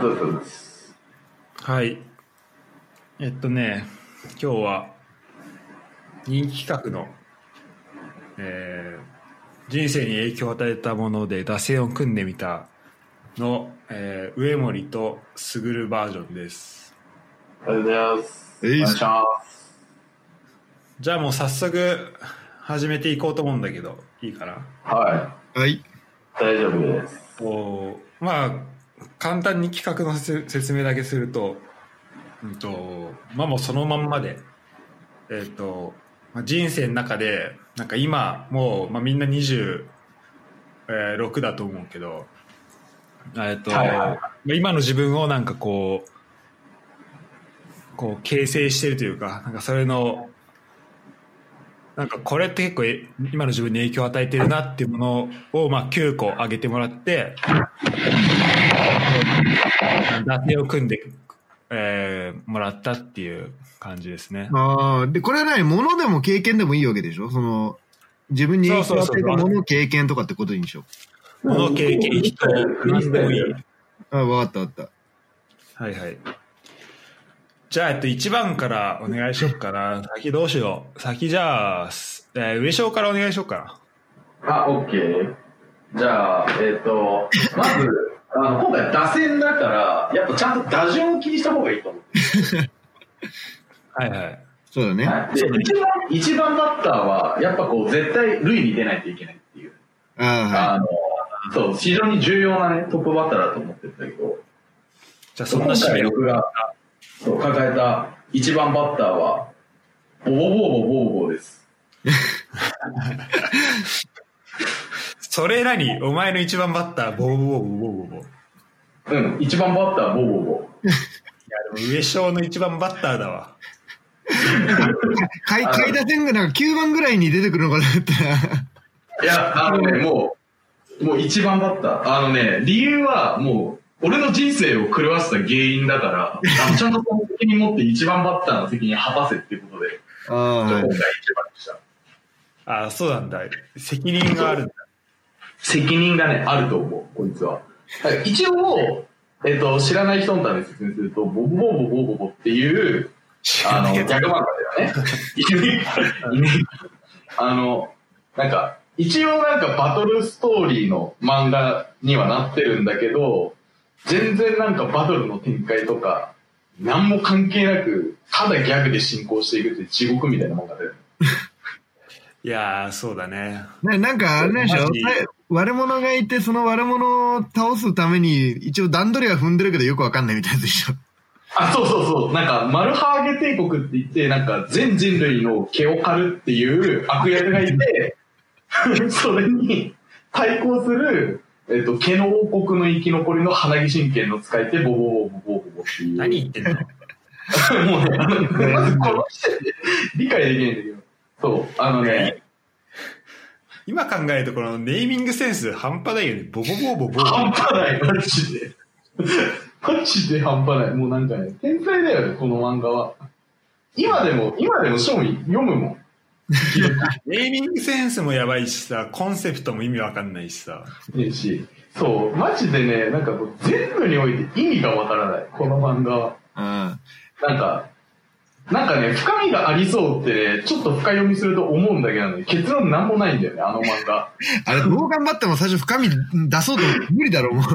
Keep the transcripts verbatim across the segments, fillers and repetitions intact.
そうそうです。 はい。えっとね、今日は人気企画の、えー、人生に影響を与えたもので打線を組んでみたの、えー、上森と卓バージョンです。 ありがとうございます。お願いします。 じゃあもう早速始めていこうと思うんだけど、いいかな？ はい。 はい。 大丈夫です。 おまあ簡単に企画の説明だけすると、うんとまあもうそのまんまで、えっと、まあ、人生の中でなんか今もう、まあ、みんなにじゅうろくだと思うけど、えっと、はいはい、今の自分をなんかこうこう形成してるというか、なんかそれのなんかこれって結構今の自分に影響を与えてるなっていうものをまあきゅうこ挙げてもらって打線を組んで、えー、もらったっていう感じですね。 ああ、でこれは何、物でも経験でもいいわけでしょ？その自分に影響を与えたもの、経験とかってことにしよう。物、経験、人、何でもいい。 ああ、分かった分かった。 はいはい。じゃあ、えっと、いちばんからお願いしよっかな。先どうしよう。先じゃあ、えー、上昇からお願いしよっかな。あ、オッケー。じゃあ、えっと、まず、あの、今回打線だから、やっぱちゃんと打順を気にした方がいいと思う。 はいはい。 そうだね。 はい、で、一番、一番バッターは、やっぱこう、絶対塁に出ないといけないっていう。 ああ、はい。 あの、そう、非常に重要なね、トップバッターだと思ってるんだけど。 じゃあ、そんな指名僕がそう抱えた一番バッターは、ボボボーボボーボーです。 それ何？お前の一番バッター、ボボボーボボボボボ。 うん、一番バッター、ボボボボ。 いや、でも上昇の一番バッターだわ。 下位打線がなんかきゅうばんぐらいに出てくるのかなって。 いや、あのね、もう、もう一番バッター。あのね、理由はもう、俺の人生を狂わせた原因だから、あのちゃんとその責任持って一番バッターの責任果たせっていうことで、 あ今回一番でした。 ああ、そうなんだ。責任があるんだ。 責任がね、あると思う、こいつは。一応、えっと、知らない人のために説明すると、ボボボボボボボっていう、あの、ギャグ漫画だよね。あの、なんか、一応なんかバトルストーリーの漫画にはなってるんだけど、全然なんかバトルの展開とか、何も関係なく、ただギャグで進行していくって地獄みたいなもんが出る。 いやー、そうだね。 な, なんかあれでしょ、悪者がいて、その悪者を倒すために、一応段取りは踏んでるけどよくわかんないみたいでしょ。 あ、そうそうそう。なんか、マルハーゲ帝国って言って、なんか全人類の毛を刈るっていう悪役がいて、それに対抗する、えっと、毛の王国の生き残りの鼻毛神経の使い手、ボボボボボボボっていう。 何言ってんの？もうね、まずこの時点で理解できないんだけど。そう、あのね。 今考えるとこのネーミングセンス半端ないよね。ボボボボボボ。 半端ない、マジで。マジで半端ない。もうなんかね、天才だよね、この漫画は。今でも、今でも正味読むもん。 ネーミングセンスもやばいしさ、コンセプトも意味わかんないしさ。 いいし、そう、マジでね、なんかもう全部において意味がわからない、この漫画は。 うん。なんか、なんかね、深みがありそうってね、ちょっと深読みすると思うんだけどね、結論なんもないんだよね、あの漫画。 あれ、どう頑張っても最初深み出そうと無理だろう、もう。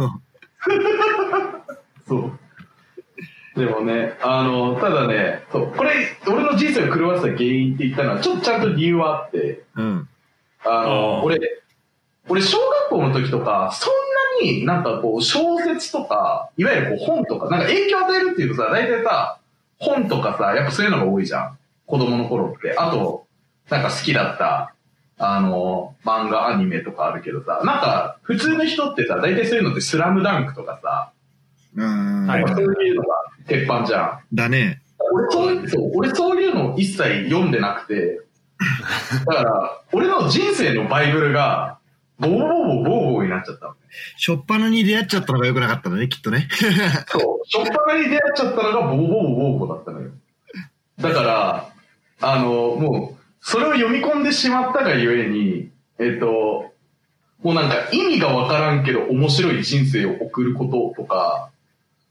そう。でもね、あの、ただね、そう、これ、俺の人生を狂わせた原因って言ったのは、ちょっとちゃんと理由はあって、 うん。 あの、俺、俺、小学校の時とか、そんなになんかこう、小説とか、いわゆるこう本とか、なんか影響を与えるっていうとさ、大体さ、本とかさ、やっぱそういうのが多いじゃん。子供の頃って。あと、なんか好きだった、あの、漫画、アニメとかあるけどさ、なんか、普通の人ってさ、大体そういうのってスラムダンクとかさ、 うん。 はい、そういうのが鉄板じゃん。 だね。 俺そういう、そう、俺そういうの一切読んでなくて、だから、俺の人生のバイブルが、ボーボーボーボーボーになっちゃったのね。 しょっぱなに出会っちゃったのが良くなかったのね、きっとね。 そう、しょっぱなに出会っちゃったのがボーボーボーボーボーだったのよ。だから、あの、もう、それを読み込んでしまったがゆえに、えっと、もうなんか意味がわからんけど面白い人生を送ることとか、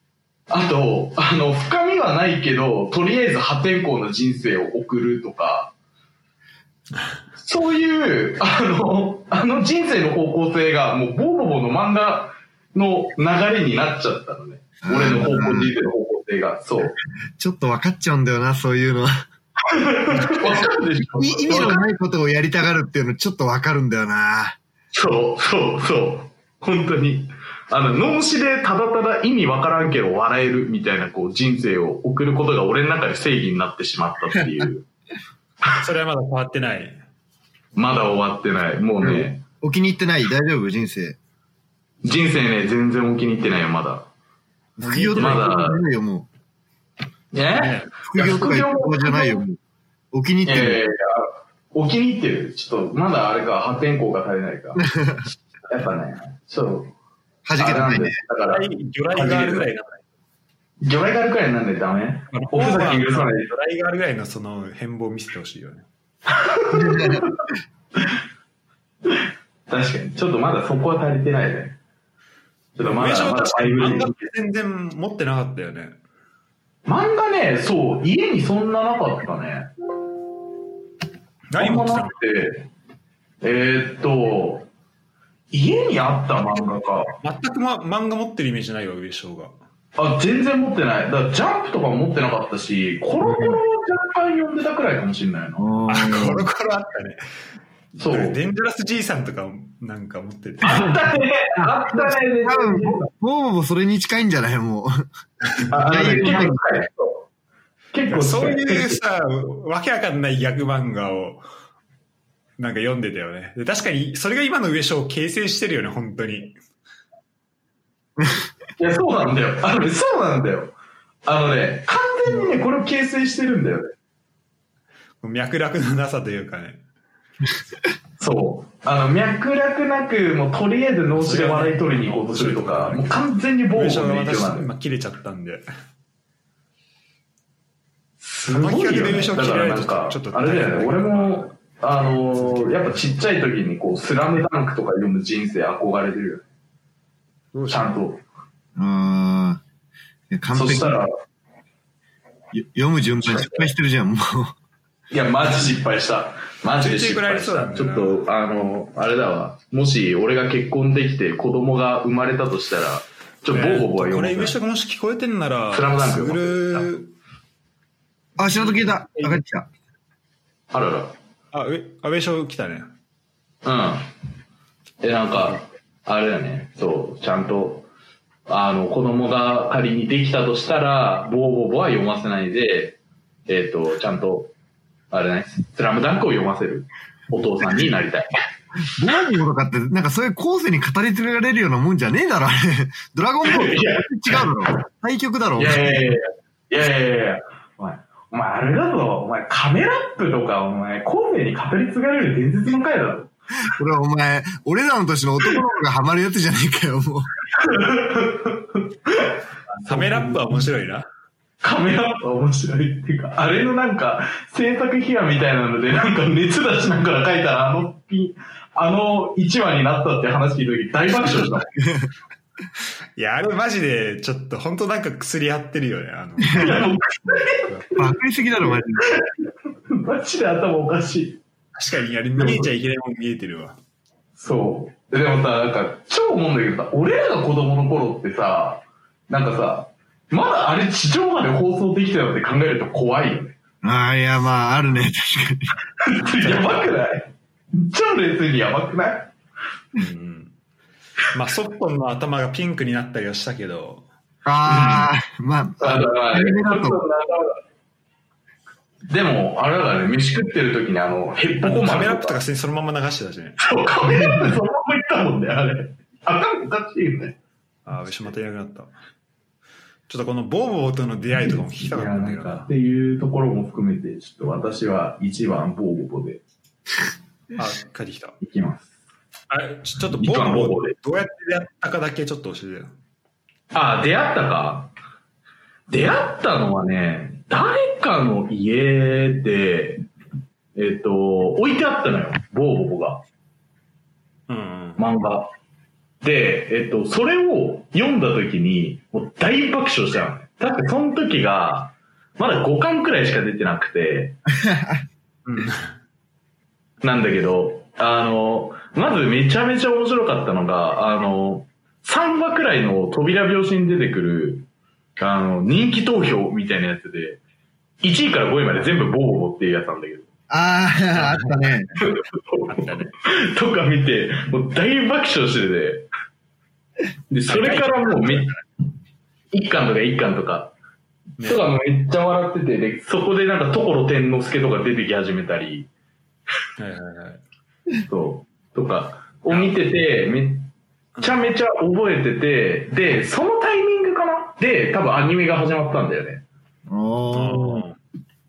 あと、あの、深みはないけど、とりあえず破天荒な人生を送るとか、そういう、あの、あの人生の方向性が、もうボーボボの漫画の流れになっちゃったのね。俺の方向、人生の方向性が。そう。 ちょっと分かっちゃうんだよな、そういうのは。 わかるでしょ。 意味のないことをやりたがるっていうのちょっと分かるんだよな。 そう、そう、そう。本当に。あの、脳死でただただ意味わからんけど笑えるみたいなこう人生を送ることが俺の中で正義になってしまったっていう。 それはまだ変わってない。 まだ終わってない。もうね。 お気に入ってない？大丈夫？人生。 人生ね、全然お気に入ってないよ、まだ。 副業とかないよ、もう。え副業とかじゃないよ、もう。お気に入ってる。 いやいやいや、お気に入ってる。ちょっと、まだあれか、破天荒が足りないか。やっぱね、ちょっと。 弾けてないね。 だから、 魚雷があるぐらいなんだ。 魚雷があるぐらいなんでダメ？ オーバー許さない。魚雷があるぐらいのその変貌を見せてほしいよね。 確かに。ちょっとまだそこは足りてないね。ちょっとまだまだ漫画って全然持ってなかったよね。 漫画ね、そう、家にそんななかったね。 何持ってたの？ えー、っと、家にあった漫画か。 全く、ま、漫画持ってるイメージないわ、上昇が。 あ、全然持ってない。だからジャンプとかも持ってなかったし、コロコロを若干読んでたくらいかもしれないな。あ、 コロコロあったね。 そう。 デンジャラスじいさんとかなんか持ってて。 あったね。あったね。 多分、もうもそれに近いんじゃないもう。 あ、結構結構そういうさ、わけわかんないギャグ漫画をなんか読んでたよね。で確かにそれが今の上昇を形成してるよね、本当に。 いや、そうなんだよ。あのね、そうなんだよ。あのね、完全にね、これを形成してるんだよね。 脈絡のなさというかね。 そう。あの、脈絡なく、もうとりあえず脳死で笑い取りに行こうとするとか、もう完全にボーボーの影響なんだよ。 今切れちゃったんで。 すごいよね。だからなんか、あれだよね、俺も、あのー、やっぱちっちゃい時にこう、スラムダンクとか読む人生憧れてるよね。ちゃんと。 うーん。完璧。 そしたら、 読む順番失敗してるじゃん、もう。 いや、マジ失敗した。マジで失敗した。ちょっと、あの、あれだわ。もし俺が結婚できて子供が生まれたとしたら、ちょっとボーボーボーは読む。 これ、上下がもし聞こえてんなら、 スラムダンク読む。 あ、仕事消えた。上がってきた。 あらら。 あ、上、上昇来たね。 うん。え、なんか、あれだね。そう、ちゃんと、あの、子供が仮にできたとしたら、ボーボーボーは読ませないで、えっと、ちゃんと、あれね、スラムダンクを読ませるお父さんになりたい。 ボーボーとかって、なんかそういう後世に語り継がれるようなもんじゃねえだろ、あれ。ドラゴンボール違うだろ。対局だろ。 いやいやいやいや。いやいやいや。お前、お前あれだぞ。お前カメラップとか、お前後世に語り継がれる伝説の回だぞ。 これはお前、俺らの年の男の子がハマるやつじゃねえかよ、もう。 カメラップは面白いな。 カメラップは面白いっていうか、あれのなんか、制作秘話みたいなので、なんか熱出しながら書いたら、あのピあのいちわになったって話聞いた時大爆笑した。 いや、あれマジで、ちょっと本当なんか薬やってるよね、あの。 バカりすぎだろ、マジで。マジで頭おかしい。 確かに、あれ見えちゃいけないもん見えてるわ。 そう。でもさ、なんか、超思うんだけどさ、俺らが子供の頃ってさ、なんかさ、まだあれ地上波で放送できてたのって考えると怖いよね。 ああ、いや、まあ、あるね、確かに。やばくない？超冷静にやばくない？ うん。まあ、ソフトンの頭がピンクになったりはしたけど。 ああ、まあ、あれだと。 でも、あれだからね、飯食ってる時にあの、ヘッドコマカメラアップとかそのまま流してたしね。 そう、カメラアップそのままいったもんね、あれ。頭おかしいよね。 ああ、牛またいなくなった。ちょっとこのボーボーとの出会いとかも聞きたかったんだけどな。 っていうところも含めて、ちょっと私はいちばんボーボーで。 あ、帰ってきた。 いきます。 あれ、ちょっとボーボーでどうやって出会ったかだけちょっと教えてよ。 あ、出会ったか。出会ったのはね、誰かの家で、えっと、置いてあったのよ、ボーボーが。 うん、うん。 漫画。 で、えっと、それを読んだ時に、もう大爆笑したのね。だってその時が、まだごかんくらいしか出てなくて、なんだけど、あの、まずめちゃめちゃ面白かったのが、あの、さんわくらいの扉拍子に出てくる、あの、人気投票みたいなやつで、いちいからごいまで全部ボーボーっていうやつなんだけど。 ああ、あったね。 あったね。 とか見て、もう大爆笑してて、で、それからもうめっ一巻とか一巻とか、ね、とかもめっちゃ笑ってて、で、そこでなんか所天之助とか出てき始めたり、 はいはいはい。 そう、とかを見てて、めっちゃめちゃ覚えてて、で、そのタイミングかなで、多分アニメが始まったんだよね。 おー。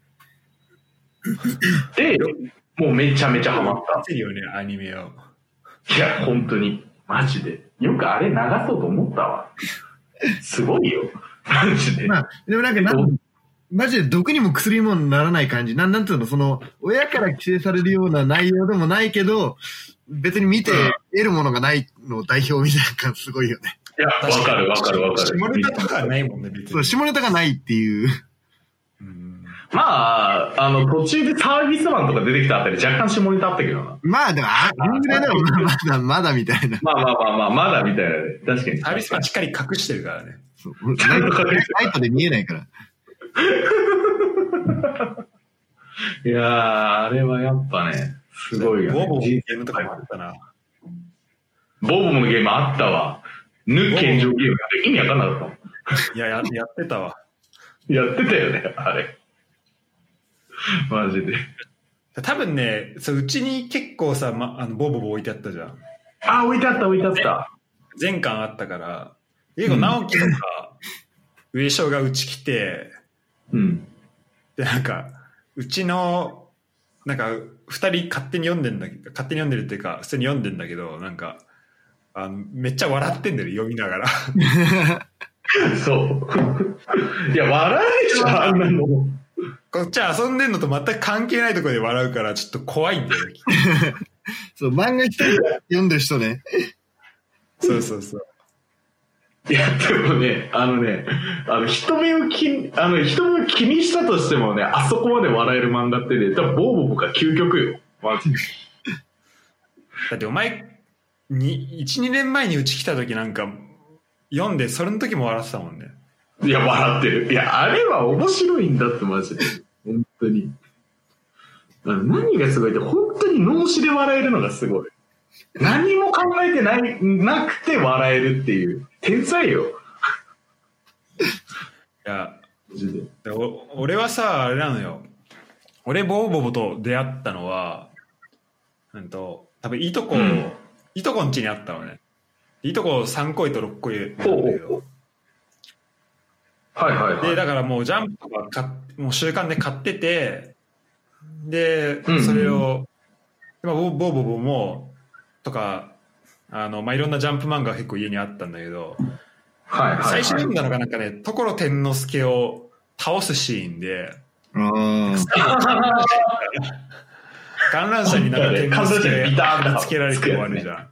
で、もうめちゃめちゃハマった。 見てるよね、アニメを。 いや、本当に。マジで。よくあれ流そうと思ったわ。すごいよ。マジで。 まあ、でもなんかなん、マジで毒にも薬にもならない感じ。なん、なんていうの、その、親から規制されるような内容でもないけど、別に見て得るものがないの代表みたいな感じすごいよね。 いや、わかるわかるわかる。 下ネタとかないもんね、別に。 そう、下ネタがないっていう。 まあ、あの、途中でサービスマンとか出てきたあたり若干下ネタあったけどな。 まあ、でも、あんぐらいでもまだ、まだみたいな。 まあまあまあまあ、まだみたいなね。確かに。 サービスマンしっかり隠してるからね。 そう。ライト、ライトで見えないから。 いやー、あれはやっぱね、すごいよね。 ボーボーのゲームとかもあったな。 ボーボーのゲームあったわ。ヌ健常ゲームって意味わかんなかったもん。 いや、や、やってたわ。 やってたよね、あれ。マジで。 多分ね、そう、うちに結構さ、ま、あのボーボー置いてあったじゃん。 あ、置いてあった置いてあった。 全巻あったから、結構直樹とか、上昇がうち来て、 うん。 で、なんか、うちの、なんか、二人勝手に読んでんだけど、勝手に読んでるっていうか、普通に読んでんだけど、なんか、あのめっちゃ笑ってんだよ、読みながら。 そう。いや、笑うでしょ、あんなの。 こっちは遊んでんのと全く関係ないところで笑うから、ちょっと怖いんだよね。 そう、漫画一人読んでる人ね。 そうそうそう。 いや、でもね、あのね、あの、人目を気、あの、人目を気にしたとしてもね、あそこまで笑える漫画ってね、多分、ボーボー僕は究極よ。マジで。 だってお前、に、いち、にねんまえにうち来た時なんか、読んで、それの時も笑ってたもんね。 いや、笑ってる。いや、あれは面白いんだって、マジで。本当に。何がすごいって、本当に脳死で笑えるのがすごい。何も考えてない、なくて笑えるっていう。天才よ。 いや、でお俺はさ、あれなのよ。俺、ボーボボと出会ったのは、うんと、多分いとこ、うん、いとこん家にあったのね。いとこさんこいとろっこいなんだけど。 はいはいはい。 で、だからもうジャンプとか買もう週刊で買ってて、で、それを、うんうん、ボーボボも、とか、あの、まあ、いろんなジャンプ漫画が結構家にあったんだけど、 はいはいはい、 最初に読んだのがなんかね、所天之助を倒すシーンで、観覧車になんか天之助がつけられて終わるじゃん。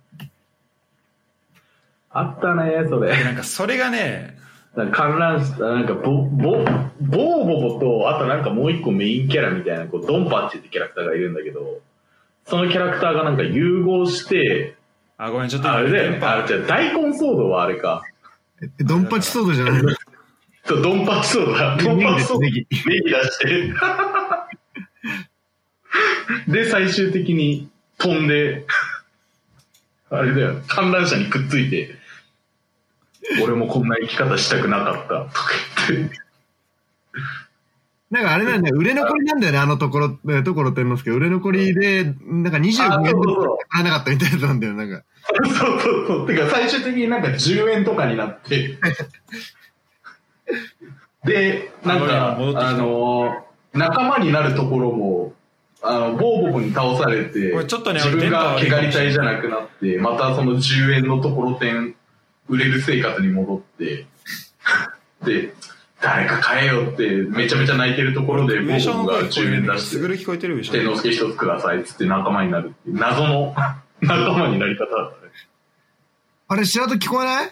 あったね、それ。 でなんかそれがね、 なんか観覧車、なんかボ、ボ、ボーボボと、あとなんかもう一個メインキャラみたいな、こう、ドンパッチってキャラクターがいるんだけど、そのキャラクターがなんか融合して、 あ、ごめん、ちょっと。 あれだよね。あれじゃ大根ソードはあれか。 え、ドンパチソードじゃないの？ そう、ドンパチソードだ。ドンパチソード。ネギ出して。で、最終的に飛んで、あれだよ。観覧車にくっついて、俺もこんな生き方したくなかった。とか言って。 なんかあれなんだよ、売れ残りなんだよね、あのところ、ところ天之助。売れ残りで、なんかにじゅうごえんで買わなかったみたいなやつなんだよ、なんか。 そうそうそう。てか最終的になんかじゅうえんとかになって。で、なんか、あの、仲間になるところも、あの、ボーボボに倒されて、 これちょっとね、 自分が毛刈り隊じゃなくなって、またそのじゅうえんのところてん、売れる生活に戻って、で、誰か買えよってめちゃめちゃ泣いてるところでボーボボがじゅうえん出して、 聞こえてるでしょ。 天之助一つくださいっつって仲間になるっていう謎の仲間になり方だったね。 あれ、白戸聞こえない？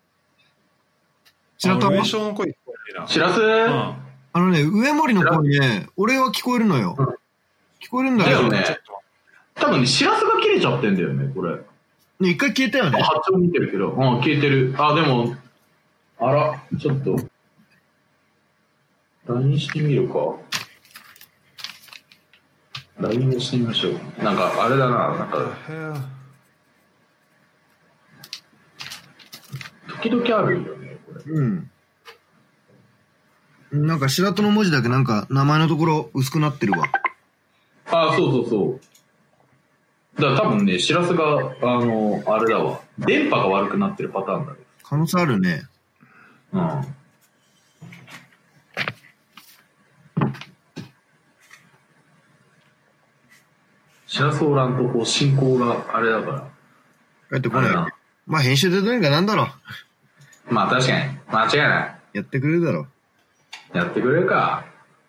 白戸？ 上昇の声聞こえないな。 しらす、うん、 あのね、上森の声ね、俺は聞こえるのよ。うん、聞こえるんだけど。 だよね。多分ね、しらすが切れちゃってんだよね、これ。 ね、一回消えたよね。 波長見てるけど。うん、消えてる。あ、でも、あら、ちょっと。ライン してみるか。ライン をしてみましょう。なんか、あれだな、なんか。時々あるよね、これ。 うん。なんか白戸の文字だけなんか名前のところ薄くなってるわ。 ああ、そうそうそう。だから多分ね、しらすが、あの、あれだわ。電波が悪くなってるパターンだね。 可能性あるね。 うん。しらすおらんとこう進行があれだから。 帰ってこない。まあ編集でどうにかなんだろう。まあ確かに。間違いない。 やってくれるだろう。やってくれるか。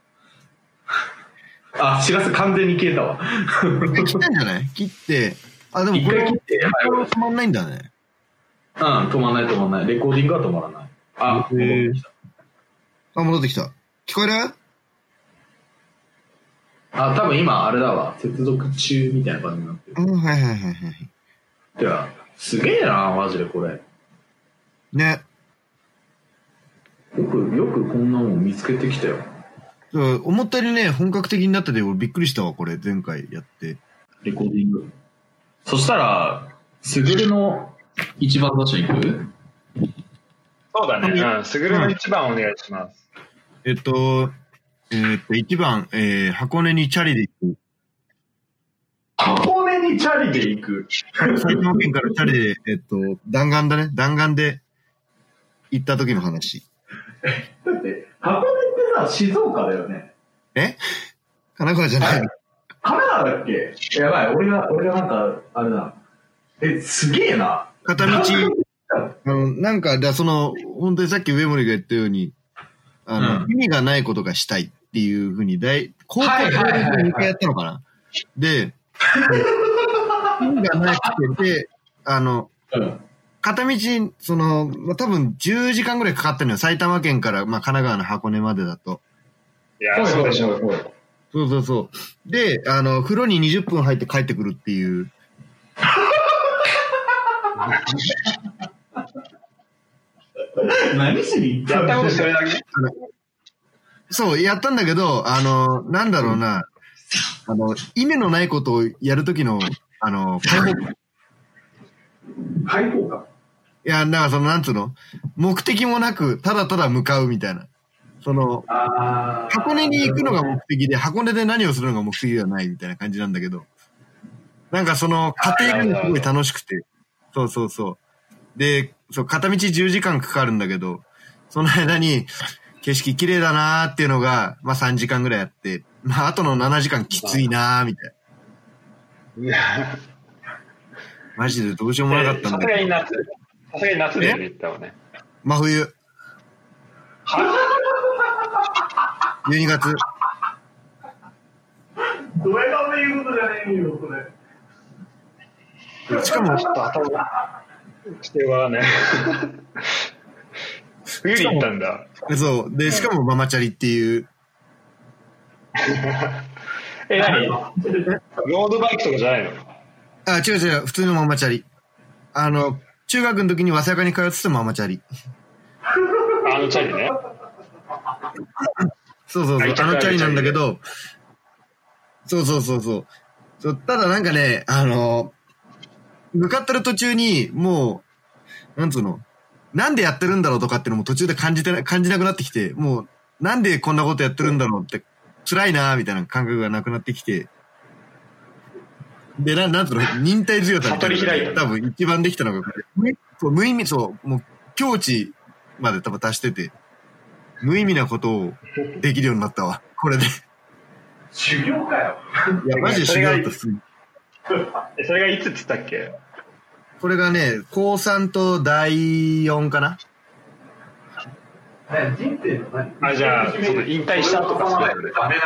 あ、しらす完全に消えたわ。 切ったんじゃない？切って。あ、でもこれ切って。止まんないんだね。 うん、止まんない止まんない。レコーディングは止まらない。あ、戻ってきた。 あ、戻ってきた。聞こえる？ あ、多分今あれだわ。接続中みたいな感じになってる。 うん、はいはいはいはい。 いや、すげえな、マジでこれ。 ね。 よく、よくこんなもん見つけてきたよ。 思ったよりね、本格的になってて、俺びっくりしたわ、これ、前回やって。 レコーディング。そしたら、すぐるの一番どっちに行く？ そうだね。うん、すぐるの一番お願いします。 うん、えっと、えー、っと、一番、えー、箱根にチャリで行く。 箱根にチャリで行く。 埼玉県からチャリで、えっと、弾丸だね。弾丸で行った時の話。 だって、箱根ってさ、静岡だよね。 え？神奈川じゃない。神奈川だっけ？やばい、俺が、俺がなんか、あれだ。え、すげえな。 片道、あの、なんか、だその、本当にさっき上森が言ったように、あの、うん、意味がないことがしたいっていうふうに、大、高校でにかいやったのかな。で、意味がなくて、あの、うん、片道、その、まあ、多分じゅうじかんぐらいかかってるのよ。埼玉県から、まあ、神奈川の箱根までだと。 いや、そうでしょう。 そうそうそう。で、あの、風呂ににじゅっぷん入って帰ってくるっていう。 何しに行ったんだよ。それだけ。 そう、やったんだけど、あの、なんだろうな、あの、意味のないことをやるときの、あの、解放感。 解放感？ いや、だからその、なんつうの、目的もなく、ただただ向かうみたいな。その、箱根に行くのが目的で、箱根で何をするのが目的ではないみたいな感じなんだけど、なんかその、過程がすごい楽しくて、そうそうそう。で、そう、片道じゅうじかんかかるんだけど、その間に、景色綺麗だなーっていうのが、まあさんじかんぐらいあって、まああとのななじかんきついなーみたいな。いやマジでどうしようもなかったんだけど。さすがに夏、 さすがに夏で言ったわね。 真冬。じゅうにがつ。 ドヤ顔で言うことじゃねえよ、これ。しかも、 ちょっと頭がしてはね。冬に行ったんだ。 そう。で、しかもママチャリっていう。 え、何？ロードバイクとかじゃないの？ あ、違う違う。普通のママチャリ。あの、中学の時に早稲田に通ってたママチャリ。 あのチャリね。 そうそうそう。あのチャリなんだけど、そうそうそうそう。そうただなんかね、あの、向かってる途中に、もう、なんつうの、なんでやってるんだろうとかっていうのも途中で感じて、感じなくなってきて、もう、なんでこんなことやってるんだろうって、辛いなーみたいな感覚がなくなってきて、で、ななんつうの、忍耐強さみたいな、ね、多分一番できたのが、そう無意味、そう、もう境地まで多分達してて、無意味なことをできるようになったわ、これで。 修行かよ。 いや、マジで修行だったっす。 それがいつって言ったっけ？ これがね、高さんとだいよんかな。 人生の何？ あ、じゃあ、その引退した後かそうだよね。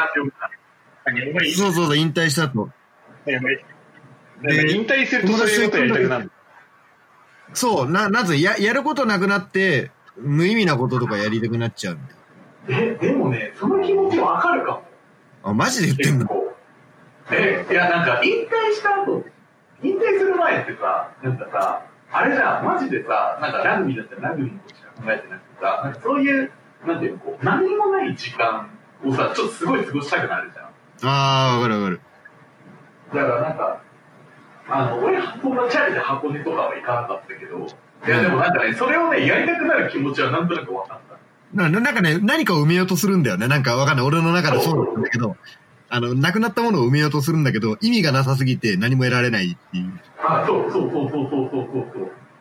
そうそうそう、引退した後。 で引退するとそういうことやりたくなる。 そう、な、なぜ、や、やることなくなって、無意味なこととかやりたくなっちゃう。 え、でもね、その気持ちわかるかも。 あ、マジで言ってんの？ え、いや、なんか、引退した後、引退する前ってさ、なんかさ、あれじゃん、マジでさ、なんかラグビーだったらラグビーのことしか考えてなくてさ、なんかそういう、なんていうの、こう、何もない時間をさ、ちょっとすごい過ごしたくなるじゃん。 あー、わかるわかる。 だからなんか、あの、俺、そんなチャリで箱根とかは行かなかったけど、いや、でもなんかね、それをね、やりたくなる気持ちはなんとなく分かった。 な, なんかね、何かを埋めようとするんだよね。なんかわかんない。俺の中でそうなんだけど、あの、なくなったものを埋めようとするんだけど、意味がなさすぎて何も得られないっていう。 あ、そうそうそうそうそうそうそう。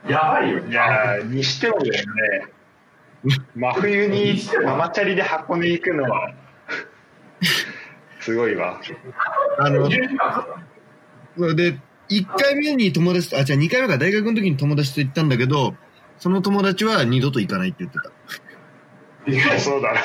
やばいよね。 いやー、にしてもだよね。真冬にママチャリで箱根行くのは、すごいわ。 あの、で、いっかいめに友達と、あ、じゃあにかいめか大学の時に友達と行ったんだけど、その友達は二度と行かないって言ってた。 いや、そうだな。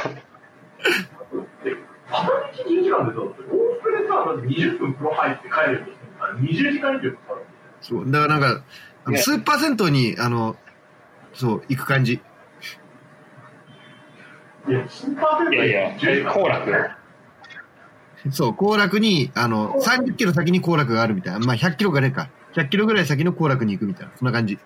片道にじかんでさ、往復でさ、にじゅっぷん風呂入って帰るとしたらにじゅうじかん以上かかる。 そう、だからなんか、あのスーパー銭湯に、あの、そう、行く感じ。 いや、スーパー銭湯いやいや、行楽そう、行楽に、あの、さんじゅっキロ先に行楽があるみたいな。まあ、ひゃっキロぐらいか。ひゃっキロぐらい先の行楽に行くみたいな。そんな感じ。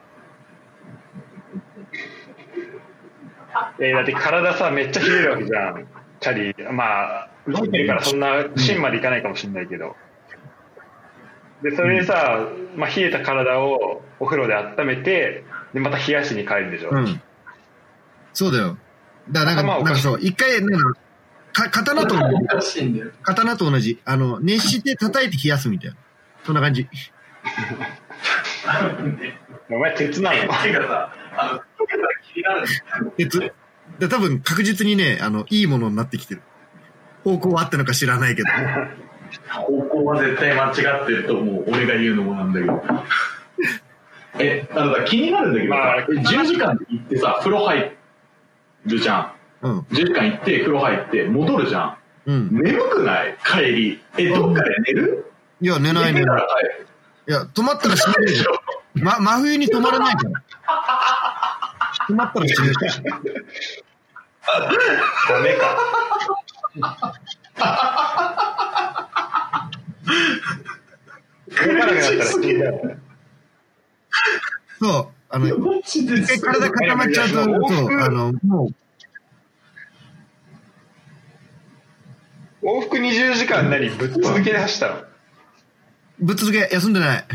えー、だって体さ、めっちゃ冷えるわけじゃん。チャリ。まあ、動いてるからそんな芯までいかないかもしれないけど。で、それでさ、まあ、冷えた体をお風呂で温めて、で、また冷やしに帰るんでしょ。 うん。そうだよ。だからなんか、なんかそう、一回、なんか、か、刀と同じ。刀と同じ。あの、熱して叩いて冷やすみたいな。そんな感じ。 お前鉄なの？ 手がさ、あの、気になる。 鉄。で、多分確実にね、あの、いいものになってきてる。方向は合ってるのか知らないけど。 方向は絶対間違ってると思う。俺が言うのもなんだけど。え、あのさ、気になるんだけどさ、まあ、じゅうじかん行ってさ、風呂入るじゃん。 うん。 じゅうじかん行って、風呂入って、戻るじゃん。 うん。 眠くない帰り。え、どっかで寝る？ いや、寝ない寝ない。いや、止まったら死ぬでしょ。ま、真冬に止まらないから。止まったら死ぬ。 ダメか。動かなくなったら死んだよ。 そう。あの、一回体固まっちゃうと、そう、あの、もう。 往復にじゅうじかん何ぶっ続けで走ったの？ ぶっ続け、休んでない。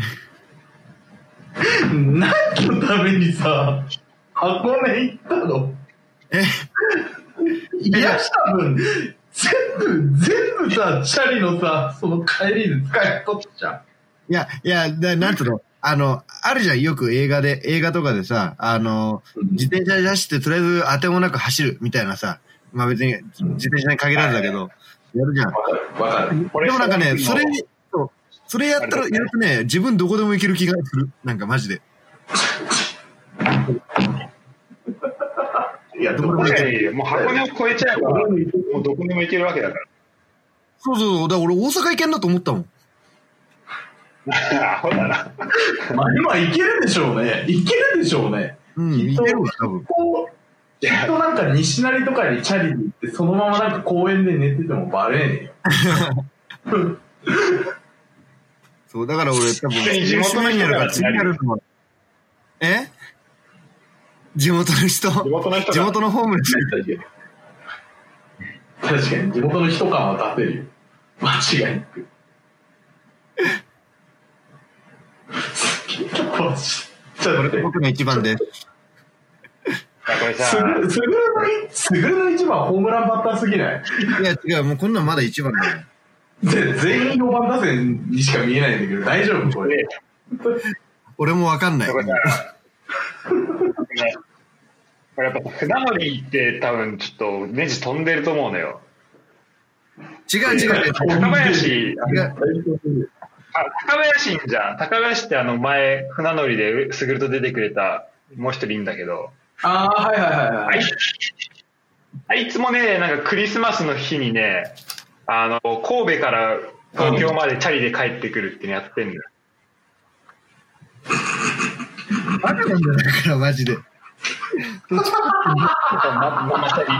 何のためにさ、箱根行ったの？ え癒やした分、全部、全部さ、チャリのさ、その帰りで使い取っちゃう。 いや、いや、だなんつうの、あの、あるじゃん、よく映画で、映画とかでさ、あの、自転車で走って、とりあえず当てもなく走る、みたいなさ、まあ別に、自転車に限らずだけど、やるじゃん。 わかる、わかる。 でもなんかね、それ、そう、それやったら、やるとね、自分どこでも行ける気がする。なんかマジで。 いや、 どこでも行ける。もう箱根を越えちゃえば、もうどこでも行けるわけだから。 そうそう、だから俺大阪行けんなと思ったもん。 アホだな。 まあ今行けるでしょうね。行けるでしょうね。 うん、行けるわ、多分。 きっとなんか西成とかにチャリに行って、そのままなんか公園で寝ててもバレねえよ。 そう、だから俺多分、 地元の人が次やるのは、え地元の人地元の人地元のホームレス。 確かに、地元の人感は出せるよ。間違いなく。ちょっと僕の一番です。 これさ、 すぐるの、すぐるの一番ホームランバッターすぎない？ いや違う、もうこんなんまだ一番だよ。 全員よんばん打線にしか見えないんだけど、大丈夫これ。 俺もわかんない。 これさ、ね、これやっぱ船乗りって多分ちょっとネジ飛んでると思うのよ。 違う違う違う。 高林、 違うあ、高林いんじゃん。高林ってあの前、船乗りですぐると出てくれたもう一人いいんだけど。 ああ、はいはいはいはい。 あい、あいつもね、なんかクリスマスの日にね、あの、神戸から東京までチャリで帰ってくるってのやってんだよ。 バカなんだだからマジで。どっちかってまままたり。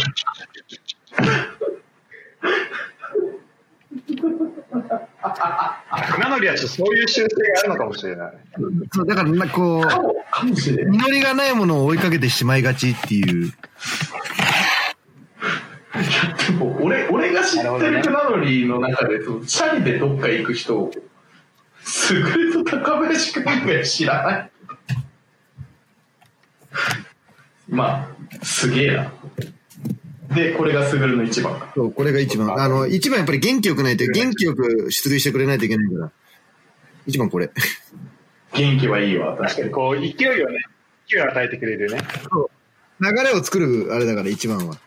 船乗りはちょっとそういう習性があるのかもしれない。 そうだからなこう実りがないものを追いかけてしまいがちっていう。 でも俺俺が知ってる船乗りの中でそのチャリでどっか行く人すぐると高林くんぐらい知らない。まあすげえな。でこれがすぐるの一番か。 そうこれが一番。あの一番やっぱり元気よくないと元気よく出塁してくれないといけないから一番これ。 元気はいいわ。 確かにこう勢いをね勢いを与えてくれるね。 そう流れを作るあれだから一番は。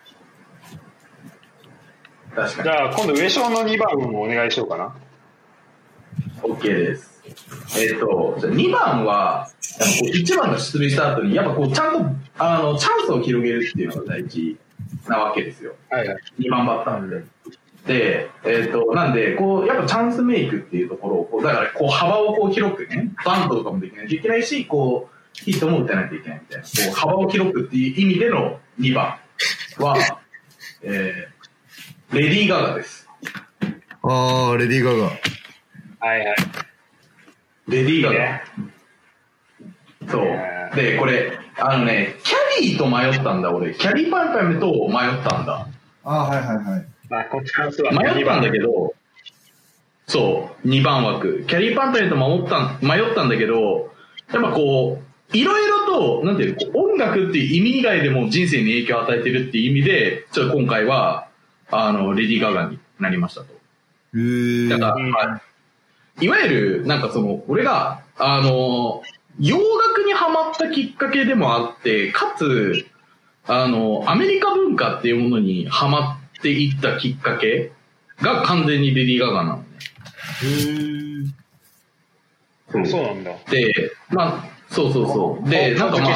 確かに。 じゃあ今度上昇のにばんもお願いしようかな。 OK です。えっ、ー、とじゃあにばんはやっぱこういちばんが出塁した後にやっぱこうちゃんとあのチャンスを広げるっていうのが大事なわけですよ。 はいはい。 にばんバッターで。で、えっ、ー、となんでこうやっぱチャンスメイクっていうところをこうだからこう幅をこう広くねバントとかもできないといけないしこうヒットも打たないといけないみたいなこう幅を広くっていう意味でのにばんは、えー、レディー・ガガです。 ああレディー・ガガ。 はいはい。 レディー・ガガ。 ね、 そうでこれあのねキャリーと迷ったんだ俺キャリーパンパムと迷ったんだ。 ああはいはいはい。 あこっちチャンスは迷ったんだけどそうにばん枠キャリーパンパムと迷った迷ったんだけどやっぱこういろいろとなんていうの音楽っていう意味以外でも人生に影響を与えてるっていう意味でちょっと今回はあのレディー・ガガになりましたと。 へー。 だから、まあ、いわゆるなんかその俺があの洋楽にハマったきっかけでもあってかつあのアメリカ文化っていうものにハマっていったきっかけが完全にレディー・ガガなのね。 へー。 そう、そうなんだ。 でまあそうそうそうでなんかまあ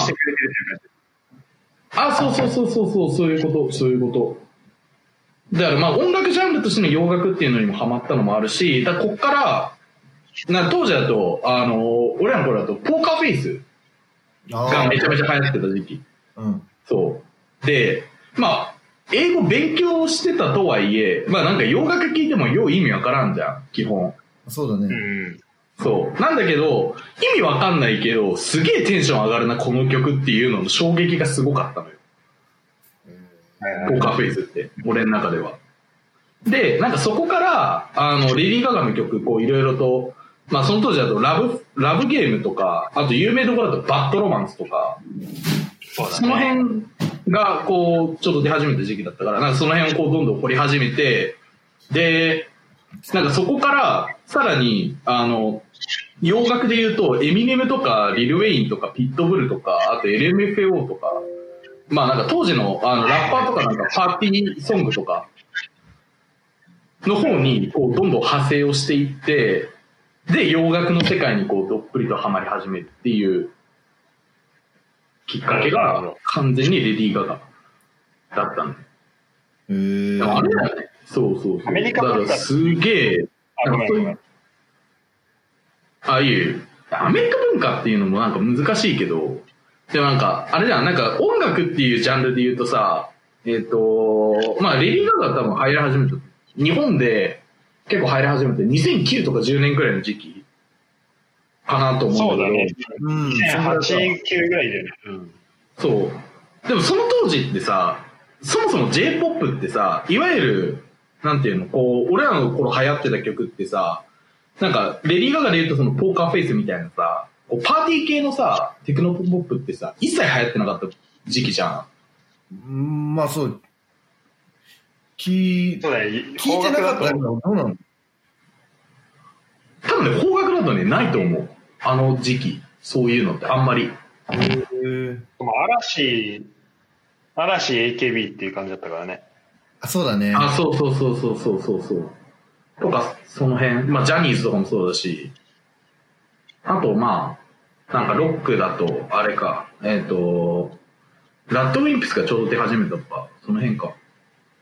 あそうそうそうそうそうそういうことそういうことだからまあ音楽ジャンルとしての洋楽っていうのにもハマったのもあるしだからこっからな当時だとあの俺らの頃だとポーカーフェイスがめちゃめちゃ流行ってた時期。 うん、 そうでまあ英語勉強してたとはいえまあなんか洋楽聴いてもよう意味わからんじゃん基本。 そうだね、 うん、 そうなんだけど意味わかんないけどすげえテンション上がるなこの曲っていうのの衝撃がすごかったのよ、ポーカーフェイスって俺の中では。でなんかそこからあのレディー・ガガの曲こういろいろとまあその当時だとラブラブゲームとかあと有名どころだとバッドロマンスとか そ,、ね、その辺がこうちょっと出始めた時期だったからなんかその辺をこうどんどん掘り始めてでなんかそこからさらにあの洋楽で言うとエミネムとかリル・ウェインとかピットブルとかあと エルエムエフオー とかまあなんか当時のあのラッパーとかなんかパーティーソングとかの方にこうどんどん派生をしていってで洋楽の世界にこうどっぷりとハマり始めるっていうきっかけが完全にレディー・ガガだったんで。 へー。 でもあれだよね。そうそうそう。 アメリカだからすげえ。 あ、ごめんごめん。 あ、いえ。アメリカ文化っていうのもなんか難しいけど、でもなんかあれじゃんなんか音楽っていうジャンルで言うとさ、えっ、ー、とまあレディー・ガガが多分入り始めた日本で。結構入り始めてにせんきゅうとかじゅうねんくらいの時期かなと思うんだけど。そうだね。 うん。にせんはち、きゅうぐらいでね。うん。 そう。でもその当時ってさ、そもそも J-ポップ ってさ、いわゆる、なんていうの、こう、俺らの頃流行ってた曲ってさ、なんか、レディー・ガガで言うとそのポーカーフェイスみたいなさ、こうパーティー系のさ、テクノポップってさ、一切流行ってなかった時期じゃん。うん、まあそう。聞, そうだね、 聞いてなかったらどうなの？ 多分ね、邦楽だとね、ないと思う。あの時期、そういうのってあんまり。 へー。 嵐、嵐 エーケービー っていう感じだったからね。 あ、そうだね。 あ、そうそうそうそうそうそうそう。とか、その辺、まあジャニーズとかもそうだし、あとまあ、なんかロックだと、あれか、えっ、ー、と、ラッドウィンプスがちょうど出始めたとか、その辺か。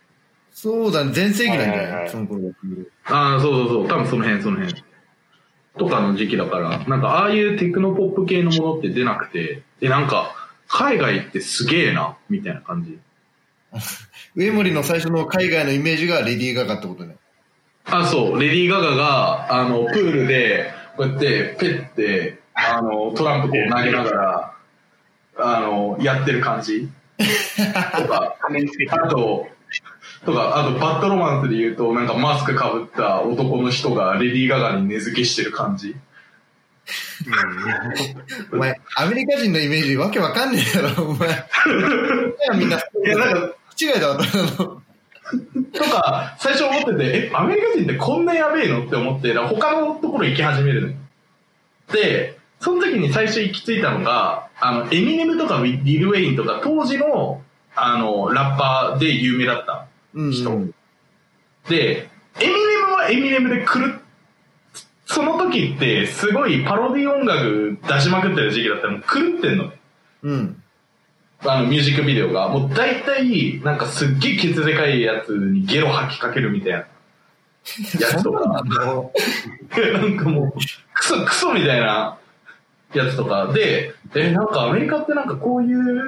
そうだね、全盛期なんじゃない、はいはいはい、その頃。 ああ、そうそうそう、多分その辺、その辺。 とかの時期だから、なんかああいうテクノポップ系のものって出なくて、で、なんか、海外ってすげえな、みたいな感じ。 上森の最初の海外のイメージがレディー・ガガってことね。 あ、そう、レディー・ガガが、あの、プールで、こうやって、ペッて、あの、トランプこう投げながら、あの、やってる感じとか、あと、とか、あと、バッドロマンスで言うと、なんかマスクかぶった男の人がレディー・ガガに根付けしてる感じ。 お前、アメリカ人のイメージわけわかんねえだろ、お前。みんな、いや、なんか、違いだわ、とか、最初思ってて、え、アメリカ人ってこんなやべえのって思って、他のところ行き始めるのよ。で、その時に最初行き着いたのが、あの、エミネムとかリル・ウェインとか、当時の、あの、ラッパーで有名だった人。うんうん、で、エミネムはエミネムで狂っその時ってすごいパロディ音楽出しまくってる時期だったらもう狂ってんのね。うん。あのミュージックビデオがもう大体なんかすっげえケツでかいやつにゲロ吐きかけるみたいなやつとか。なんかもうクソクソみたいなやつとかで、え、なんかアメリカってなんかこういう、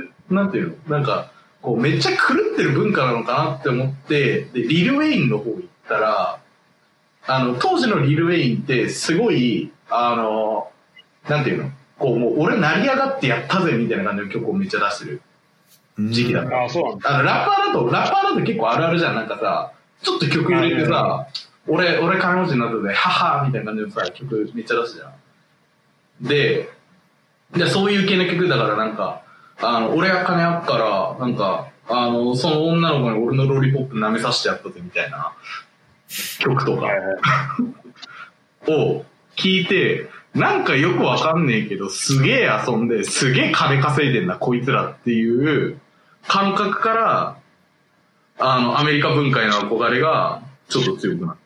なんていうのなんかこうめっちゃ狂ってる文化なのかなって思って、で、リル・ウェインの方行ったら、あの、当時のリル・ウェインってすごい、あの、なんていうのこう、もう俺成り上がってやったぜみたいな感じの曲をめっちゃ出してる時期だった。 あ、そうなんだ。 あの、ラッパーだと、ラッパーだと結構あるあるじゃん。なんかさ、ちょっと曲入れてさ、俺、俺金持ちになったぜ、ははみたいな感じのさ、曲めっちゃ出すじゃん。で、でそういう系の曲だからなんか、あの、俺が金あっから、なんか、あの、その女の子に俺のロリポップ舐めさせてやったぜみたいな。曲とかを聞いて、なんかよくわかんねえけど、すげえ遊んで、すげえ金稼いでんな、こいつらっていう感覚から、あの、アメリカ文化への憧れがちょっと強くなった。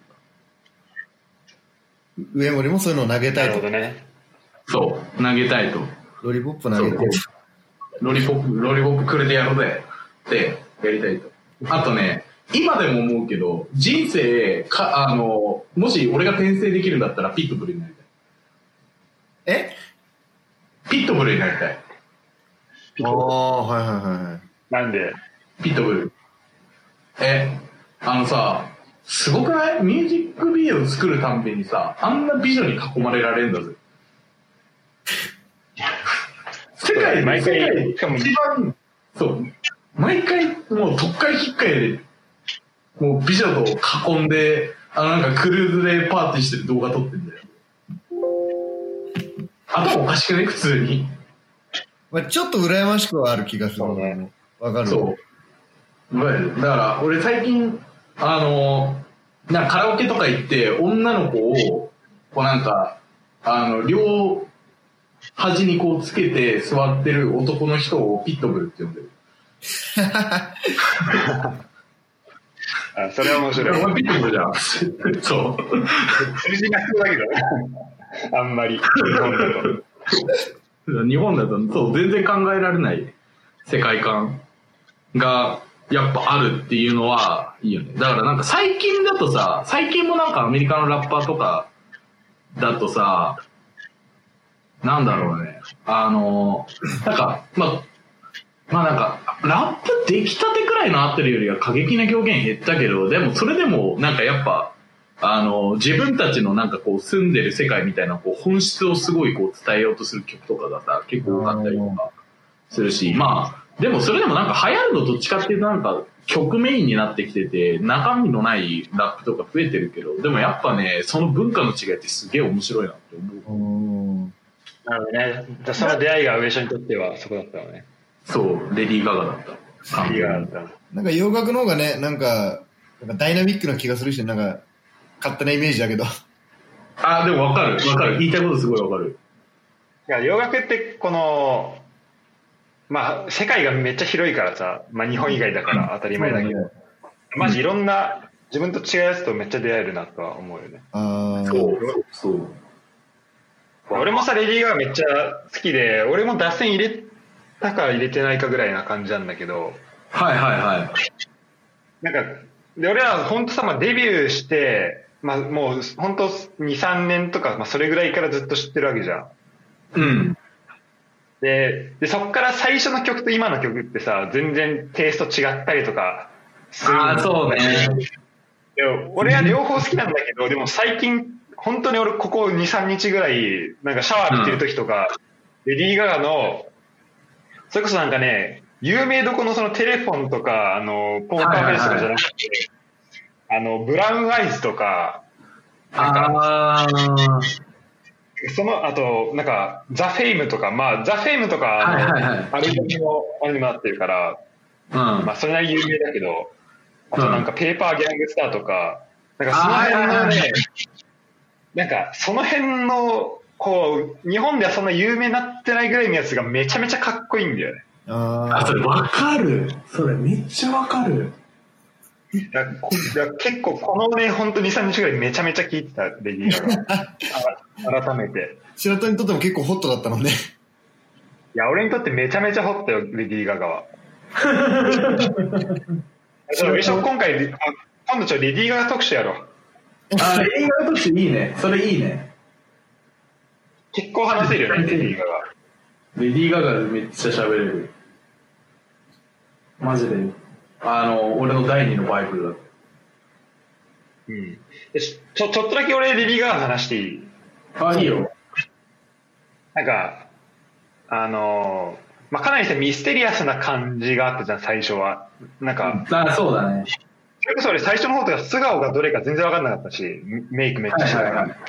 上森もそういうのを投げたいと。 なるほどね。 そう、投げたいと。 ロリポップ投げたい。 ロリポップ、ロリポップくれてやろうぜってやりたいと。あとね、今でも思うけど、人生か、あの、もし俺が転生できるんだったらピットブルになりたい。え？ ピットブルになりたい。 ああ、はいはいはい。 なんで？ ピットブル。え、あのさ、すごくないミュージックビデオ作るたんびにさ、あんな美女に囲まれられるんだぜ。世界で、 毎回、 世界一番、そう、毎回もう特会引っかえで、もう美女と囲んで、あのなんかクルーズでパーティーしてる動画撮ってんだよ。頭おかしくね普通に。 まあ、ちょっと羨ましくはある気がするね。わかる。 そう。だから俺最近あのなんかカラオケとか行って女の子をこうなんかあの両端にこうつけて座ってる男の人をピットブルって呼んでる。 あ、それは面白い。 お前ピットブルじゃん。そう。 通じなくだけどね。あんまり日本だと。日本だとそう全然考えられない世界観がやっぱあるっていうのはいいよね。だからなんか最近だとさ、最近もなんかアメリカのラッパーとかだとさ、なんだろうね。あの、なんか、まあ、まあなんか、ラップ出来たてくらいの合ってるよりは過激な表現減ったけど、でもそれでもなんかやっぱ、あの、自分たちのなんかこう住んでる世界みたいなこう本質をすごいこう伝えようとする曲とかがさ、結構多かったりとかするし、まあ、でもそれでもなんか流行るのどっちかっていうとなんか曲メインになってきてて、中身のないラップとか増えてるけど、でもやっぱね、その文化の違いってすげえ面白いなって思う。 なるほどね。その出会いが上所にとってはそこだったのね。 そう、レディー・ガガだった。 レディー・ガガだった。 なんか洋楽の方がね、なんか、なんかダイナミックな気がするし、なんか、勝手なイメージだけど。 ああ、でもわかる、わかる。言いたいことすごいわかる。 いや、洋楽ってこの、まあ、世界がめっちゃ広いからさ、まあ日本以外だから当たり前だけど、うん、マジいろんな自分と違うやつとめっちゃ出会えるなとは思うよね。 ああ。 そう、そう。 俺もさ、レディー・ガガめっちゃ好きで、俺も脱線入れたか入れてないかぐらいな感じなんだけど、 はいはいはい。 なんか、で俺らほんとさ、まあ、デビューして、 まあもう本当に、さんねんとか、まあそれぐらいからずっと知ってるわけじゃん。 うん。 で、で、そっから最初の曲と今の曲ってさ、全然テイスト違ったりとかする。 ああ、そうね。 でも俺は両方好きなんだけど、でも最近、本当に俺ここに、さんにちぐらい、なんかシャワー浴びてる時とか、レディー・ガガの、それこそなんかね、有名どこのそのテレフォンとか、あの、ポーカーフェイスとかじゃなくて、あの、ブラウンアイズとか、なんか、 あその、あと、なんか、ザ・フェイムとか、まあ、ザ・フェイムとか、 はいはいはい、 アルバムのあれにもなってるから、 うん、 まあ、それなりに有名だけど、あとなんか、ペーパー・ギャングスターとか、なんか、その辺のね、なんか、その辺の、こう、日本ではそんな有名になってないぐらいのやつがめちゃめちゃかっこいいんだよね。 ああ、それわかる。それめっちゃわかる。 いや結構このね、ほんとに、さんにちぐらいめちゃめちゃ聴いてた、レディーガガ。改めて。 白田にとっても結構ホットだったのね。 いや、俺にとってめちゃめちゃホットよ、レディーガガは。今回、今度ちょっとレディーガガ特集やろう。 あ、レディーガガ特集いいね。それいいね。 結構話せるよね、レディーガガ。 レディーガガでめっちゃ喋れる。マジで。あの、俺の第二のバイブルだ。 うん。ちょ、ちょっとだけ俺レディーガガ話していい？ あ、いいよ。 なんか、あのー、まあ、かなりミステリアスな感じがあったじゃん、最初は。なんか、 あ、そうだね。 それこそ俺最初の方とか素顔がどれか全然わかんなかったし、メイクめっちゃしてたから。はいはいはい、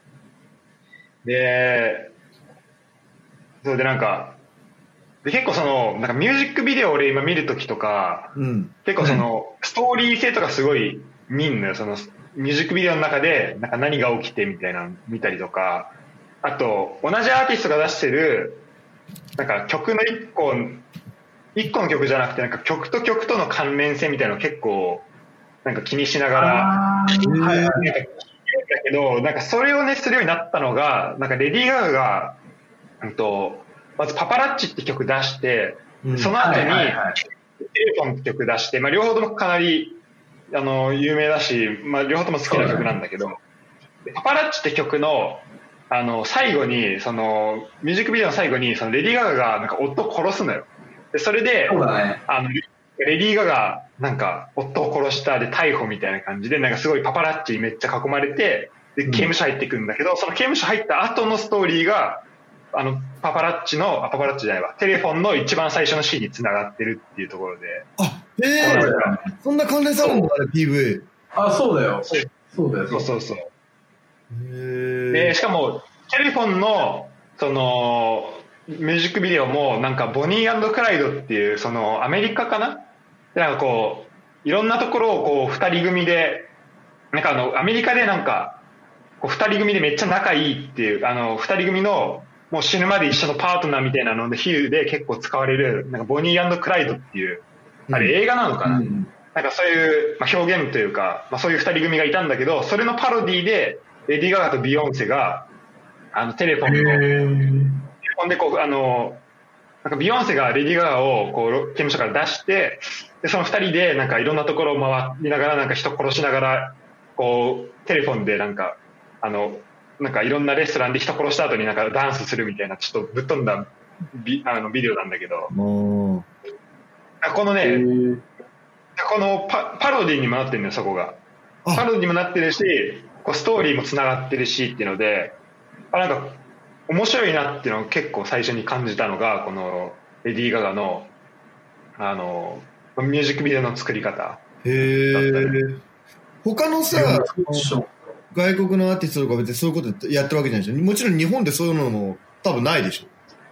で、それでなんか、で結構その、なんかミュージックビデオを俺今見るときとか、うん、結構その、ストーリー性とかすごい見んのよ。その、ミュージックビデオの中で、なんか何が起きてみたいなの見たりとか、あと、同じアーティストが出してる、なんか曲の一個、一個の曲じゃなくて、なんか曲と曲との関連性みたいなのを結構、なんか気にしながら、はい、なんかだけど、なんかそれをね、するようになったのが、なんかレディー・ガガが、うんと、まずパパラッチって曲出して、うん、その後に、テレフォンって曲出して、まあ両方ともかなり、あの、有名だし、まあ両方とも好きな曲なんだけど、パパラッチって曲の、あの、最後に、その、ミュージックビデオの最後に、そのレディー・ガガがなんか夫を殺すのよ。で、それで、そうだね、あの、レディー・ガガ、なんか、夫を殺したで逮捕みたいな感じで、なんかすごいパパラッチにめっちゃ囲まれて、で、刑務所入ってくるんだけど、うん、その刑務所入った後のストーリーが、あの、パパラッチの、あ、パパラッチじゃないわ、テレフォンの一番最初のシーンに繋がってるっていうところで。 あ、へえー、そんな関連されるんだ、あれ、ピーブイ。 あ、そうだよ。そうだよ。 そうそうそう。へで、しかも、テレフォンの、その、ミュージックビデオも、なんか、ボニー&クライドっていう、その、アメリカかな？なんかこう、いろんなところをこう、二人組で、なんかあの、アメリカでなんか、こう二人組でめっちゃ仲いいっていう、あの、二人組の、もう死ぬまで一緒のパートナーみたいなので、比喩で結構使われる、なんか、ボニー&クライドっていう、あれ映画なのかな？うん、なんかそういう、まあ、表現というか、まあ、そういう二人組がいたんだけど、それのパロディで、レディー・ガガとビヨンセが、あの、テレフォンの、テレフォンでこう、あの、なんかビヨンセがレディー・ガガをこう、刑務所から出して、で、その二人でなんかいろんなところを回りながら、なんか人殺しながら、こう、テレフォンでなんか、あの、なんかいろんなレストランで人殺した後になんかダンスするみたいな、ちょっとぶっ飛んだビ、あの、ビデオなんだけど、このね、この パ, パロディにもなってるのよ、そこが。パロディにもなってるし、こうストーリーも繋がってるしっていうので、あ、なんか面白いなっていうのを結構最初に感じたのが、このレディー・ガガの、あの、ミュージックビデオの作り方。 へー。他のさ、外国のアーティストとか別にそういうことやってるわけじゃないでしょ。もちろん日本でそういうのも多分ないでしょ。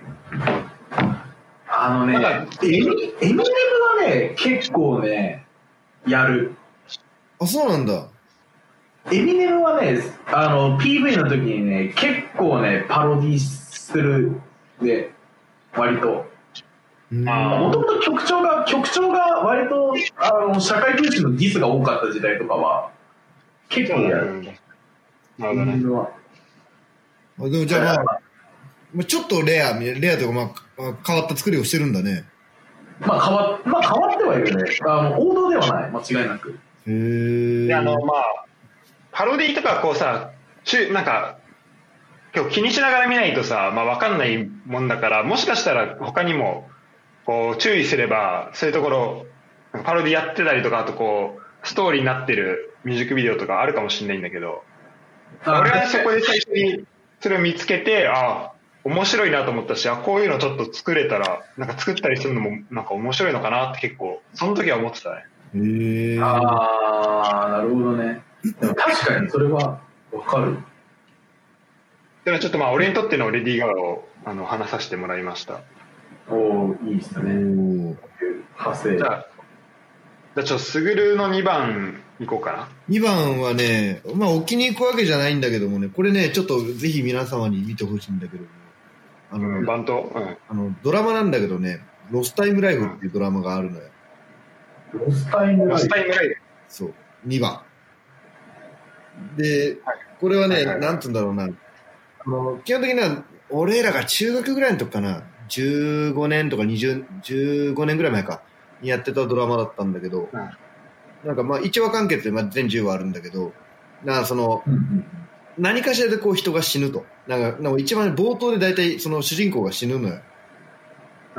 あのね、エミ、エミネムがね、結構ね、やる。 あ、そうなんだ。 エミネムはね、あの、ピーブイ の時にね、結構ね、パロディするで、割と。もともと曲調が、曲調が割と、あの、社会風刺のディスが多かった時代とかは、結構やる。 なるほどね。 あ、でもじゃあまあ、ちょっとレア、レアというか、まあ、変わった作りをしてるんだね。 まあ変わ、まあ変わってはいるね。あの、王道ではない、間違いなく。 へー。 で、あの、まあ、 パロディとかこうさ、なんか、結構気にしながら見ないとさ、まあわかんないもんだから、もしかしたら他にも、こう注意すれば、そういうところ、パロディやってたりとか、あとこう、ストーリーになってるミュージックビデオとかあるかもしれないんだけど、俺はそこで最初にそれを見つけて、ああ、面白いなと思ったし、あ、こういうのちょっと作れたら、なんか作ったりするのもなんか面白いのかなって結構、その時は思ってたね。 へー。 ああ、なるほどね。でも確かにそれはわかる。 でもちょっとまあ俺にとってのレディー・ガガをあの話させてもらいました。 おお、いいですね。派生。 じゃあ、じゃあちょっとスグルのにばんいこうかな。 にばんはね、まあ置きに行くわけじゃないんだけどもね、これね、ちょっとぜひ皆様に見てほしいんだけども、あの、 うん、バント、うん、 あの、ドラマなんだけどね、ロスタイムライフっていうドラマがあるのよ。 ロスタイムライフ。 ロスタイムライフ。 そう、にばん。で、はい、これはね、はいはいはい、なんつうんだろうな、あの、基本的には、俺らが中学ぐらいの時かな、じゅうごねんとかにじゅう、じゅうごねんぐらい前か、にやってたドラマだったんだけど、うん、なんかまあいちわ完結で、まあ、全じゅうわあるんだけど、なんかその、うんうん、何かしらでこう人が死ぬと。なんか、なんか一番冒頭で大体その主人公が死ぬのよ。うん、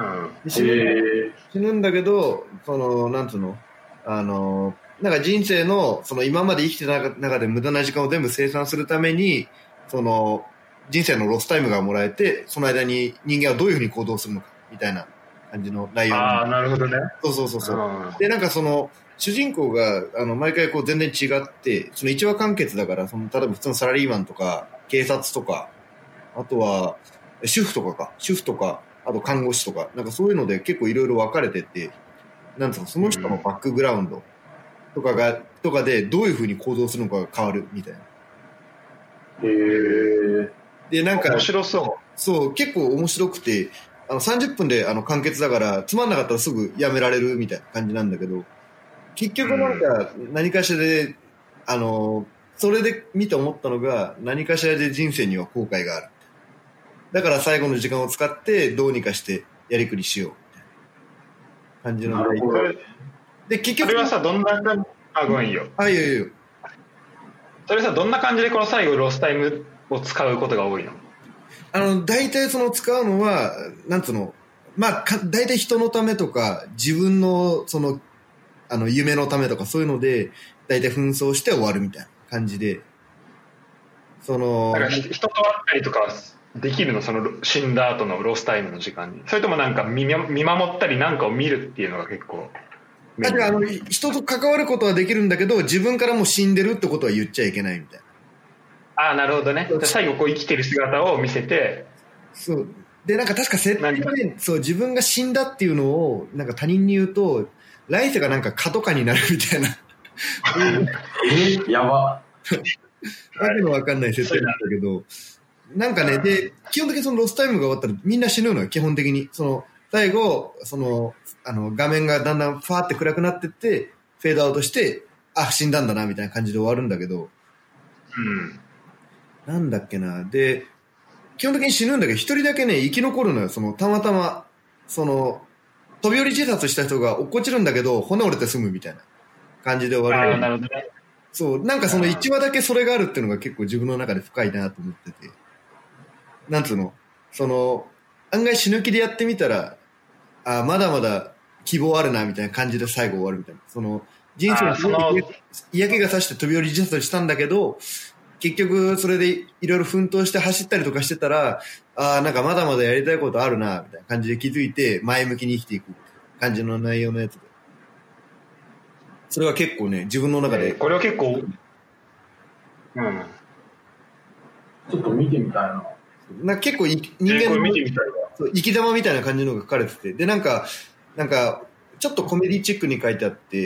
死ぬ、死ぬんだけど、その、なんつうの、あの、なんか人生の、その今まで生きてた中で無駄な時間を全部生産するために、その、人生のロスタイムがもらえて、その間に人間はどういうふうに行動するのか、みたいな感じの内容。 ああ、なるほどね。 そうそうそうそう。で、なんかその、主人公が、あの、毎回こう全然違って、その一話完結だから、その、例えば普通のサラリーマンとか、警察とか、あとは、主婦とかか、主婦とか、あと看護師とか、なんかそういうので結構いろいろ分かれてて、なんつうの、その人のバックグラウンドとかが、とかでどういうふうに行動するのかが変わるみたいな。 へー。 で、なんか、 面白そう。 そう、結構面白くて、あの、さんじゅっぷんであの完結だから、つまんなかったらすぐやめられるみたいな感じなんだけど、結局なんか、何かしらで、あの、それで見て思ったのが、何かしらで人生には後悔がある。だから最後の時間を使ってどうにかしてやりくりしよう。みたいな感じの内容。で、結局。 それはさ、どんな感じ、あ、ごめんよ。 あ、いやいやいや。 それさ、どんな感じでこの最後ロスタイムを使うことが多いの？ あの、大体その使うのは、なんつうの、まあ、か大体人のためとか、自分のその、あの、夢のためとかそういうので、大体紛争して終わるみたいな感じで、その、 なんか人と会ったりとかできるの？その死んだ後のロスタイムの時間に。それともなんか見、見守ったりなんかを見るっていうのが結構。 あ、じゃあ、あの、人と関わることはできるんだけど、自分からも死んでるってことは言っちゃいけないみたいな。 ああ、なるほどね。じゃ最後こう生きてる姿を見せて。 そう。で、なんか確か設定で、そう、自分が死んだっていうのを、なんか他人に言うと、来世がなんか蚊とかになるみたいな。 えやば。 わけのわかんない設定なんだけど、なんかね、で、基本的にそのロスタイムが終わったらみんな死ぬのよ、基本的に。その、最後、その、あの、画面がだんだんファーって暗くなってって、フェードアウトして、あ、死んだんだな、みたいな感じで終わるんだけど、 うん。 なんだっけな、で、基本的に死ぬんだけど、一人だけね、生き残るのよ、その、たまたま、その、飛び降り自殺した人が落っこちるんだけど、骨折れて済むみたいな感じで終わる。 ああ、なるほどね。 そう、なんかその一話だけそれがあるっていうのが結構自分の中で深いなと思ってて。なんつうの、その、案外死ぬ気でやってみたら、あ、まだまだ希望あるなみたいな感じで最後終わるみたいな。その、人生に嫌気がさして飛び降り自殺したんだけど、結局それでいろいろ奮闘して走ったりとかしてたら、あ、なんかまだまだやりたいことあるなみたいな感じで気づいて前向きに生きていく感じの内容のやつで。それは結構ね、自分の中で。 えー、これは結構、うん。 ちょっと見てみたいな。 なんか結構い人間の、 見てみたいそう生き様みたいな感じのが書かれてて、で、なんか、なんか、ちょっとコメディチックに書いてあって、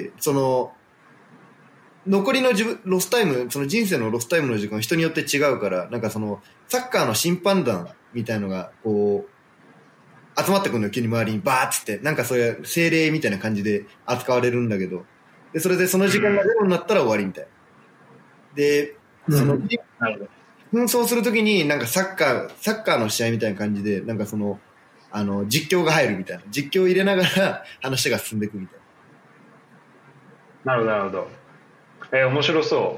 その、残りの自分、ロスタイム、その人生のロスタイムの時間は人によって違うから、なんかその、サッカーの審判団みたいのが、こう、集まってくるのよ、急に周りにバーッつって、なんかそういう精霊みたいな感じで扱われるんだけど、で、それでその時間がゼロになったら終わりみたいな。で、その、うん、紛争するときになんかサッカー、サッカーの試合みたいな感じで、なんかその、あの、実況が入るみたいな。実況を入れながら話が進んでいくみたいな。なるほど、なるほど。えー、面白そ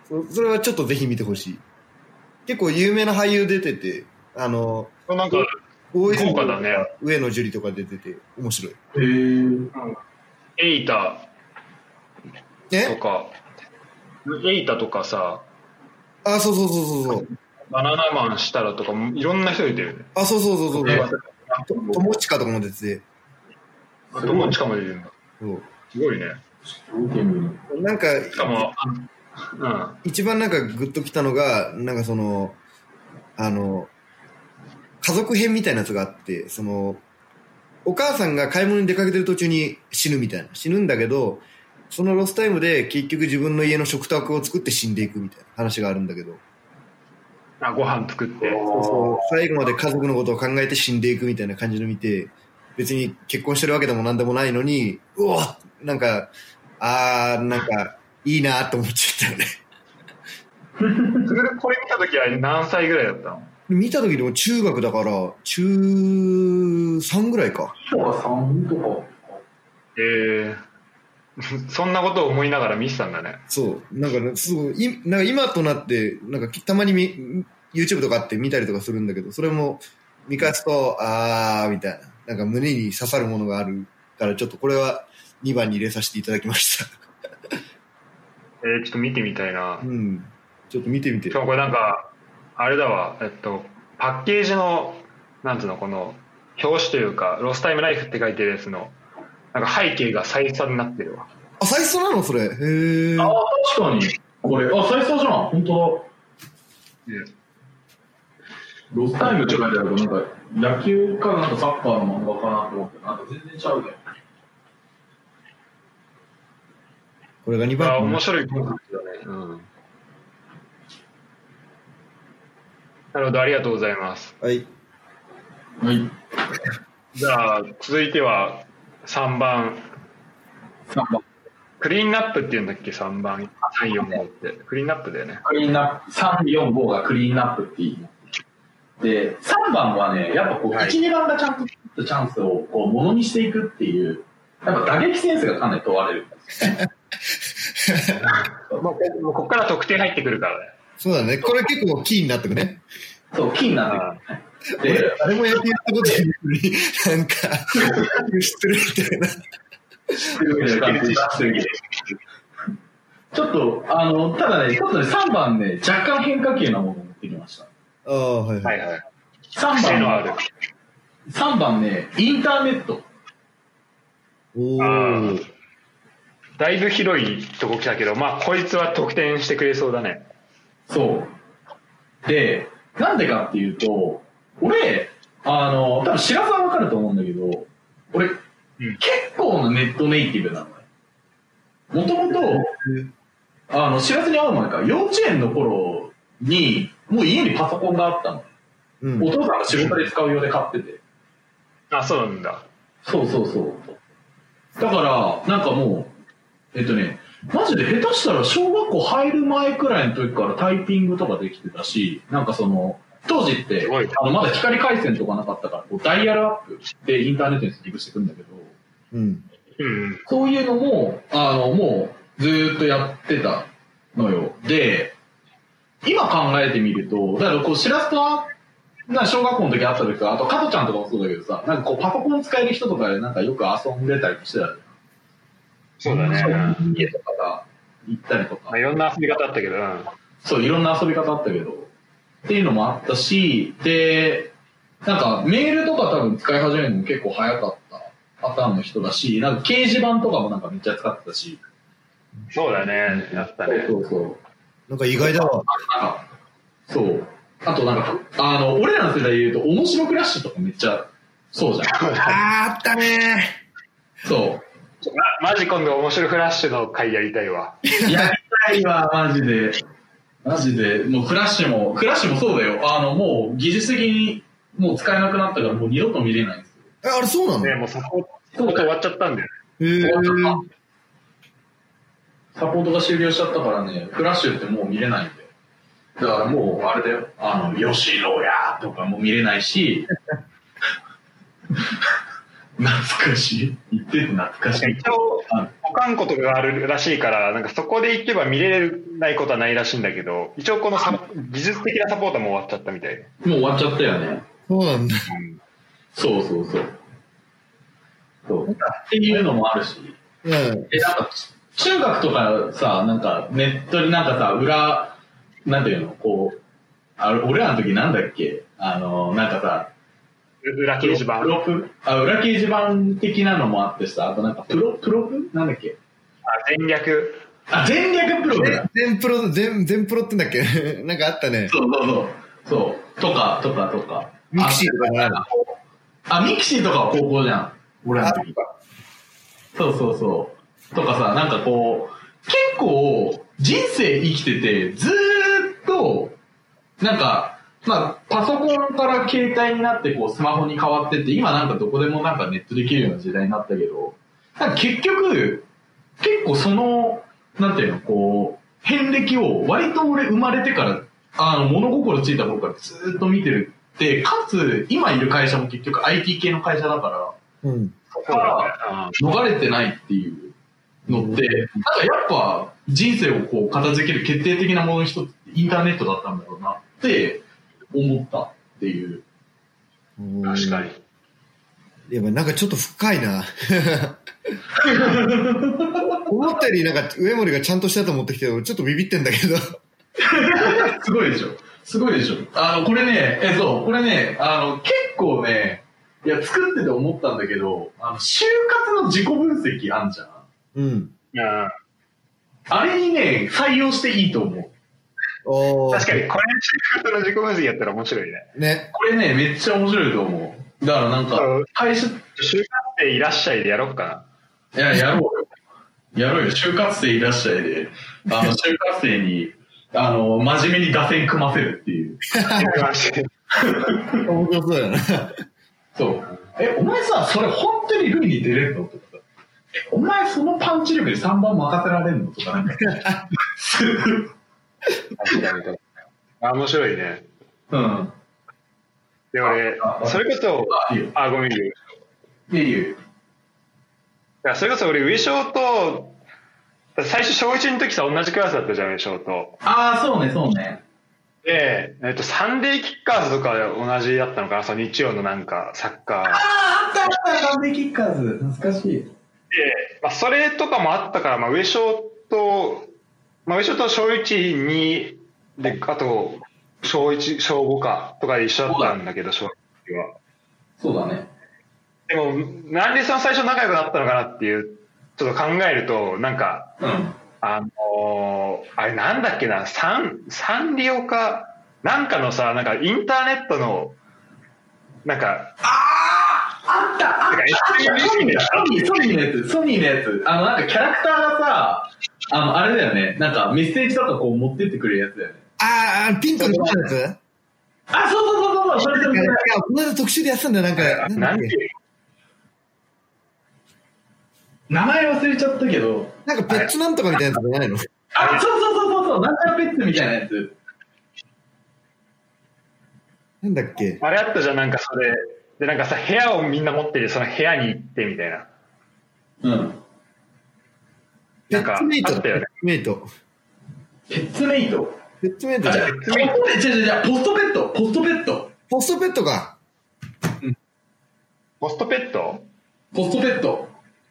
そ, それはちょっとぜひ見てほしい。結構有名な俳優出てて、あの、 なんか、豪華だね。 上野樹里とか出てて、面白い。へー。 エイタとか、エイタとかさ、 あ、そうそうそうそうそう。 バナナマンしたらとか、いろんな人出てるね。 あ、そうそうそうそう。友近とかも出てて。 友近も出てるんだ。すごいね。 なんか、 しかも、 うん、一番なんかグッときたのが、なんかその、あの、家族編みたいなやつがあって、その、お母さんが買い物に出かけてる途中に死ぬみたいな。死ぬんだけど、そのロスタイムで結局自分の家の食卓を作って死んでいくみたいな話があるんだけど。 あ、ご飯作って。 そうそう。最後まで家族のことを考えて死んでいくみたいな感じの見て、別に結婚してるわけでもなんでもないのに、うわなんか、あー、なんか、いいなと思っちゃったよね。 これ見たときは何歳ぐらいだったの？ 見たときでも中学だから、中さんぐらいか。 中さんとか。 えー、そんなことを思いながら見てたんだね。 そう。なんかね、すごい、なんか今となって、なんかたまにみ YouTube とかって見たりとかするんだけど、それも見返すと、あー、みたいな。なんか胸に刺さるものがあるから、ちょっとこれはにばんに入れさせていただきました。 えー、ちょっと見てみたいな。 うん。ちょっと見てみて。 しかもこれなんか、あれだわ、えっと、パッケージの、なんつうの、この、表紙というか、ロスタイムライフって書いてるやつの、なんか背景が再三になってるわ。 あ、再三なのそれ。へー。 あ、確かに。これ、あ、再三じゃん。本当だ。ね、ロスタイムって書いてあると、なんか、野球かなんかサッカーの漫画かなと思って、なんか全然ちゃうね。 これがにばん。 あ、面白いコンセプトだね。うん。なるほど、ありがとうございます。 はい。 はい。 じゃあ、続いてはさんばん。 さんばん。 クリーンナップって言うんだっけ、さんばん。さん、よん、ごって。クリーンナップだよね。 クリーンナップ、さん、よん、ごがクリーンナップっていい。で、さんばんはね、やっぱこう、いち、にばんがちゃんとチャンスをこう、ものにしていくっていう、やっぱ打撃センスがかなり問われるんですね。 もうここから得点入ってくるからね。 そうだね。これ結構キーになってくね。 そう、キーになってくる。 で、誰も野球やったことないのに、なんか、知ってるみたいな。 ちょっと、あの、ただね、ちょっとね、さんばんね、若干変化球なものを持ってきました。 ああ、はいはい。 はいはい。 さんばんのある。さんばんね、インターネット。 おー。 だいぶ広いとこ来たけど、まあ、こいつは得点してくれそうだね。 そう。で、なんでかっていうと、俺、あの、多分知らずはわかると思うんだけど、俺、うん、結構なネットネイティブなのね。もともと、あの、知らずに会う前か、幼稚園の頃に、もう家にパソコンがあったの。うん、お父さんが仕事で使う用で買ってて。 あ、そうなんだ。 そうそうそう。だから、なんかもう、えっとね、マジで下手したら小学校入る前くらいの時からタイピングとかできてたし、なんかその、当時って、あのまだ光回線とかなかったから、こうダイヤルアップでインターネットに接続してくんだけど、 うん、 そういうのも、あの、もうずーっとやってたのよ。で、今考えてみると、だからこう、しらすとは、な小学校の時会った時とか、あと加トちゃんとかもそうだけどさ、なんかこうパソコン使える人とかでなんかよく遊んでたりしてたじゃん。 そうだね。 家とかが行ったりとか。 まあ、いろんな遊び方あったけど、うん、 そう、いろんな遊び方あったけど、っていうのもあったし、で、なんかメールとか多分使い始めるのも結構早かったパターンの人だし、なんか掲示板とかもなんかめっちゃ使ってたし。 そうだね、やったね。 そうそう。 なんか意外だわ。 なんか、そう。あとなんか、あの、俺らの世代で言うと、面白クラッシュとかめっちゃ、そうじゃん。 あー、あったねー。そう。 ま、マジ今度面白フラッシュの回やりたいわ。 やりたいわ、マジで。マジで。もうフラッシュも、フラッシュもそうだよ。あの、もう技術的にもう使えなくなったからもう二度と見れないんですよ。 え、あれそうなの？ ね、もうサポート終わっちゃったんだよ。 へー。 サポートが終了しちゃったからね、フラッシュってもう見れないんで。だからもう、あれだよ。あの、吉野家とかも見れないし、懐かしい。言ってて懐かしい。 一応、 看庫とかがあるらしいから、なんかそこで行けば見れないことはないらしいんだけど、一応このサ技術的なサポートも終わっちゃったみたいで。 もう終わっちゃったよね。 そうなんだ。 そうそうそう。そうっていうのもあるし。 うん。 え、なんか、中学とかさ、なんかネットになんかさ、裏、なんていうの、こう、あ俺らの時なんだっけあの、なんかさ、 裏掲示板プロプあ、裏掲示板的なのもあってさ、あとなんかプロ、プロプなんだっけあ、全略。 あ、全略プログだ。 全プロ、全、全プロってんだっけなんかあったね。 そうそうそう。そう。とか、とか、とか。 ミクシーとかもある。 あ、ミクシーとかは高校じゃん。俺らの時。そうそうそう。とかさ、なんかこう、結構、人生生きてて、ずーっと、なんか、まあ、パソコンから携帯になってこうスマホに変わってって、今なんかどこでもなんかネットできるような時代になったけど、なんか結局、結構その、なんていうの、こう、遍歴を割と俺生まれてから、あの、物心ついた頃からずーっと見てるって、かつ、今いる会社も結局 アイティー 系の会社だから、 うん。 そこから逃れてないっていうのって、なんかやっぱ人生をこう片付ける決定的なものの一つってインターネットだったんだろうなって思ったっていう。 確かに。 いや、なんかちょっと深いな。思ったよりなんか上森がちゃんとしたと思ってきて、ちょっとビビってんだけど。 すごいでしょ。すごいでしょ。あの、これね、え、そう、これね、あの、結構ね、いや、作ってて思ったんだけど、あの、就活の自己分析あんじゃん。 うん。 あれにね、採用していいと思う。 お確かに、これ就活の自己分析やったら面白いね。 ね。 これね、めっちゃ面白いと思う。だからなんか、会社、 就活生いらっしゃいでやろうかな。いや、やろうよ。やろうよ。就活生いらっしゃいで、あの、就活生に、あの、真面目に打線組ませるっていう。 やりまして。 面白そうやな。 そう。え、お前さ、それ本当に塁に出れるのとかさ。え、お前そのパンチ力でさんばん任せられるのとかなんか。 あ、面白いね。 うん。 で、俺、それこそ、あ、ごめんよ。 いいよ。いや、それこそ俺、上昇と、最初、小いちの時さ、同じクラスだったじゃん、上昇と。 ああ、そうね、そうね。 で、えっと、サンデーキッカーズとか同じだったのかな、その日曜のなんか、サッカー。ああ、 あったあった、サンデーキッカーズ。懐かしい。 で、まあ、それとかもあったから、まあ、上昇と、まあ、上昇と小いちに、で、あと、小いち、小ごか、とかで一緒だったんだけど、小いちは。 そうだね。 でも、なんでその最初仲良くなったのかなっていう、ちょっと考えると、なんか、 うん。 あのー、あれなんだっけな、サン、サンリオか、なんかのさ、なんかインターネットの、なんか、 あああったあったソニー、ソニーのやつ、ソニーのやつ。あの、なんかキャラクターがさ、あの、あれだよね。なんかメッセージとかこう持ってってくれるやつだよね。 ああ、ピンクのやつあ、そうそうそうそう、それそれそれ。 いや、この間特集でやってたんだよ、なんか。 なんていう名前忘れちゃったけど。 なんかペッツなんとかみたいなやつじゃないの？ あ、そうそうそうそうそう、なんちゃらペッツみたいなやつ。 なんだっけ？ あれあったじゃん、なんかそれ。で、なんかさ、部屋をみんな持ってる、その部屋に行ってみたいな。 うん。 ペッツメイト。 あったよね。 メイト。 ペッツメイト。 ペッツメイトじゃん。 違う違う違う、ポストペット、ポストペット。 ポストペットか。 うん。 ポストペットポストペット。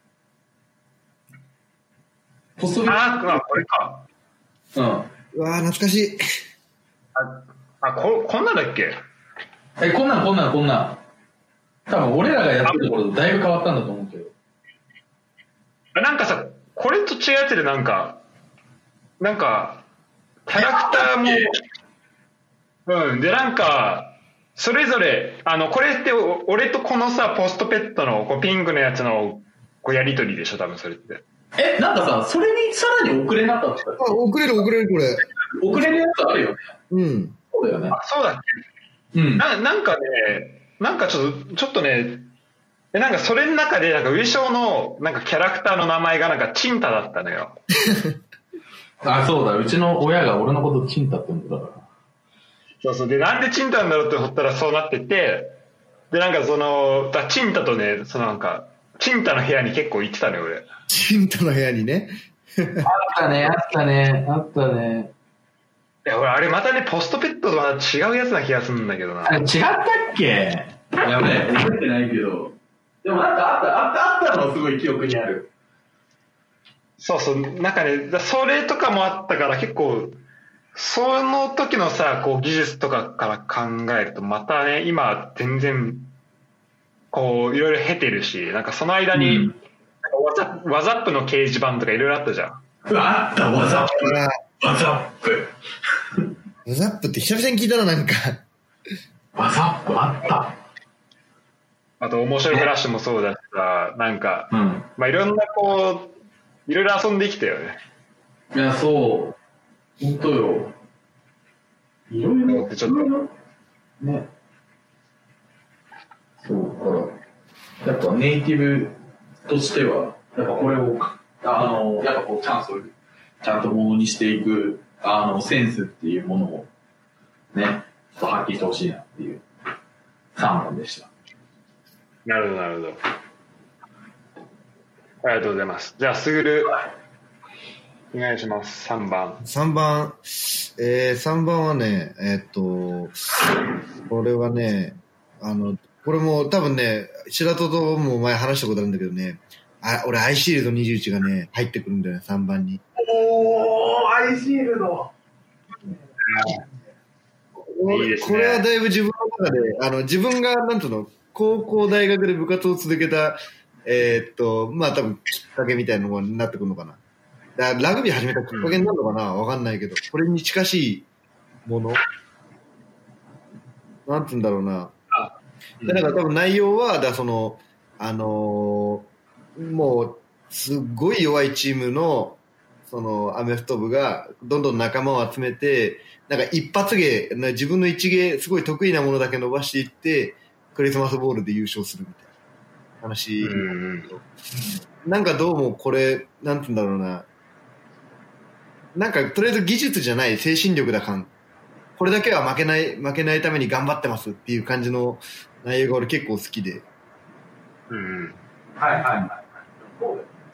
ポストペット。 あー、これか。 うん。 うわー、懐かしい。 あ、あこ、こんなんだっけ？ え、こんなんこんなんこんなん。多分俺らがやってるところとだいぶ変わったんだと思うけど。 なんかさ、これと違うやつでなんか、なんか、キャラクターも、うん、で、なんか、それぞれ、あの、これって俺とこのさ、ポストペットのこうピンクのやつのこうやりとりでしょ、多分それって。 え、なんかさ、それにさらに遅れなかったっあ、遅れる遅れるこれ。 け？遅れるやつあるよね。 うん。 そうだよね。 あ、そうだっけ？ うん。 ななんかね、なんかちょっと、ちょっとね、えなんかそれの中で、なんか上昇のなんかキャラクターの名前がなんかチンタだったのよ。 あ、そうだ、うちの親が俺のことチンタって言うんだから。 そうそう。で、なんでチンタなんだろうって思ったらそうなってて、で、なんかその、だチンタとね、そのなんか、 チンタの部屋に結構行ってたね、俺。 チンタの部屋にね。 あったね、あったね、あったね。 いや、俺、あれまたね、ポストペットとは違うやつな気がするんだけどな。 あれ違ったっけ？やべえ、覚えてないけど。でもなんかあった、あった、あったのすごい記憶にある。 そうそう、なんかね、それとかもあったから結構、その時のさ、こう技術とかから考えると、またね、今全然、こう、いろいろ経てるし、なんかその間に、うん、ワザ、ワザップの掲示板とかいろいろあったじゃん。 うわ、あった、ワザップ。ワザップ。 ワザップって久々に聞いたらなんか。 ワザップあった。 あと、面白いフラッシュもそうだしさ、なんか、 うん、 まあいろんなこう、いろいろ遊んできたよね。 いや、そう。本当よ。いろいろ。 ちょっと。 ね。そうか。やっぱネイティブとしては、やっぱこれを、あの、やっぱこうチャンスをちゃんとものにしていく、あの、センスっていうものを、ね、ちょっと発揮してほしいなっていうさんぼんでした。 なるほど、なるほど。ありがとうございます。じゃあ、すぐる、お願いします。さんばん。 さんばん、えー、さんばんはね、えー、っと、これはね、あの、これも多分ね、白戸とも前話したことあるんだけどね、あ、俺アイシールドにじゅういちがね、入ってくるんだよね、さんばんに。 おー、アイシールド。 いいですね。 これはだいぶ自分の中で、あの、自分が、なんていうの、高校、大学で部活を続けた、えー、っと、まあ多分きっかけみたいなのになってくるのかな。だからラグビー始めたきっかけになるのかな、わかんないけど、これに近しいものなんて言うんだろうな。だから多分内容は、だその、あのー、もう、すっごい弱いチームの、その、アメフト部が、どんどん仲間を集めて、なんか一発芸、自分の一芸、すごい得意なものだけ伸ばしていって、クリスマスボールで優勝するみたいな話。うん、なんかどうもこれ、なんて言うんだろうな。なんか、とりあえず技術じゃない精神力だ感。これだけは負けない、負けないために頑張ってますっていう感じの内容が俺結構好きで。 うん。 はいはいはい。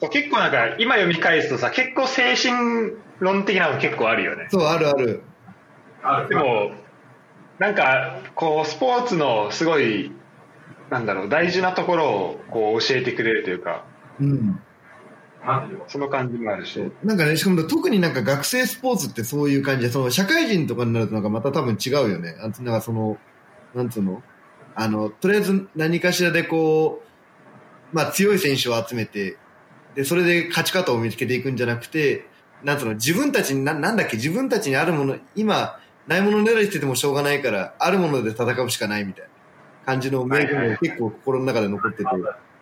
結構なんか、今読み返すとさ、結構精神論的なの結構あるよね。 そう、あるある。 ある。でも、なんか、こう、スポーツのすごい、なんだろう、大事なところをこう教えてくれるというか。 うん。 その感じもあるし。 なんかね、しかも特になんか学生スポーツってそういう感じで、その社会人とかになるとなんかまた多分違うよね。あなんかその、なんつうのあの、とりあえず何かしらでこう、まあ強い選手を集めて、で、それで勝ち方を見つけていくんじゃなくて、なんつうの、自分たちにな、なんだっけ、自分たちにあるもの、今、ないもの狙いしててもしょうがないから、あるもので戦うしかないみたいな感じの名言が結構心の中で残ってて。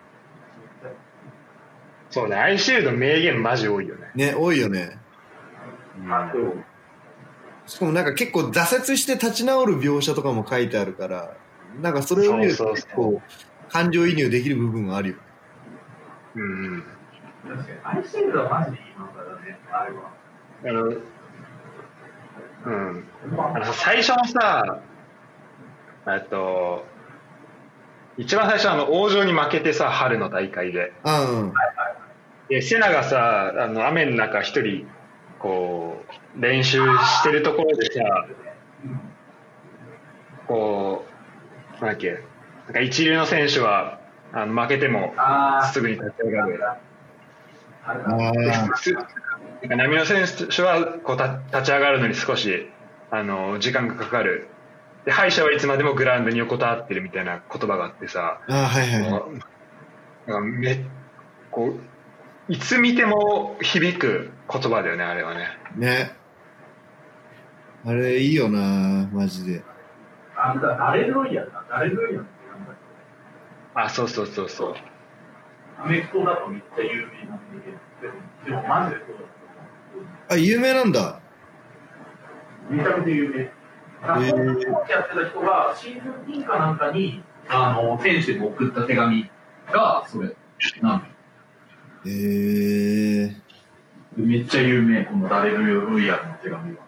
そうね、アイシールド名言マジ多いよね。 ね、多いよね。うん、しかもなんか結構挫折して立ち直る描写とかも書いてあるから、なんかそれを見ると結構感情移入できる部分があるよ。 うんうん。 確かにアイシールドはマジでいい漫画だね、あれは。 あの、うん。あの最初のさ、えっと、一番最初あの王城に負けてさ、春の大会で。 うん。 でセナがさ、あの雨の中一人こう練習してるところでさ、こうなんだっけ、なんか一流の選手はあの負けてもすぐに立ち上がる。なんか波の選手はこうた立ち上がるのに少しあの時間がかかる。で敗者はいつまでもグラウンドに横たわってるみたいな言葉があってさ、 あ、はいはいはい、 なんかめこういつ見ても響く言葉だよね、あれはね。 ね。あれいいよな、マジで。 あんた、ダレルロイヤルだ、ダレルロイヤルってなんだっけ。 あ、そうそうそうそう。 アメフトだとめっちゃ有名なんだけど、でも、でもマジでそうあ、 だ。 有名なんだ。 めちゃめちゃ有名。なんか、コーチやってた人が、シーズンインかなんかに、あの、選手に送った手紙が、それ、なんだ。 へえ。 めっちゃ有名、このダレル・ロイヤルの手紙は。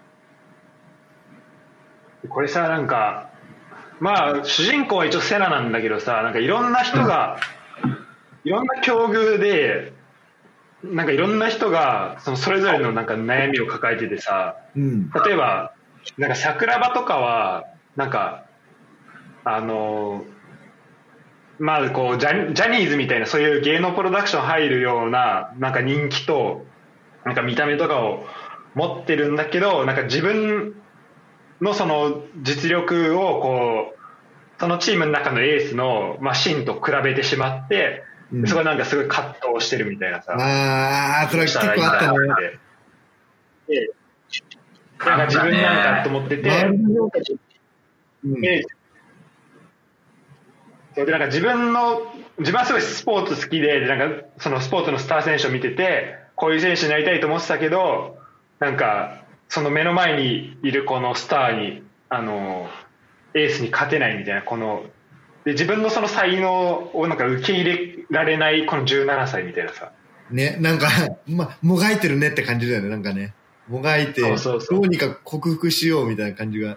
これさ、なんか、まあ、主人公は一応セナなんだけどさ、なんかいろんな人が、 いろんな境遇で、なんかいろんな人がそのそれぞれのなんか悩みを抱えててさ、 うん、 例えばなんか桜庭とかはなんかあのまあこうジャニ、ジャニーズみたいなそういう芸能プロダクション入るようななんか人気となんか見た目とかを持ってるんだけど、なんか自分のその実力をこうそのチームの中のエースのまあシンと比べてしまって。 うん、 そこなんかすごい葛藤してるみたいなさ。 ああ、それ結構あったね。 で、なんか自分なんかと思ってて、うん、で、そうでなんか自分の、自分はすごいスポーツ好きで、なんかそのスポーツのスター選手を見てて、こういう選手になりたいと思ってたけど、なんかその目の前にいるこのスターに、あの、エースに勝てないみたいな、この、で自分のその才能をなんか受け入れられないこのじゅうななさいみたいなさ。 ね、なんか、ま、もがいてるねって感じだよね、なんかね。もがいて、そうそうそうどうにか克服しようみたいな感じが。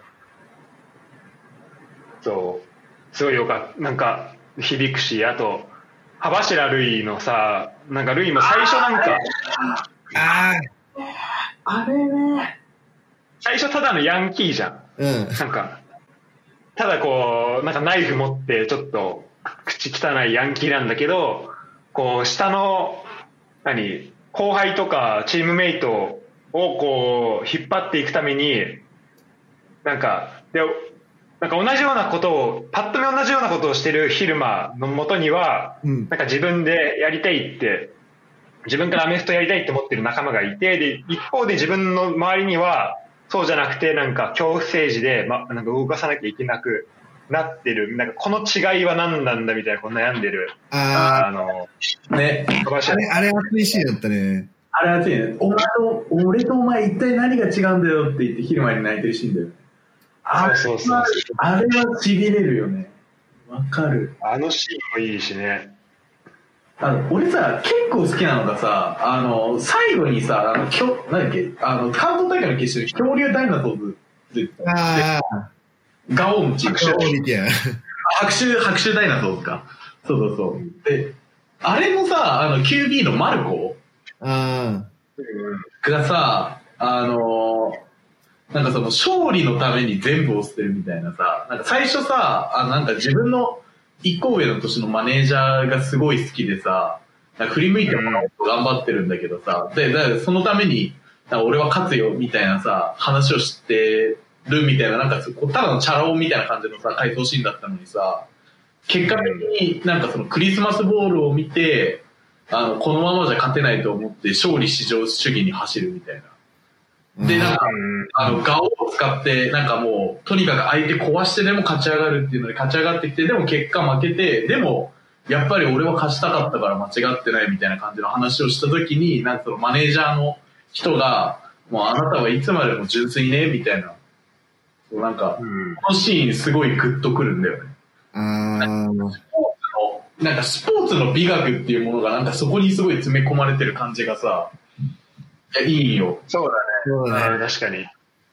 そう。すごいよかった。なんか、響くし、あと、羽柱類のさ、なんか類も最初なんか、 ああ、あれね。 最初ただのヤンキーじゃん。 うん。 なんか、ただこう、なんかナイフ持ってちょっと口汚いヤンキーなんだけど、こう下の、何、後輩とかチームメイトをこう引っ張っていくために、なんか、で、なんか同じようなことを、パッと見同じようなことをしてるヒルマの元には、うん、なんか自分でやりたいって、自分からアメフトやりたいって思ってる仲間がいて、で、一方で自分の周りには、そうじゃなくて、なんか恐怖政治で、ま、なんか動かさなきゃいけなくなってる。なんかこの違いは何なんだみたいな、こう悩んでる。 ああの、 ね。 あれ、あれ熱いシーンだったね。 あれ熱いね。お前と、俺とお前一体何が違うんだよって言って昼間に泣いてるシーンだよね。あれそうそうそう。 あれはちぎれるよね。わかる。 あのシーンもいいしね。 あの俺さ結構好きなのがさ、あの最後にさ、あのきょ何だっけ、あの関東大会の決勝に恐竜ダイナソーズで、 ああガオーンチ白手白手白手ダイナソーズか、そうそうそう、うん、であれもさ、あの キュービー のマルコあがさ、あのなんかその勝利のために全部を捨てるみたいなさ、なんか最初さ、あなんか自分の一個上の年のマネージャーがすごい好きでさ、振り向いてもらおうと頑張ってるんだけどさ、で、だからそのために、俺は勝つよみたいなさ、話をしてるみたいな、なんかただのチャラ男みたいな感じのさ、回想シーンだったのにさ、結果的になんかそのクリスマスボールを見て、あの、このままじゃ勝てないと思って勝利至上主義に走るみたいな。で、なんか、あの、ガオを使って、なんかもう、とにかく相手壊してでも勝ち上がるっていうので勝ち上がってきて、でも結果負けて、でも、やっぱり俺は勝ちたかったから間違ってないみたいな感じの話をしたときに、なんかそのマネージャーの人が、もうあなたはいつまでも純粋ね、みたいな。なんか、このシーンすごいグッとくるんだよね。なんかスポーツの、なんかスポーツの美学っていうものがなんかそこにすごい詰め込まれてる感じがさ、いや、いいよ。 そうだね。 そうだね。 確かに。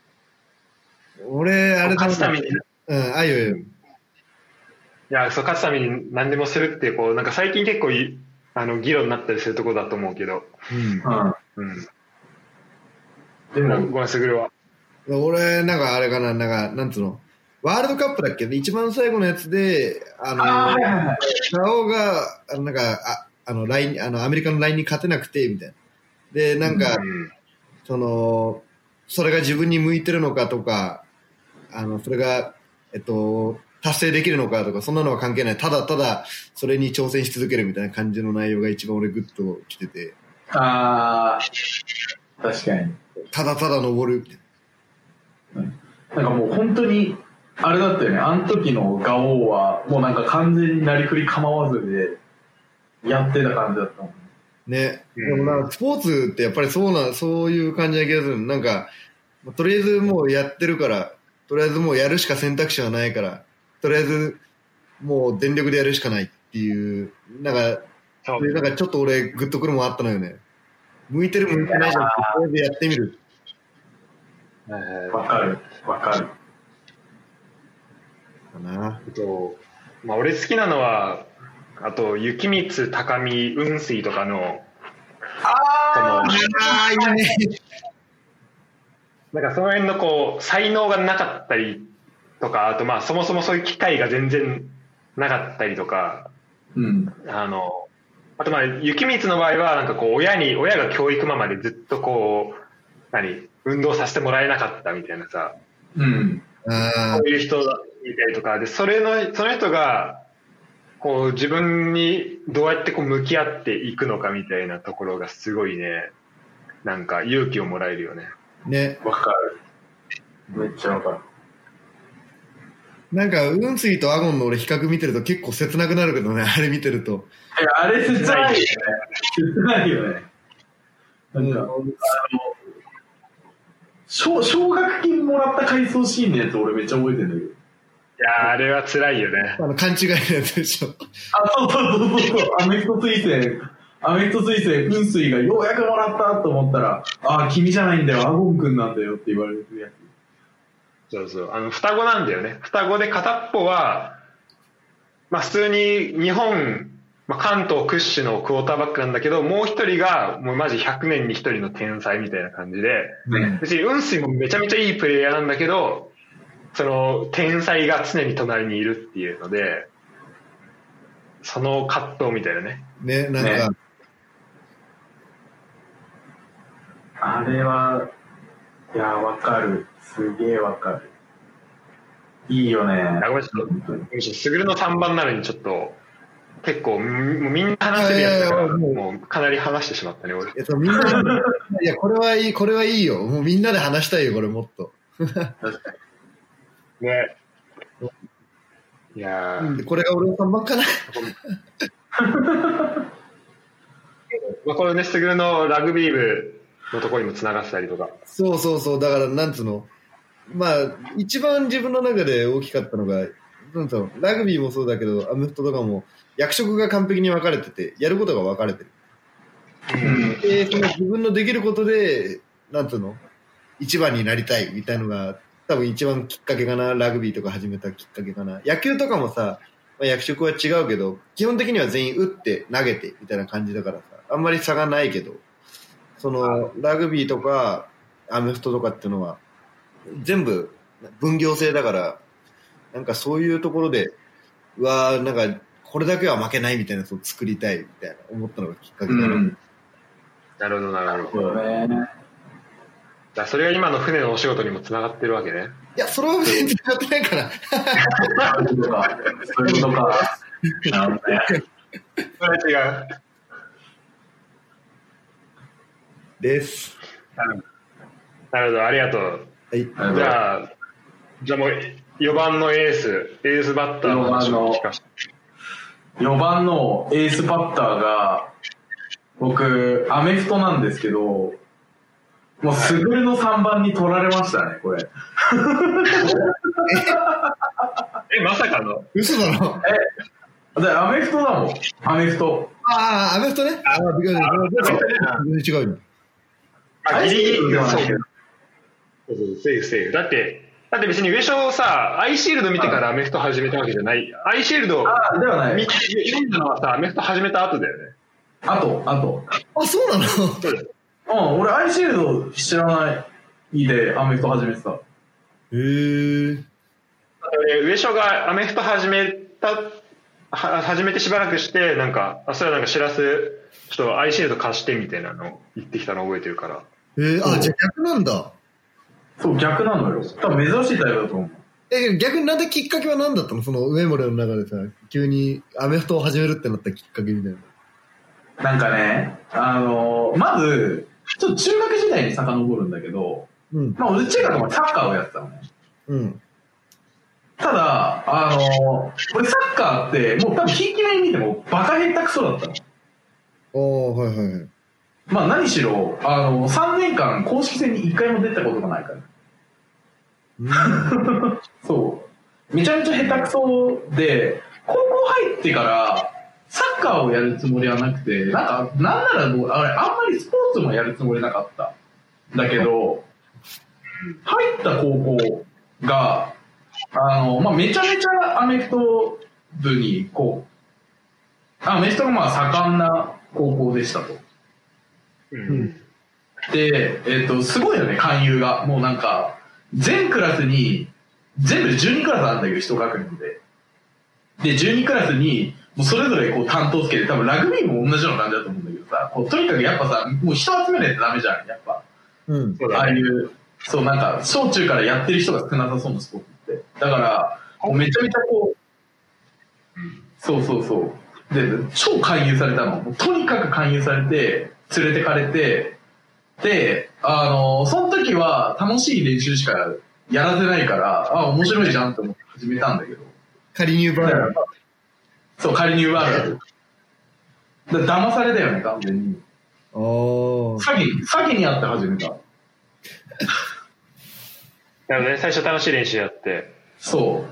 俺、あれだ勝つために。 うん、あゆ。 いや、そう、勝つために何でもするって、こう、なんか最近結構い、あの、議論になったりするところだと思うけど。 うん。 うん。 でも、 ごめん、すぐるは。 俺、なんかあれかな、なんか、なんつうの。ワールドカップだっけ一番最後のやつで、あの、 あガオが、あの、なんか、あ、あの、ライン、あの、アメリカのラインに勝てなくて、みたいな。で、なんか、うん、その、それが自分に向いてるのかとか、あの、それが、えっと、達成できるのかとか、そんなのは関係ない。ただただ、それに挑戦し続けるみたいな感じの内容が一番俺グッと来てて。 あー、確かに。 ただただ登るみたいな。なんかもう本当に、あれだったよね。あの時のガオーは、もうなんか完全になりふり構わずで、やってた感じだったもんね。でもな、スポーツってやっぱりそうな、そういう感じな気がする。なんか、とりあえずもうやってるから、とりあえずもうやるしか選択肢はないから、とりあえずもう全力でやるしかないっていう、なんか、なんかちょっと俺グッとくるもんあったのよね。向いてる向いてないじゃん。とりあえずやってみる。 わかる。わかる。 かな。 と、まあ俺好きなのは、 あと雪光高見雲水とかのあああ、いいね。 なんかその辺のこう才能がなかったりとか、あとまあそもそもそういう機会が全然なかったりとか、 うん、 あのあとまあ雪光の場合はなんかこう親に親が教育ママでずっとこう何運動させてもらえなかったみたいなさ、 うん、 そういう人がいたりとかで、それのその人がこう自分にどうやってこう向き合っていくのかみたいなところがすごいね、なんか勇気をもらえるよね。 ね。 わかる。めっちゃわかる。 なんか、雲水とアゴンの俺比較見てると結構切なくなるけどね、あれ見てると。 いや、あれ切ないよね。切ないよね。なんか、うん、あの、奨学金もらった回想シーンのやつ俺めっちゃ覚えてるんだけど。いやあれは辛いよね。 あの勘違いのやつでしょ。 あ、そうそうそうそう。アメフト推薦、アメフト推薦、雲水がようやくもらったと思ったら、ああ、君じゃないんだよ、アゴン君なんだよって言われるやつ。 そうそう。あの、双子なんだよね。双子で片っぽは、まあ普通に日本、まあ、関東屈指のクォーターバックなんだけど、もう一人がもうマジひゃくねんに一人の天才みたいな感じで、ね、別に雲水もめちゃめちゃいいプレイヤーなんだけど、その天才が常に隣にいるっていうので、その葛藤みたいなね。 ね、なんか、ね、 あれは、いや、わかる。すげえわかる。いいよね。 ごめん、ちょっと、すぐるのさんばんなのにちょっと、結構、みんな話してるやつだから、もうかなり話してしまったね、俺。いや、みんな、いや、これはいい、これはいいよ。もうみんなで話したいよ、これもっと。確かに。ね。いやー。 これが俺のさんばんかな。 まあ、これね、すぐるのラグビー部のところにもつながってたりとか。 そうそうそう、だから、なんつうの。まあ、一番自分の中で大きかったのが、なんつうの、ラグビーもそうだけど、アメフトとかも、役職が完璧に分かれてて、やることが分かれてる。うん、で、その自分のできることで、なんつうの、一番になりたいみたいのが、多分一番きっかけかな、ラグビーとか始めたきっかけかな。野球とかもさ、まあ、役職は違うけど、基本的には全員打って投げてみたいな感じだからさ、あんまり差がないけど、その、ラグビーとかアメフトとかっていうのは、全部分業制だから、なんかそういうところで、うわー、なんか、これだけは負けないみたいなやつを作りたいみたいな思ったのがきっかけだな、うん、 なるほどなるほど、ね、だそれが今の船のお仕事にもつながってるわけね。 いや、それは別につながってないからそういうことかそういうことかなるほどね。 それは違うですなるほど、ありがとう。 はい、 じゃあじゃあもうよばんのエースエースバッターの話を聞かせて。 よばんのエースバッターが、僕、アメフトなんですけど、もう、スグルのさんばんに取られましたね、これ。 え、まさかの嘘だろえ、でアメフトだもん、アメフト。 ああ、アメフトね。ああ、ビカ全然違うよ。 あ、ギリギリ。そうそう、セーフセーフ。だって、だって別に上昇さ、アイシールド見てからアメフト始めたわけじゃない。アイシールドあではない見て読んだのはさ、アメフト始めた後だよね。 あと、あと。 あ、そうなの？ そうです。うん、俺アイシールド知らないでアメフト始めてた。へー。 上昇がアメフト始めた、は始めてしばらくして、なんか、あ、それはなんか知らす、ちょっとアイシールド貸してみたいなの言ってきたの覚えてるから。 えー、あ、じゃあ逆なんだ。 そう、逆なのよ。多分珍しいタイプだと思う。 え、逆になんできっかけは何だったの？その上森の中でさ、急にアメフトを始めるってなったきっかけみたいな。 なんかね、あのー、まず、ちょっと中学時代に遡るんだけど、うん、まあ俺中学もサッカーをやってたのね。 うん。 ただ、あのー、俺サッカーって、もう多分ひいき目に見てもバカ下手くそだったの。 おー、はいはいはい。 まあ何しろ、あのー、さんねんかん公式戦にいっかいも出たことがないから。そうめちゃめちゃ下手くそで、高校入ってからサッカーをやるつもりはなくて、なんかなんならもうあれあんまりスポーツもやるつもりなかっただけど、入った高校があの、まあ、めちゃめちゃアメフト部にこうアメフトがまあ盛んな高校でしたと。 うん。 で、えっと、すごいよね、勧誘が。もうなんか、全クラスに、全部でじゅうにクラスあるんだけど、一学年で。で、じゅうにクラスに、もうそれぞれこう担当つけて、多分ラグビーも同じような感じだと思うんだけどさ、こうとにかくやっぱさ、もう人集めないとダメじゃん、やっぱ。 うん。 ああいう、そうなんか、小中からやってる人が少なさそうなスポーツって。だから、もうめちゃめちゃこう、そうそうそう。で、超勧誘されたの。もうとにかく勧誘されて、連れてかれて、で、あの、その時は楽しい練習しかやらせないから、あ、面白いじゃんって思って始めたんだけど。 仮入部ある。 そう、仮入部ある。だ騙されたよね、完全に。 お詐欺、詐欺にあって始めた。 なるほどね、最初楽しい練習やって。 そう。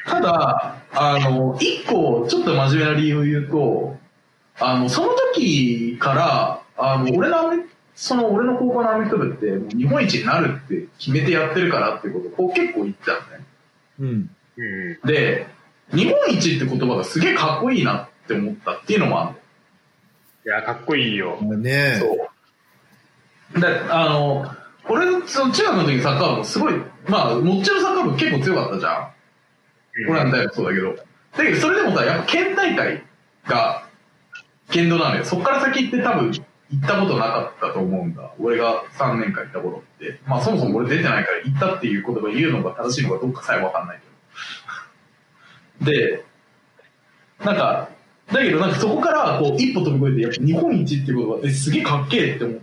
ただ、あの、一個、ちょっと真面目な理由を言うと、あの、その時から、あの、俺のアメ、その俺の高校のアメフト部って、もう日本一になるって決めてやってるからっていうことを結構言ってたのね。 うん。 で、日本一って言葉がすげえかっこいいなって思ったっていうのもあるの。 いや、かっこいいよ。 ねそう。で、あの、俺、その中学の時サッカー部もすごい、まあ、もちろんサッカー部結構強かったじゃん。うん、俺らの大学そうだけど。だけど、それでもさ、やっぱ県大会が限度なのよ。そっから先って多分行ったことなかったと思うんだ。俺がさんねんかん行った頃って。まあ、そもそも俺出てないから行ったっていう言葉言うのが正しいのかどうかさえわかんないけど。で、なんか、だけどなんかそこからこう一歩飛び越えて、やっぱ日本一っていう言葉ってすげえかっけえって思って、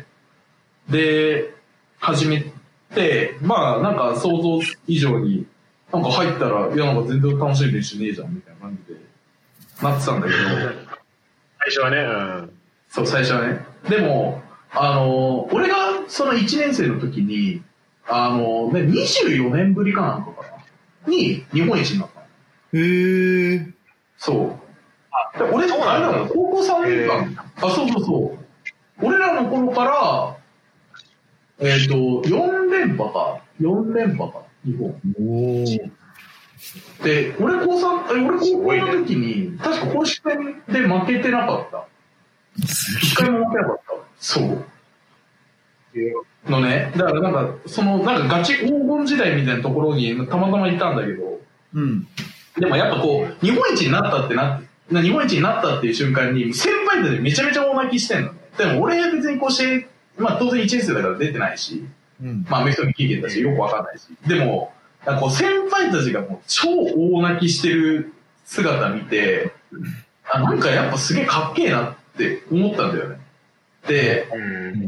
で、始めて、まあなんか想像以上に、なんか入ったら、いやなんか全然楽しい練習ねえじゃんみたいな感じで、なってたんだけど。 最初はね、うん。 そう、最初はね。でも、あの、俺がそのいちねん生の時に、あの、ね、にじゅうよねんぶりかなんかかなに日本一になったの。 へー。 そう。あ、俺、そうなんだ。高校さんねんかん。あ、そうそうそう。俺らの頃から、えっ、ー、と、よん連覇か。よん連覇か。日本。 おー。 で、俺高さん、俺高校の時に、ね、確か公式戦で負けてなかった。一回も負けなかった。そう。のね。だからなんか、その、なんかガチ黄金時代みたいなところにたまたまいたんだけど、 うん。 でもやっぱこう、日本一になったってなって、日本一になったっていう瞬間に、先輩たちめちゃめちゃ大泣きしてんのね。でも俺別にこうして、まあ当然いちねん生だから出てないし、うん、まあアメフト未経験だし、よくわかんないし。でも、なんかこう先輩たちがもう超大泣きしてる姿見て、あ、なんかやっぱすげえかっけえなって思ったんだよね。で、うん、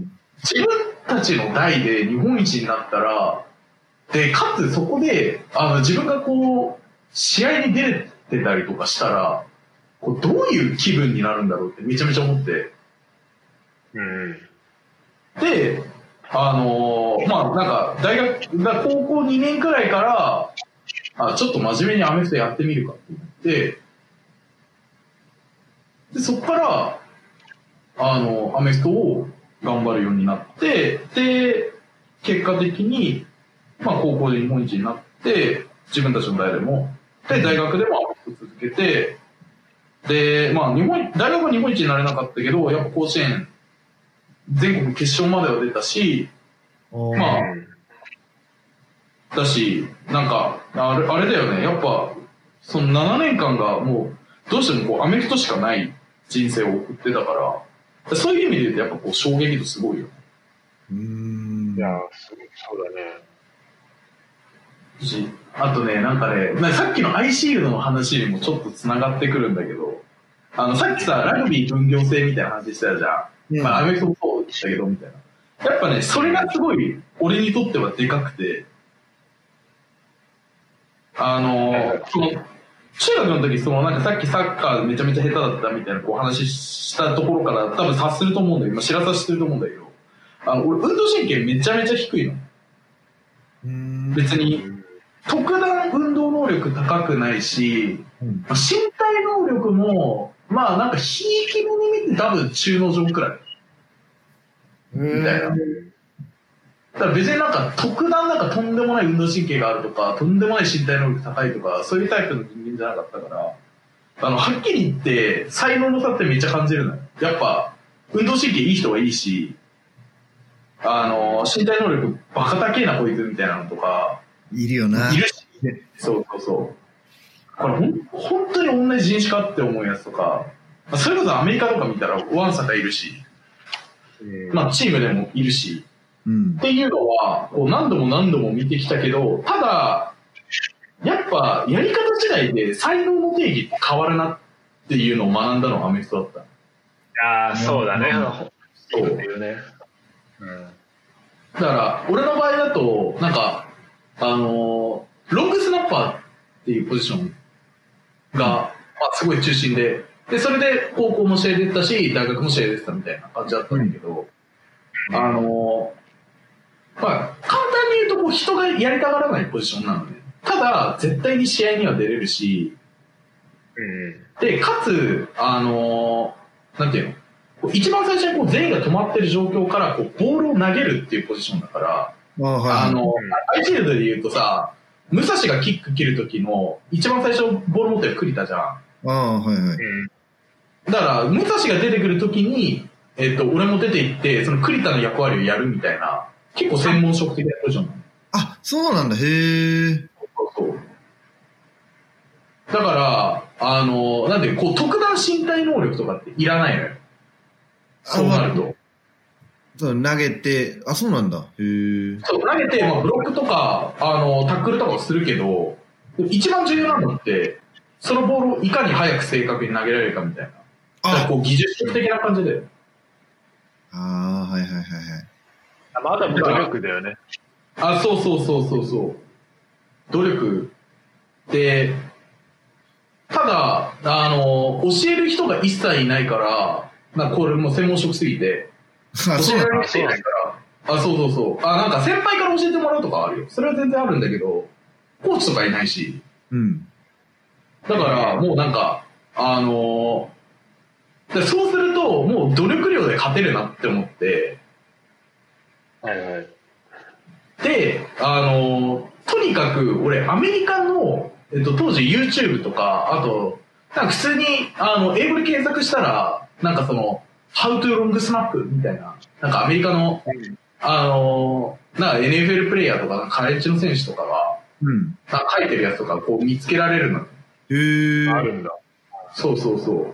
自分たちの代で日本一になったら、で、かつそこで、あの、自分がこう、試合に出れてたりとかしたら、こうどういう気分になるんだろうってめちゃめちゃ思って。 うん、 で、あのー、まあなんか、大学、だ高校にねんくらいから、あ、ちょっと真面目にアメフトやってみるかって思って、で、そこから、あの、アメフトを頑張るようになって、で、結果的に、まあ高校で日本一になって、自分たちの代でも、で、大学でもアメフト続けて、で、まあ日本、大学は日本一になれなかったけど、やっぱ甲子園、全国決勝までは出たし、まあ、だし、なんか、あれ、あれだよね、やっぱ、そのななねんかんがもう、どうしてもこう、アメフトしかない人生を送ってたから、そういう意味で言うとやっぱこう、衝撃度すごいよね。 うーん。 いや、そうだね。 あとね、なんかね、さっきのアイシールドの話にもちょっと繋がってくるんだけど、あの、さっきさ、ラグビー分業制みたいな話してたじゃん。うん、まあ、アメフトもそうでしたけど、みたいな。やっぱね、それがすごい、俺にとってはでかくて、あの、その、中学の時、その、なんかさっきサッカーめちゃめちゃ下手だったみたいなこう話したところから多分察すると思うんだけど、知らさせてると思うんだけど、あの、俺、運動神経めちゃめちゃ低いの。別に、特段運動能力高くないし、うん、身体能力も、まあなんか、ひいき目に見て多分中の上くらい。みたいな。だから別になんか特段なんかとんでもない運動神経があるとか、とんでもない身体能力高いとか、そういうタイプの人間じゃなかったから、 あの、はっきり言って、才能の差ってめっちゃ感じるのよ。やっぱ、運動神経いい人はいいし、あの、身体能力バカ高えなこいつみたいなのとか、 いるよな。 いるし、そうそうそう。これほん、本当に同じ人種かって思うやつとか、それこそアメリカとか見たらワンサカいるし、まあチームでもいるし、 うん、 っていうのは、こう何度も何度も見てきたけど、ただ、やっぱやり方次第で才能の定義って変わるなっていうのを学んだのがアメフトだった。 ああ、そうだね。 そうっていうね。うん。 だから、俺の場合だと、なんか、あのー、ロングスナッパーっていうポジションが、まあ、すごい中心で、で、それで高校も試合出てたし、大学も試合出てたみたいな感じだったんだけど、うん、あのー、まあ、簡単に言うと、こう、人がやりたがらないポジションなのね。ただ、絶対に試合には出れるし、うん、で、かつ、あのー、なんていうの、一番最初にこう全員が止まってる状況からこうボールを投げるっていうポジションだから、あ、はい、あの、アイシールドで言うとさ、武蔵がキック切る時の一番最初ボール持ってる栗田じゃん。ああ、はいはい。 だから、武蔵が出てくる時に、えっと、俺も出て行って、その栗田の役割をやるみたいな、結構専門職的なポジションなの。 あ、そうなんだ、へー。 そうそう。だから、あの、なんていうこう、特段身体能力とかっていらないのよ。そうなると。 そう投げて、あ、そうなんだ。へー。 そう、投げて、まあ、ブロックとか、あの、タックルとかをするけど、一番重要なのって、そのボールをいかに早く正確に投げられるかみたいな。あこう技術的な感じで。 ああ、はいはいはいはい。 まあ、あとは努力だよね。 あ、そうそうそうそうそう。努力。で、ただ、あの、教える人が一切いないから、なんかこれも専門職すぎて、教えられる人いないから、あ、そうそうそう。あ、なんか先輩から教えてもらうとかあるよ。それは全然あるんだけど、コーチとかいないし。 うん。 だから、もうなんか、あの、そうすると、もう努力量で勝てるなって思って、 はいはい。 で、あの、とにかく俺アメリカの、えっと、当時 YouTube とか、あと、なんか普通に、あの、英語で検索したら、なんかその、How to long snap みたいな、なんかアメリカの、あの、なんか エヌエフエル プレイヤーとか、カレッジの選手とかが、うん、なんか書いてるやつとか、こう見つけられるの。 へー。 あるんだ。 そうそうそう。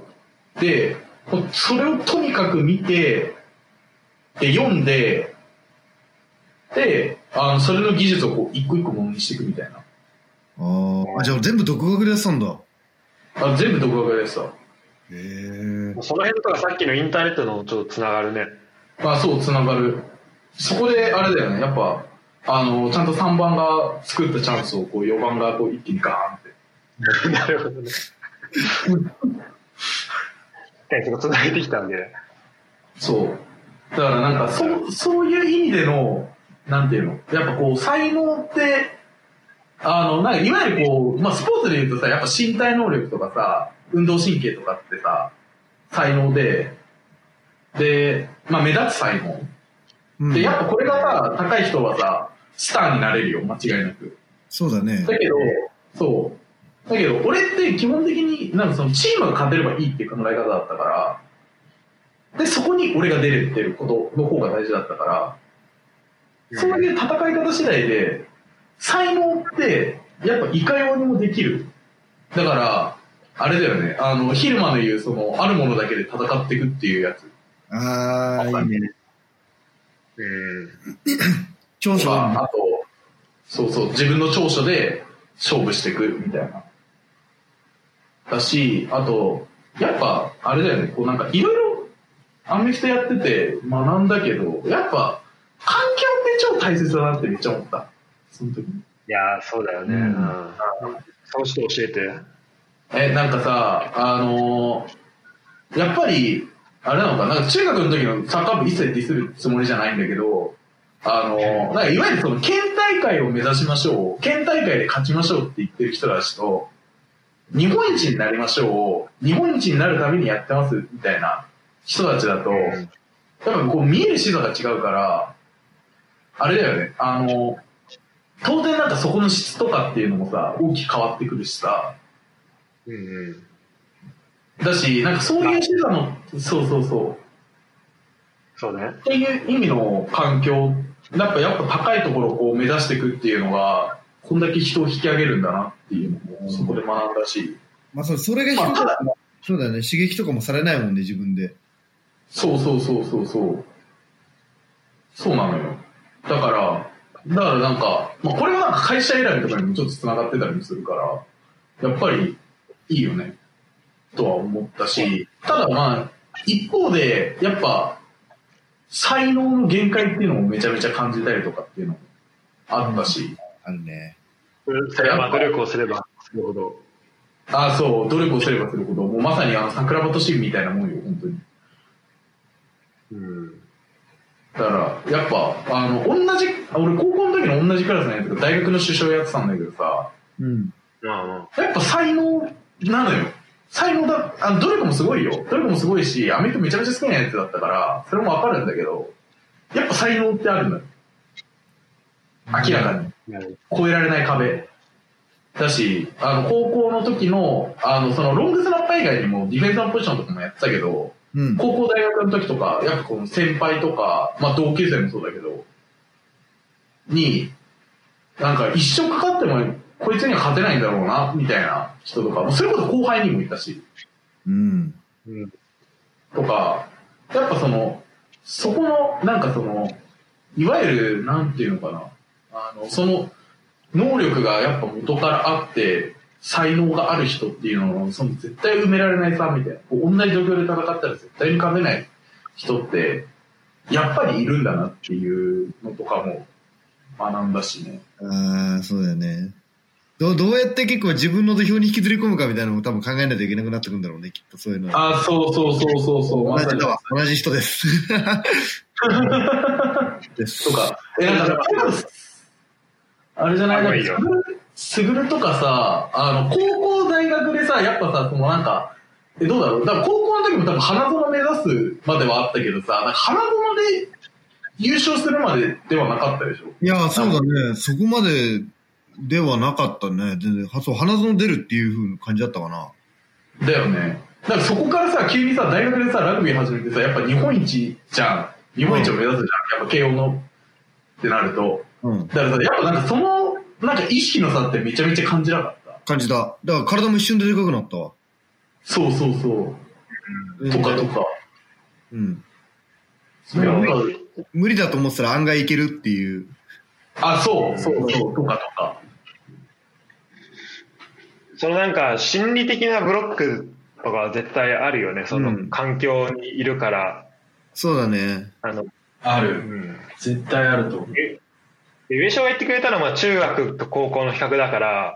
で、それをとにかく見て、で、読んで、で、あの、それの技術をこう、一個一個ものにしていくみたいな。 ああ、じゃあ全部独学でやってたんだ。 あ、全部独学でやってた。へえ。 その辺とかさっきのインターネットのちょっとつながるね。 あ、そう、つながる。そこで、あれだよね、やっぱ、あの、ちゃんとさんばんが作ったチャンスを、こう、よばんがこう、一気にガーンって。 なるほどね。そこつなげてきたんで。 そう。だからなんか、そ、そういう意味での、なんていうの、やっぱこう、才能って、あの、なんか、いわゆるこう、まあ、スポーツで言うとさ、やっぱ身体能力とかさ、運動神経とかってさ、才能で、で、まあ、目立つ才能。うん、で、やっぱこれがさ、高い人はさ、スターになれるよ、間違いなく。 そうだね。 だけど、そう。だけど、俺って基本的に、なんかその、チームが勝てればいいっていう考え方だったから、で、そこに俺が出れてることの方が大事だったから、そういう戦い方次第で、才能ってやっぱいかようにもできる。だからあれだよね、あの昼間の言うそのあるものだけで戦っていくっていうやつ。 ああ、いいね。 うん。 長所、 あとそうそう自分の長所で勝負していくみたいな。だし、あとやっぱあれだよね、こうなんかいろいろアメフトやってて学んだけど、やっぱ環境って超大切だなってめっちゃ思った。その時に。いやー、そうだよね。うん。そうして教えて。 え、なんかさ、あのー、やっぱり、あれなのかな、なんか中学の時のサッカー部一切ディスるつもりじゃないんだけど、あのー、なんかいわゆるその県大会を目指しましょう、県大会で勝ちましょうって言ってる人たちと、日本一になりましょう、日本一になるためにやってますみたいな人たちだと、やっぱこう見える視座が違うから、あれだよね、あのー、当然なんかそこの質とかっていうのもさ、大きく変わってくるしさ、うんうん、 だし、なんかそういう手段の、そうそうそう。 そうね。 っていう意味の環境、やっぱやっぱ高いところをこう目指していくっていうのが、こんだけ人を引き上げるんだなっていうのもそこで学んだし。 まあそう、それが人だ、まあ、そうだよね。刺激とかもされないもんね、自分で。 そうそうそうそうそう。そうなのよ。だから、だからなんか、まあ、これはなんか会社選びとかにもちょっと繋がってたりもするから、やっぱりいいよね、とは思ったし、ただまあ、一方で、やっぱ、才能の限界っていうのもめちゃめちゃ感じたりとかっていうのもあったし。 あるね。 それは努力をすればするほど。 ああ、そう、努力をすればするほど、もうまさにあの桜庭俊みたいなもんよ、本当に。 うん。 だから、やっぱ、あの、同じ、俺高校の時の同じクラスのやつが大学の首相やってたんだけどさ、 うん。 まやっぱ才能なのよ。才能だ、あの努力もすごいよ。努力もすごいし、アメリカめちゃめちゃ好きなやつだったから、それもわかるんだけど、やっぱ才能ってあるのよ。明らかに。超えられない壁。だし、あの、高校の時の、あの、そのロングスナッパー以外にもディフェンスのポジションとかもやってたけど、うん、高校大学の時とか、やっぱこの先輩とか、まあ同級生もそうだけど、に、なんか一生かかってもこいつには勝てないんだろうな、みたいな人とか、もうそれこそ後輩にもいたし、 うん。 とか、やっぱその、そこの、なんかその、いわゆる、なんていうのかな、あの、その、能力がやっぱ元からあって、才能がある人っていうのを、その絶対埋められないさ、みたいな。同じ状況で戦ったら絶対に勝てない人って、やっぱりいるんだなっていうのとかも学んだしね。 ああ、そうだよね。どう、どうやって結構自分の土俵に引きずり込むかみたいなのも多分考えないといけなくなってくるんだろうね、きっとそういうのは。 ああ、そうそうそうそうそう。 同じだわ。同じ人です。 です。とか。え、なんか、あれじゃないなんか、すぐるとかさ、あの、高校大学でさ、やっぱさ、そのなんか、え、どうだろう、だから高校の時も多分花園目指すまではあったけどさ、なんか花園で優勝するまでではなかったでしょ。 いや、そうだね。そこまでではなかったね。全然。そう、花園出るっていう風な感じだったかな。 だよね。だからそこからさ、急にさ、大学でさ、ラグビー始めてさ、やっぱ日本一じゃん。日本一を目指すじゃん。やっぱ慶応のってなると。うん。だからさ、やっぱなんかその、なんか意識の差ってめちゃめちゃ感じなかった。 感じた。だから体も一瞬ででかくなったわ。 そうそうそう。うん、とかとか。うん。 なんか無理だと思ってたら案外いけるっていう。 あ、そうそうそう。とかとか。 そのなんか心理的なブロックとか絶対あるよね。その環境にいるから。うん、 そうだね。 あの、ある。うん、絶対あると思う。 上昇が言ってくれたのはまあ中学と高校の比較だから、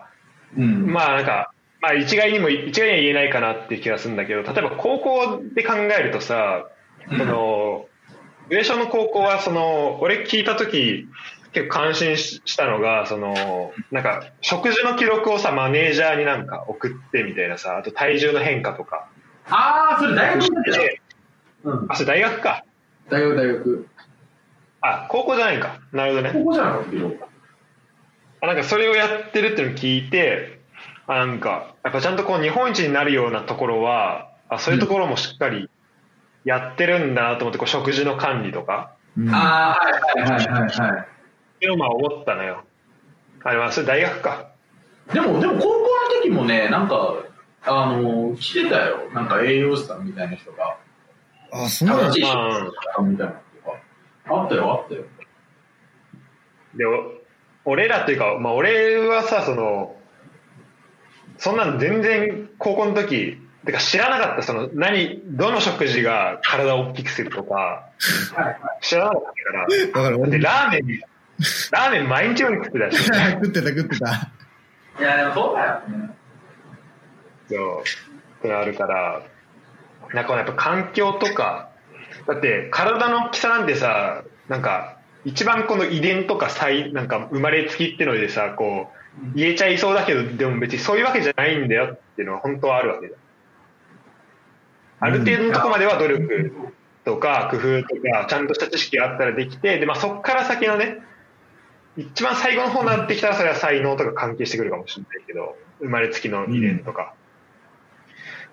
うん、まあなんか、まあ一概にも、一概には言えないかなっていう気がするんだけど、例えば高校で考えるとさ、うん、その、上昇の高校はその、俺聞いたとき結構感心したのが、その、なんか食事の記録をさ、マネージャーになんか送ってみたいなさ、あと体重の変化とか。 ああ、それ大学だけど。うん。あ、それ大学か。 大学大学。 あ、高校じゃないか。なるほどね。 高校じゃなかったけど。 あ、なんかそれをやってるっていうのを聞いて、あ、なんか、やっぱちゃんとこう日本一になるようなところは、あ、そういうところもしっかりやってるんだなと思って、こう食事の管理とか。 うん、ああ、はいはいはいはいはい。 っていうのをまあ思ったのよ。あれは、それ大学か。 でも、でも高校の時もね、なんか、あの、来てたよ。なんか栄養士さんみたいな人が。 あ、そうなんだ。 みたいな。あったよ、あったよ。 で、俺らっていうか、まあ俺はさ、その、そんなの全然高校の時、てか知らなかった、その、何、どの食事が体を大きくするとか、知らなかったから、だってラーメン、ラーメン毎日より食ってたし、 ね。食ってた食ってた。 いや、でもそうだよね。 そう、ってのあるから、なんかやっぱ環境とか、だって体の大きさなんてさ、なんか一番この遺伝とか才なんか生まれつきってのでさ、こう言えちゃいそうだけど、でも別にそういうわけじゃないんだよっていうのは本当はあるわけだ。ある程度のとこまでは努力とか工夫とかちゃんとした知識があったらできて、でまあそこから先のね、一番最後の方になってきたらそれは才能とか関係してくるかもしれないけど、生まれつきの遺伝とか。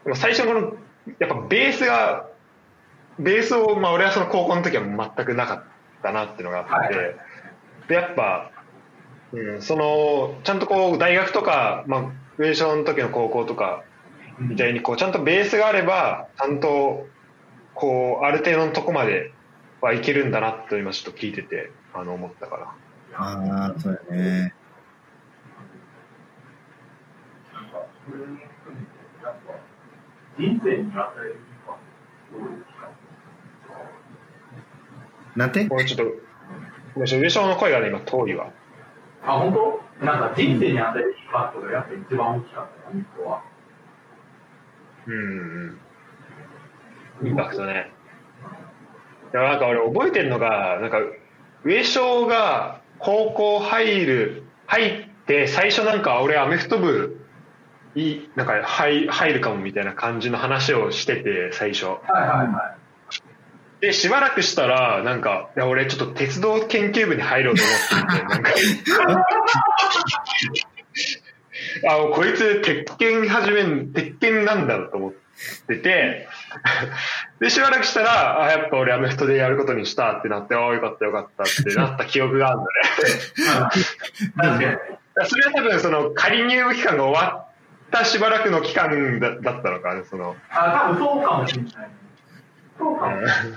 最初のこの、やっぱベースが、ベースを、まあ俺はその高校の時は全くなかったなっていうのがあって、はい、で、やっぱ、うん、その、ちゃんとこう、大学とか、まあ、上昇の時の高校とか、みたいに、こう、ちゃんとベースがあれば、ちゃんと、こう、ある程度のとこまではいけるんだなって今ちょっと聞いてて、あの、思ったから。 ああ、そうだね。 人生にあったりなんて？ これちょっと、上昇の声がね、今遠いわ。 あ、本当？なんか人生に与えるインパクトがやっぱ一番大きかったな、日本は。 うん、うん。インパクトね。いや、なんか俺覚えてるのが、なんか、上昇が高校入る、入って、最初なんか俺アメフト部、いい、なんか入、入るかもみたいな感じの話をしてて、最初。はいはいはい。で、しばらくしたら、なんか、いや、俺ちょっと鉄道研究部に入ろうと思ってみて、なんか、あ、こいつ鉄拳始めん、鉄拳なんだと思ってて、で、しばらくしたら、あ、やっぱ俺アメフトでやることにしたってなって、ああ、よかったよかったってなった記憶があるんだね。それは多分その仮入部期間が終わったしばらくの期間 だ, だったのかね、その。 あ、多分そうかもしれない。そうかも。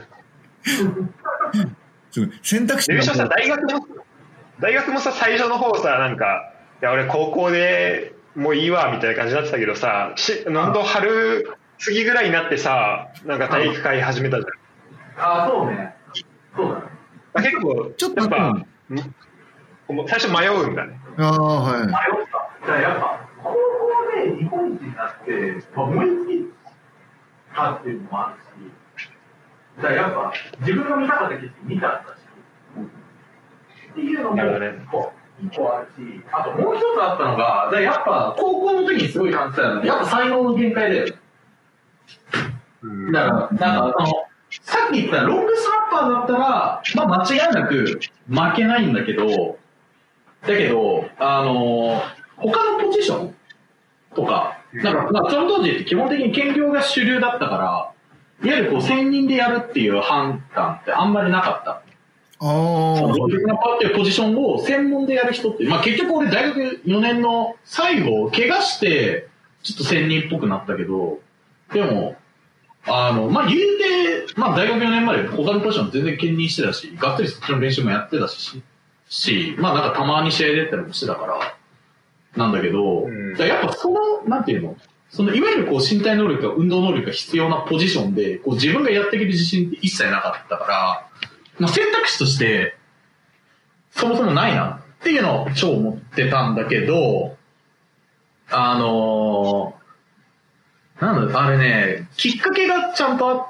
選択肢が。さ、大学も、大学もさ、最初の方さ、なんか、いや、俺高校でもういいわ、みたいな感じになってたけどさ、し、なんと春過ぎぐらいになってさ、なんか体育会始めたじゃん。あ、そうね。そうだね。 結構、ちょっとやっぱ、最初迷うんだね。 ああ、はい。 迷った。じゃあやっぱ、高校で日本一になって、まあ、思いつきたっていうのもあるし、じゃあやっぱ、自分が見たかった景色見たんだし、っていうのも、一個あるし、あともう一つあったのが、じゃあやっぱ、高校の時にすごい感じたのは、やっぱ才能の限界だよね。だから、なんか、あの、さっき言ったロングスナッパーだったら、まあ間違いなく負けないんだけど、だけど、あのー、他のポジションとか、なんか、まあ、その当時って基本的に兼業が主流だったから、いわゆるこう専任でやるっていう判断ってあんまりなかった。 ああ。 そのロングスナッパーっていうポジションを専門でやる人って、まあ結局俺大学よねんの最後、怪我して、ちょっと専任っぽくなったけど、でも、あの、まあ、言うて、まあ、大学よねんまで他のポジション全然兼任してたし、がっつりそっちの練習もやってたし、し、まあ、なんかたまに試合出たりもしてたから、なんだけど、うん、やっぱその、なんていうの、その、いわゆるこう身体能力と運動能力が必要なポジションで、こう自分がやっていける自信って一切なかったから、まあ、選択肢として、そもそもないなっていうのを超思ってたんだけど、あのー、なんだ、あれね、きっかけがちゃんとあって、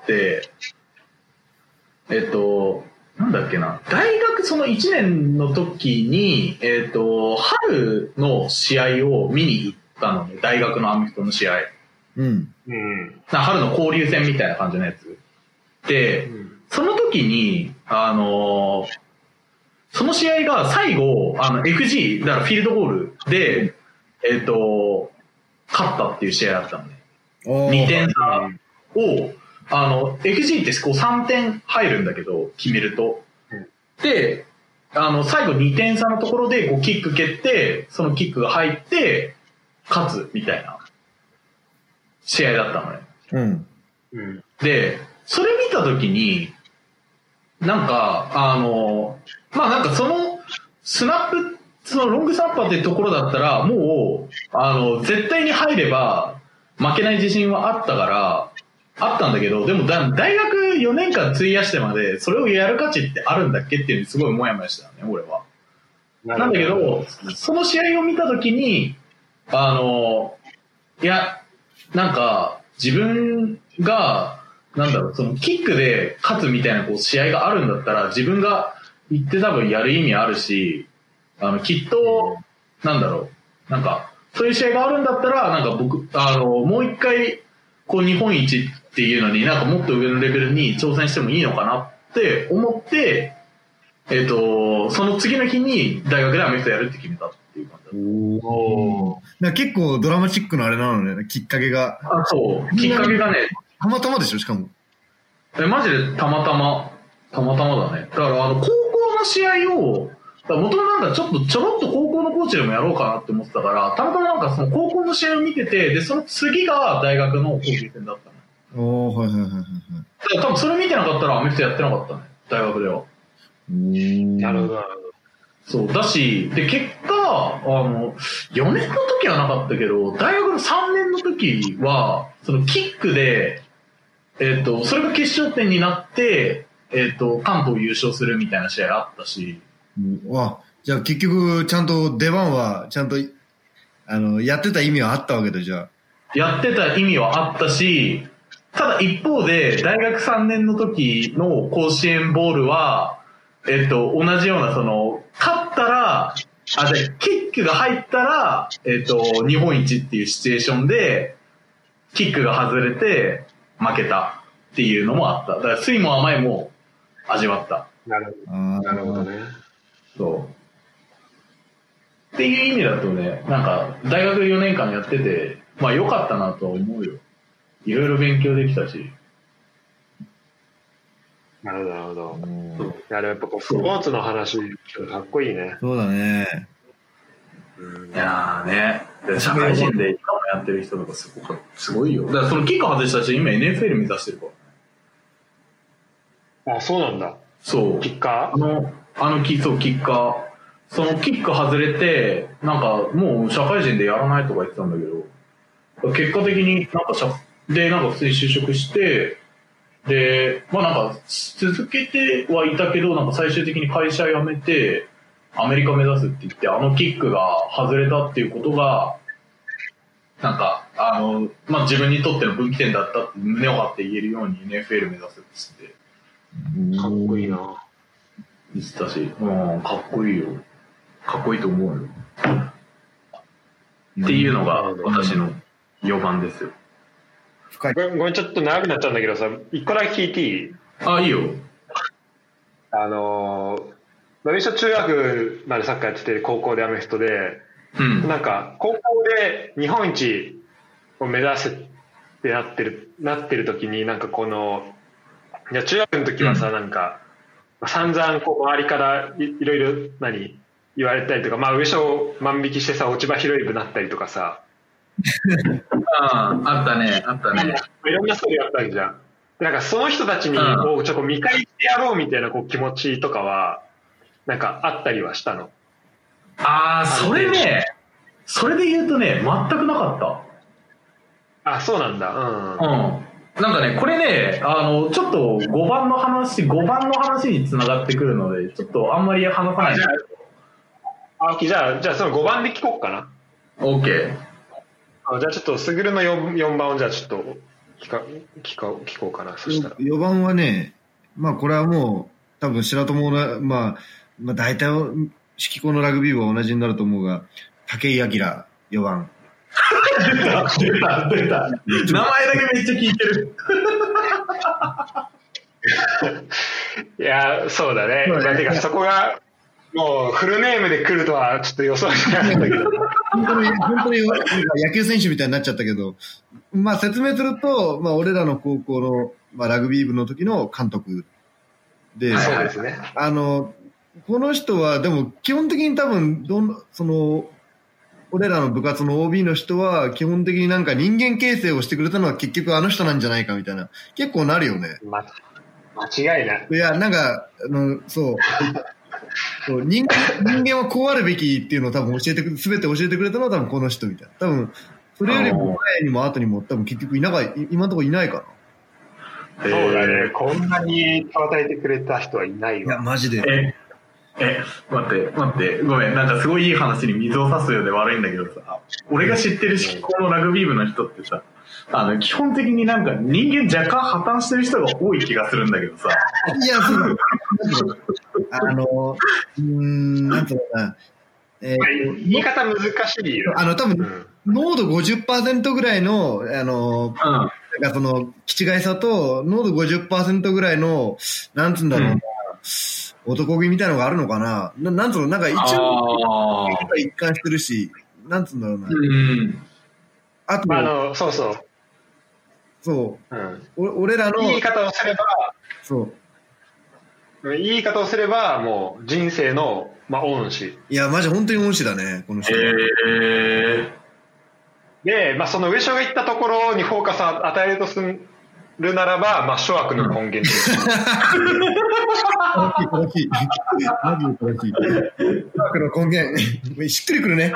えっと、なんだっけな、大学そのいちねんの時に、えっと、春の試合を見に行ったのね、大学のアメフトの試合。 うん。 うん。 春の交流戦みたいな感じのやつ。で、うん、その時に、あのー、その試合が最後、あの、エフジー、だからフィールドゴールで、えっと、勝ったっていう試合だったのね。にてん差を、あの、エフジー ってこうさんてん入るんだけど、決めると。で、あの、最後にてん差のところでこうキック蹴って、そのキックが入って、勝つみたいな試合だったのね。 うん。 で、それ見たときに、なんか、あの、まあなんかその、スナップ、そのロングスナッパーっていうところだったら、もう、あの、絶対に入れば、負けない自信はあったから、あったんだけど、でもだ大学よねんかん費やしてまで、それをやる価値ってあるんだっけっていうのにすごいモヤモヤしたのね、俺は。な, なんだけど、その試合を見たときに、あの、いや、なんか、自分が、なんだろう、そのキックで勝つみたいなこう試合があるんだったら、自分が行って多分やる意味あるし、あの、きっと、なんだろう、なんか、そういう試合があるんだったら、なんか僕、あの、もう一回、こう日本一っていうのになんかもっと上のレベルに挑戦してもいいのかなって思って、えっと、その次の日に大学でアメフトやるって決めたっていう感おー。結構ドラマチックなあれなのね、きっかけが。 あ、そう。きっかけがね。 たまたまでしょ、しかも。 え、マジでたまたま、たまたまだね。だからあの、高校の試合を、もともとなんかちょっとちょろっと高校のコーチでもやろうかなって思ってたから、たまたまなんかその高校の試合を見てて、で、その次が大学の交流戦だったの。 おー、はいはいはいはい。だから多分それ見てなかったらアメフトやってなかったね、大学では。 なるほど。 そう、だし、で、結果、あの、よねんの時はなかったけど、大学のさんねんの時は、そのキックで、えっと、それが決勝点になって、えっと、関東優勝するみたいな試合あったし。 うん、わ、じゃあ結局、ちゃんと出番は、ちゃんと、あの、やってた意味はあったわけだ、じゃあ。 やってた意味はあったし、ただ一方で、大学さんねんの時の甲子園ボールは、えっと、同じような、その、勝ったら、あ、じゃあキックが入ったら、えっと、日本一っていうシチュエーションで、キックが外れて、負けたっていうのもあった。だから、酸いも甘いも味わった。 なるほど。なるほどね。 そう。っていう意味だとね、なんか、大学よねんかんやってて、まあ良かったなとは思うよ。いろいろ勉強できたし。 なるほど、なるほど。いや、でもやっぱこう、スポーツの話、かっこいいね。 そうだね。 うん、いやーね。で社会人で今もやってる人とかすごく、すごいよ。だからそのキック外した人、今 エヌエフエル 目指してるから。 あ、そうなんだ。 そう。 キッカーあの、あのキック、そう、キッカー。そのキック外れて、なんかもう社会人でやらないとか言ってたんだけど、結果的になんか社、で、なんか普通に就職して、で、まあなんか続けてはいたけど、なんか最終的に会社辞めて、アメリカ目指すって言って、あのキックが外れたっていうことが、なんか、あの、まあ自分にとっての分岐点だったって胸を張って言えるように エヌエフエル 目指すって言って。 かっこいいな。 言ってたし、うん、かっこいいよ。かっこいいと思うよ。っていうのが私のよばんですよ。 深い。 ごめん、ごめんちょっと長くなっちゃうんだけどさ、一個だけ聞いていい？ あ、いいよ。 あのー、私は中学までサッカーやってて、高校でアメフトで、 うん、 なんか、高校で日本一を目指せってなってる、なってる時に、なんかこの、いや中学の時はさ、うん、なんか、散々こう周りからい、いろいろ何言われたりとか、まあ上昇万引きしてさ、落ち葉拾い部になったりとかさ。 ああ、あったね、あったね。 いろんなストーリーあったわけじゃん。なんかその人たちにこうちょっと見返してやろうみたいなこう気持ちとかは、なんかあったりはしたの。 ああ、それね、それで言うとね、全くなかった。 あ、そうなんだ。うん。 うん。なんかね、これね、あの、ちょっとごばんの話、ごばんの話につながってくるので、ちょっとあんまり話さないんだけど。 あ、じゃあ、じゃあそのごばんで聞こうかな。 オッケー。 あ、じゃあちょっと、すぐるの 4, よんばんをじゃあちょっと聞か、聞か、聞こうかな、そしたら。 よばんはね、まあこれはもう、多分白友な、まあ、まあ大体、式子のラグビー部は同じになると思うが、武井明よばん。 出た、出た、出た。名前だけめっちゃ聞いてる。 いや、そうだね。まあ、てか、そこが、もう、フルネームで来るとは、ちょっと予想してなかったけど。 本当に、本当に野球選手みたいになっちゃったけど、まあ説明すると、まあ俺らの高校の、まあ、ラグビー部の時の監督で、 そうですね。 あの、この人は、でも基本的に多分、どん、その、俺らの部活の オービー の人は基本的になんか人間形成をしてくれたのは結局あの人なんじゃないかみたいな。結構なるよね。 ま、間違いない。 いや、なんか、あの、そう。そう人間、人間はこうあるべきっていうのを多分教えてくれ、すべて教えてくれたのは多分この人みたいな。多分、それよりも前にも後にも多分結局いなか、今のところいないかな。そうだね。こんなに与えてくれた人はいないわ。 いや、マジで。 ええ、待って、待って、ごめん、なんかすごいいい話に水を差すようで悪いんだけどさ、俺が知ってる式校のラグビー部の人ってさ、あの、基本的になんか人間若干破綻してる人が多い気がするんだけどさ。 いや、そう。あの、うーん、なんとかな。 えー、言い方難しいよ。 あの、多分、うん、濃度 ごじゅっパーセント ぐらいの、あの、うん、なんかその、気違いさと、濃度 ごじゅっパーセント ぐらいの、なんつうんだろうな、うん男気みたいなのがあるのかな。ななんつうの、なんか一応、一貫してるし、なんつうんだろうな。うん。あと、 あの、そうそう。 そう。 うん、 俺らの。 いい言い方をすれば、 そう。 いい言い方をすれば、もう人生の、まあ、恩師。 いや、マジ本当に恩師だね、この人。へー。 で、まあ、その上昇が言ったところにフォーカスを与えるとするならば、まあ、諸悪の根源です。 正しい、正しい。マジで正しい。諸悪の根源。しっくりくるね。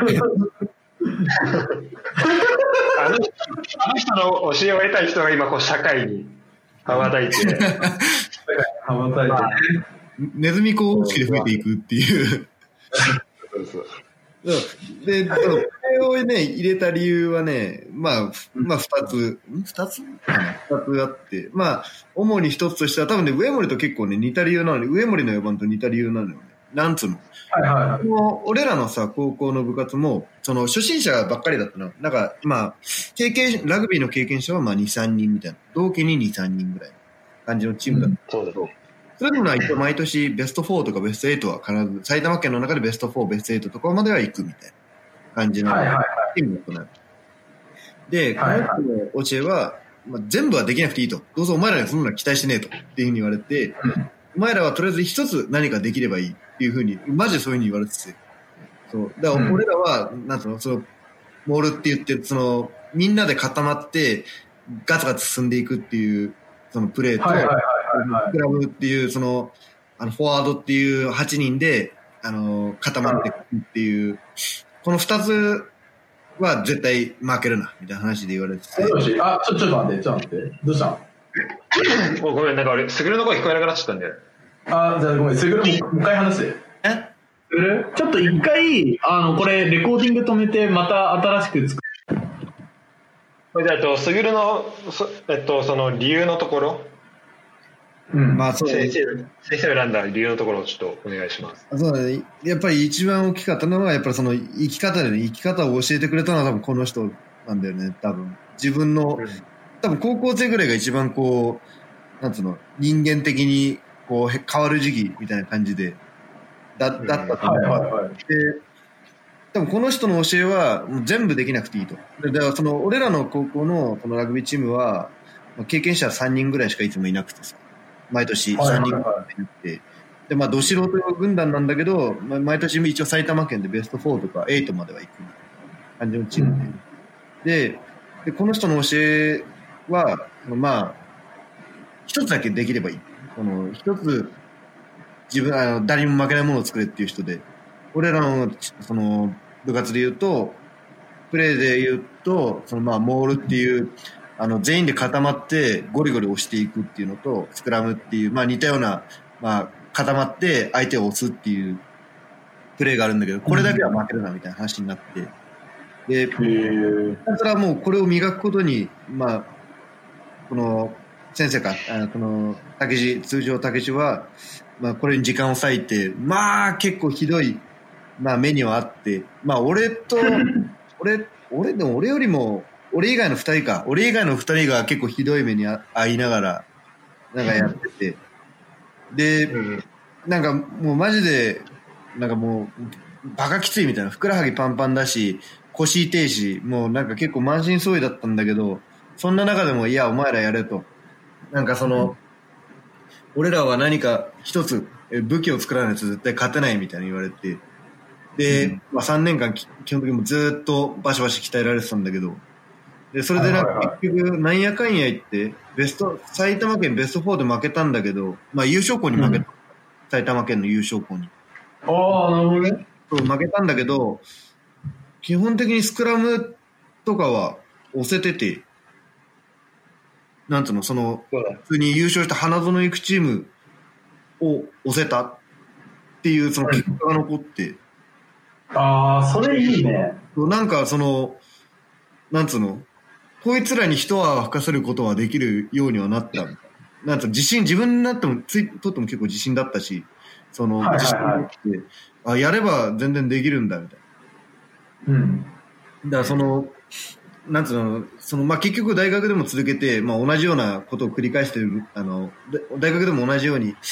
あの人、あの人の教えを得たい人が今、こう、社会に羽ばたいて。 羽ばたいて、まあ。 ネズミ講方式で増えていくっていう。そうそう。で、これをね、入れた理由はね、まあ、まあ、二つ、二つ二つあって、まあ、主に一つとしては、多分ね、上森と結構ね、似た理由なのに、上森のよばんと似た理由なのよね。なんつうの。はいはいはい。もう俺らのさ、高校の部活も、その、初心者ばっかりだったの。なんか、まあ、経験、ラグビーの経験者はまあ、に、さんにんみたいな。同期にに、さんにんぐらいの感じのチームだった。うん、そうだね。それでも一応毎年ベストよんとかベストはちは必ず、埼玉県の中でベストよん、ベストはちとかまでは行くみたいな感じのチームだったのよ。で、この人の教えは、まあ、全部はできなくていいと。どうぞお前らにそんな期待してねえと。っていうふうに言われて、うん、お前らはとりあえず一つ何かできればいいっていうふうに、マジでそういうふうに言われてて。そう。だから俺らは、うん、なんつうの、その、モールって言って、その、みんなで固まって、ガツガツ進んでいくっていう、そのプレーと、はいはいはいはい、クラブっていう、その、あの、フォワードっていうはちにんで、あの、固まっていくっていう、このふたつは絶対負けるな、みたいな話で言われてて。 あ、ちょ、ちょっと待って、ちょっと待って。どうしたのごめん、なんか俺、スグルの声聞こえなくなっちゃったんで。 あ、じゃあごめん、スグルもう一回話して。えスグルちょっと一回、あの、これ、レコーディング止めて、また新しく作る。 じゃあ、えっと、スグルの、えっと、その理由のところ、 うん、まあそう先生、先生を選んだ理由のところをちょっとお願いします。 そうだね。やっぱり一番大きかったのは、やっぱりその生き方でね、生き方を教えてくれたのは多分この人なんだよね、多分。自分の、うん、多分高校生ぐらいが一番こう、なんつうの、人間的にこう変わる時期みたいな感じで、だ、だったと思う。うん、はいはいはい。で、多分この人の教えはもう全部できなくていいと。だからその俺らの高校のこのラグビーチームは経験者さんにんぐらいしかいつもいなくてさ、毎年さんにんぐらいいて、はいはいはい、でまあど素人軍団なんだけど、まあ、毎年一応埼玉県でベストよんとかはちまでは行く感じのチームで、うん、で, でこの人の教えはまあ一つだけできればいい。この一つ自分あの誰にも負けないものを作れっていう人で。俺らのその部活で言うと、プレーで言うと、そのまあモールっていうあの全員で固まってゴリゴリ押していくっていうのと、スクラムっていうまあ似たようなまあ固まって相手を押すっていうプレーがあるんだけど、これだけは負けるなみたいな話になって、で、だからもうこれを磨くことにまあこの先生かあのこの竹地通常竹地はまあこれに時間を割いて、まあ結構ひどいまあ目にはあって、まあ俺と、俺、俺でも俺よりも、俺以外の二人か、俺以外の二人が結構ひどい目に遭いながら、なんかやってて、で、なんかもうマジで、なんかもう、バカきついみたいな、ふくらはぎパンパンだし、腰痛いし、もうなんか結構満身創痍だったんだけど、そんな中でも、いや、お前らやれと。なんかその、俺らは何か一つ武器を作らないと絶対勝てないみたいに言われて、で、うんまあ、さんねんかん基本的にもずっとバシバシ鍛えられてたんだけど、でそれでなんか結局なんやかんや言ってベスト埼玉県ベストよんで負けたんだけど、まあ優勝校に負けた、うん、埼玉県の優勝校に。 ああなるほどね。 そう負けたんだけど、基本的にスクラムとかは押せてて、なんつうのその普通に優勝した花園行くチームを押せたっていうその結果が残って。 ああ、それいいね。 なんかその、なんつうの、こいつらに一泡吹かせることはできるようにはなった。なんつうの、自信、自分になっても、つい、とっても結構自信だったし、その、はいはいはい、自信があって、あ、やれば全然できるんだ、みたいな。うん。だからその、なんつうの、その、まあ、結局大学でも続けて、まあ、同じようなことを繰り返してる、あの、大学でも同じように、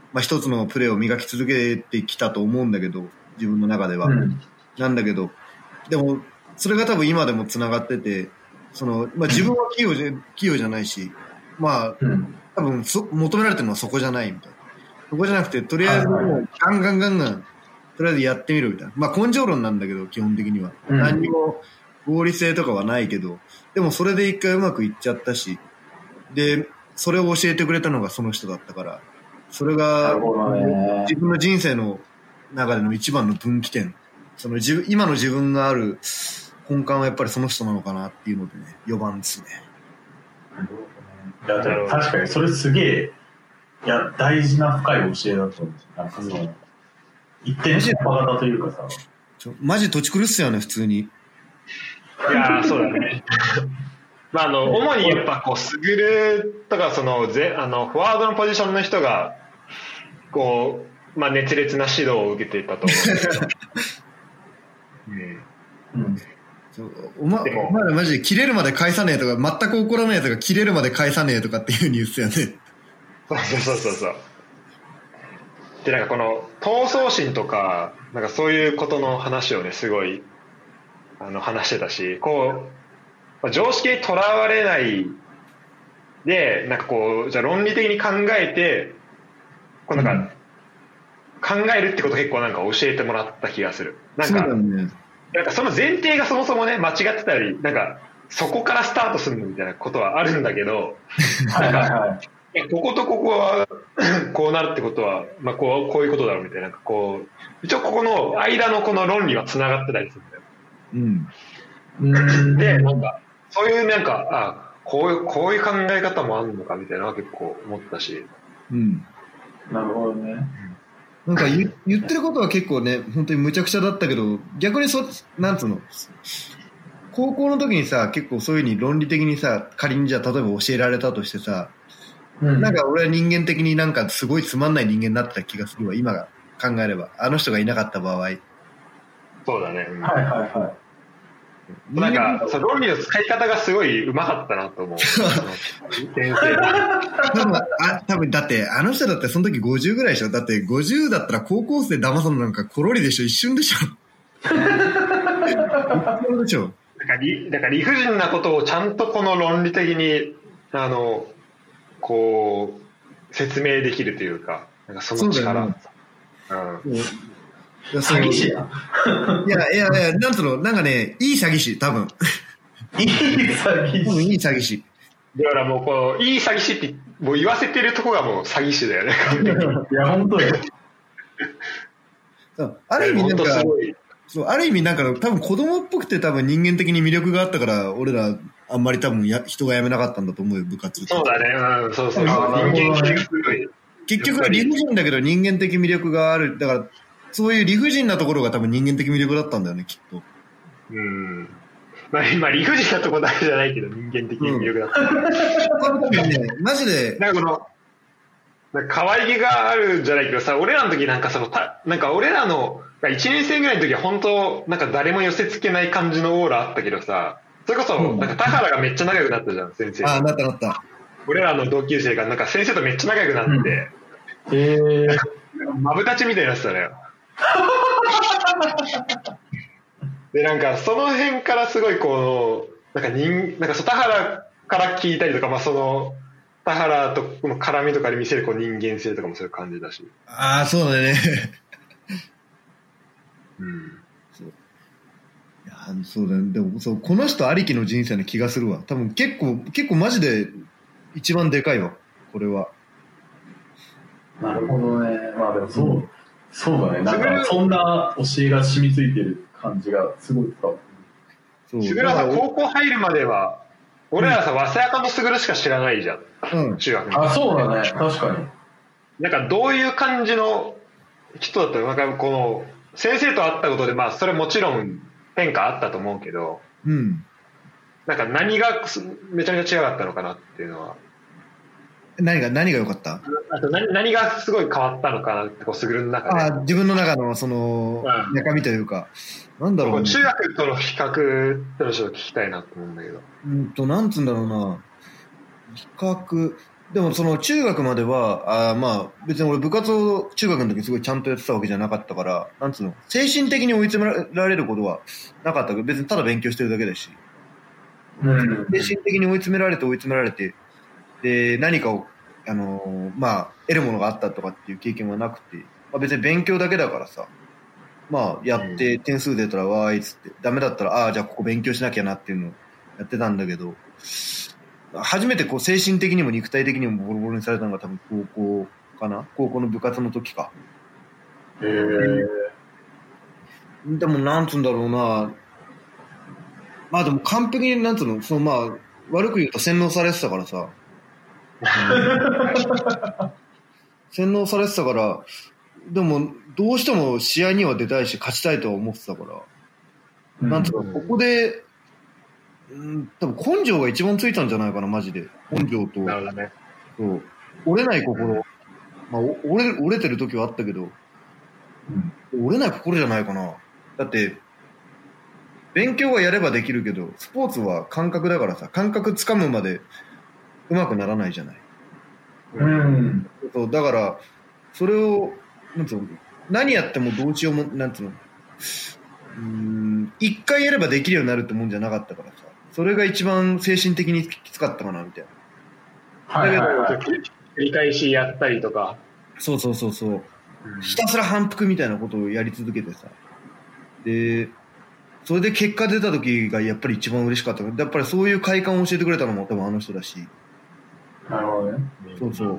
まあ一つのプレーを磨き続けてきたと思うんだけど、自分の中では。うん、なんだけど、でも、それが多分今でも繋がってて、その、まあ自分は器用じゃ、器用じゃないし、まあ、うん、多分そ求められてるのはそこじゃないみたいな。そこじゃなくて、とりあえずもうガンガンガンガン、とりあえずやってみるみたいな。まあ根性論なんだけど、基本的には。うん、何にも合理性とかはないけど、でもそれで一回うまくいっちゃったし、で、それを教えてくれたのがその人だったから、それが自分の人生の中での一番の分岐点。その自分今の自分がある根幹はやっぱりその人なのかなっていうのでね、よばんですね。 いや、でも確かにそれすげえ、いや、大事な深い教えだと思うんですよ。なんかその、一点突破型というかさ。 ちょマジ土地狂っすよね、普通に。 いやー、そうだね。まあ、あの、主にやっぱこう、スグルとか、その、ぜ、あの、フォワードのポジションの人が、こう、まあ、熱烈な指導を受けていたと思うんですけど。 うんうんおま、お前らマジで切れるまで返さねえとか、全く怒らないやつが切れるまで返さねえとかっていうニュースやね。 そうそうそうそう。で、なんかこの、闘争心とか、なんかそういうことの話をね、すごい、あの、話してたし、こう、常識にとらわれないで、なんかこう、じゃあ論理的に考えて、こうなんか、考えるってこと結構なんか教えてもらった気がする。なんか、そうだね。なんかその前提がそもそもね、間違ってたり、なんか、そこからスタートするのみたいなことはあるんだけど、なんか、こことここは、こうなるってことは、まあこう、こういうことだろうみたいな、なんかこう、一応ここの間のこの論理は繋がってたりするんだよ。うん。で、なんか、そういうなんか、あ、こういう、こういう考え方もあるのかみたいなのは結構思ったし。 うん。なるほどね。 なんか 言, 言ってることは結構ね、本当に無茶苦茶だったけど、逆にそ、なんつうの、高校の時にさ、結構そういうふうに論理的にさ、仮にじゃあ例えば教えられたとしてさ、うん、なんか俺は人間的になんかすごいつまんない人間になってた気がするわ、今が考えれば。あの人がいなかった場合。 そうだね。うん、 はいはいはい。 なんか、その論理の使い方がすごい上手かったなと思う。先生多分、あ、多分だって、あの人だってその時ごじゅうぐらいでしょ。だってごじゅうだったら高校生騙すのなんかコロリでしょ。一瞬でしょ。一瞬でしょ。 だから理、だから理不尽なことをちゃんとこの論理的に、あの、こう、説明できるというか、なんかその力。 そうだよね。うん。 詐欺師や。 いやいやいや、なんつうの、なんかね、いい詐欺師、多分。 いい詐欺師。 いい詐欺師。 だからもうこの、いい詐欺師って、もう言わせてるとこがもう詐欺師だよね。 いや、本当よ。 ある意味なんか、そう、ある意味なんか、多分子供っぽくて多分人間的に魅力があったから、俺ら、あんまり多分や人が辞めなかったんだと思うよ、部活。 そうだね、うん、そうそう。人間的にすごい。 結局は理不尽だけど人間的魅力がある。だから、そういう理不尽なところが多分人間的魅力だったんだよね、きっと。 うん。まあ今理不尽なところだけじゃないけど、人間的魅力だった。うん、 ね、マジで。 なんかこの、なんか可愛げがあるんじゃないけどさ、俺らの時なんかその、たなんか俺らのいちねん生ぐらいの時は本当、なんか誰も寄せ付けない感じのオーラあったけどさ、それこそ、なんか田原がめっちゃ仲良くなったじゃん、先生。 ああ、なったなった。 俺らの同級生がなんか先生とめっちゃ仲良くなって、 うん、えー、 マブダチみたいになってたのよ。で、なんかその辺からすごいこう、なんか人、なんかそ田原から聞いたりとか、まあその、田原との絡みとかで見せるこう人間性とかもそういう感じだし。 ああ、そうだね。 うん。 そう。いや、そうだね。でもそう、この人ありきの人生の気がするわ。多分結構、結構マジで一番でかいわ、これは。 なるほどね。まあでもそう、うん、そうだね。なんかそんな教えが染みついてる感じがすごい伝わる。 そう。すぐらさ、高校入るまでは、俺らさ、早稲赤のすぐるしか知らないじゃん。うん。中学の。 あ、そうだね。確かに。 なんかどういう感じの人だったの？なんかこの、先生と会ったことで、まあそれもちろん変化あったと思うけど、 うん。 なんか何がめちゃめちゃ違かったのかなっていうのは。 何が、何が良かった？ あと何、何がすごい変わったのかなって、こう、すぐるの中で。 あ、自分の中の、その、うん、中身というか、なんだろう、ね。 中学との比較ってのをちょっと聞きたいなと思うんだけど。 うんと、なんつうんだろうな。比較、 でもその中学までは、あまあ別に俺部活を中学の時すごいちゃんとやってたわけじゃなかったから、なんつうの、精神的に追い詰められることはなかったけど、別にただ勉強してるだけだし、 うん。 精神的に追い詰められて追い詰められて、で、何かを、あのーまあ得るものがあったとかっていう経験はなくて、まあ別に勉強だけだからさ、まあやって点数出たらわーいっつって、ダメだったら、ああ、じゃあここ勉強しなきゃなっていうのをやってたんだけど、初めてこう精神的にも肉体的にもボロボロにされたのが多分高校かな、高校の部活の時か。 へー。 でもなんつうんだろうな、まあでも完璧になんつうの、そのまあ悪く言うと洗脳されてたからさ、洗脳されてたから、でもどうしても試合には出たいし勝ちたいとは思ってたから、うん、なんつうの、ここでうん、多分根性が一番ついたんじゃないかな、マジで。根性と。 なるほどね。 そう。折れない心。まあ、折れ、折れてる時はあったけど、うん、折れない心じゃないかな。だって、勉強はやればできるけど、スポーツは感覚だからさ、感覚つかむまでうまくならないじゃない。 うん。 そう、だから、それを、なんつうの、何やってもどうしようも、なんつうの、うーん、一回やればできるようになるってもんじゃなかったからさ。それが一番精神的にきつかったかなみたいな。 はいはいはい、繰り返しやったりとか。 そうそうそうそう、うん。ひたすら反復みたいなことをやり続けてさ。で、それで結果出た時がやっぱり一番嬉しかった。やっぱりそういう快感を教えてくれたのも多分あの人だし。 なるほどね。 そうそう。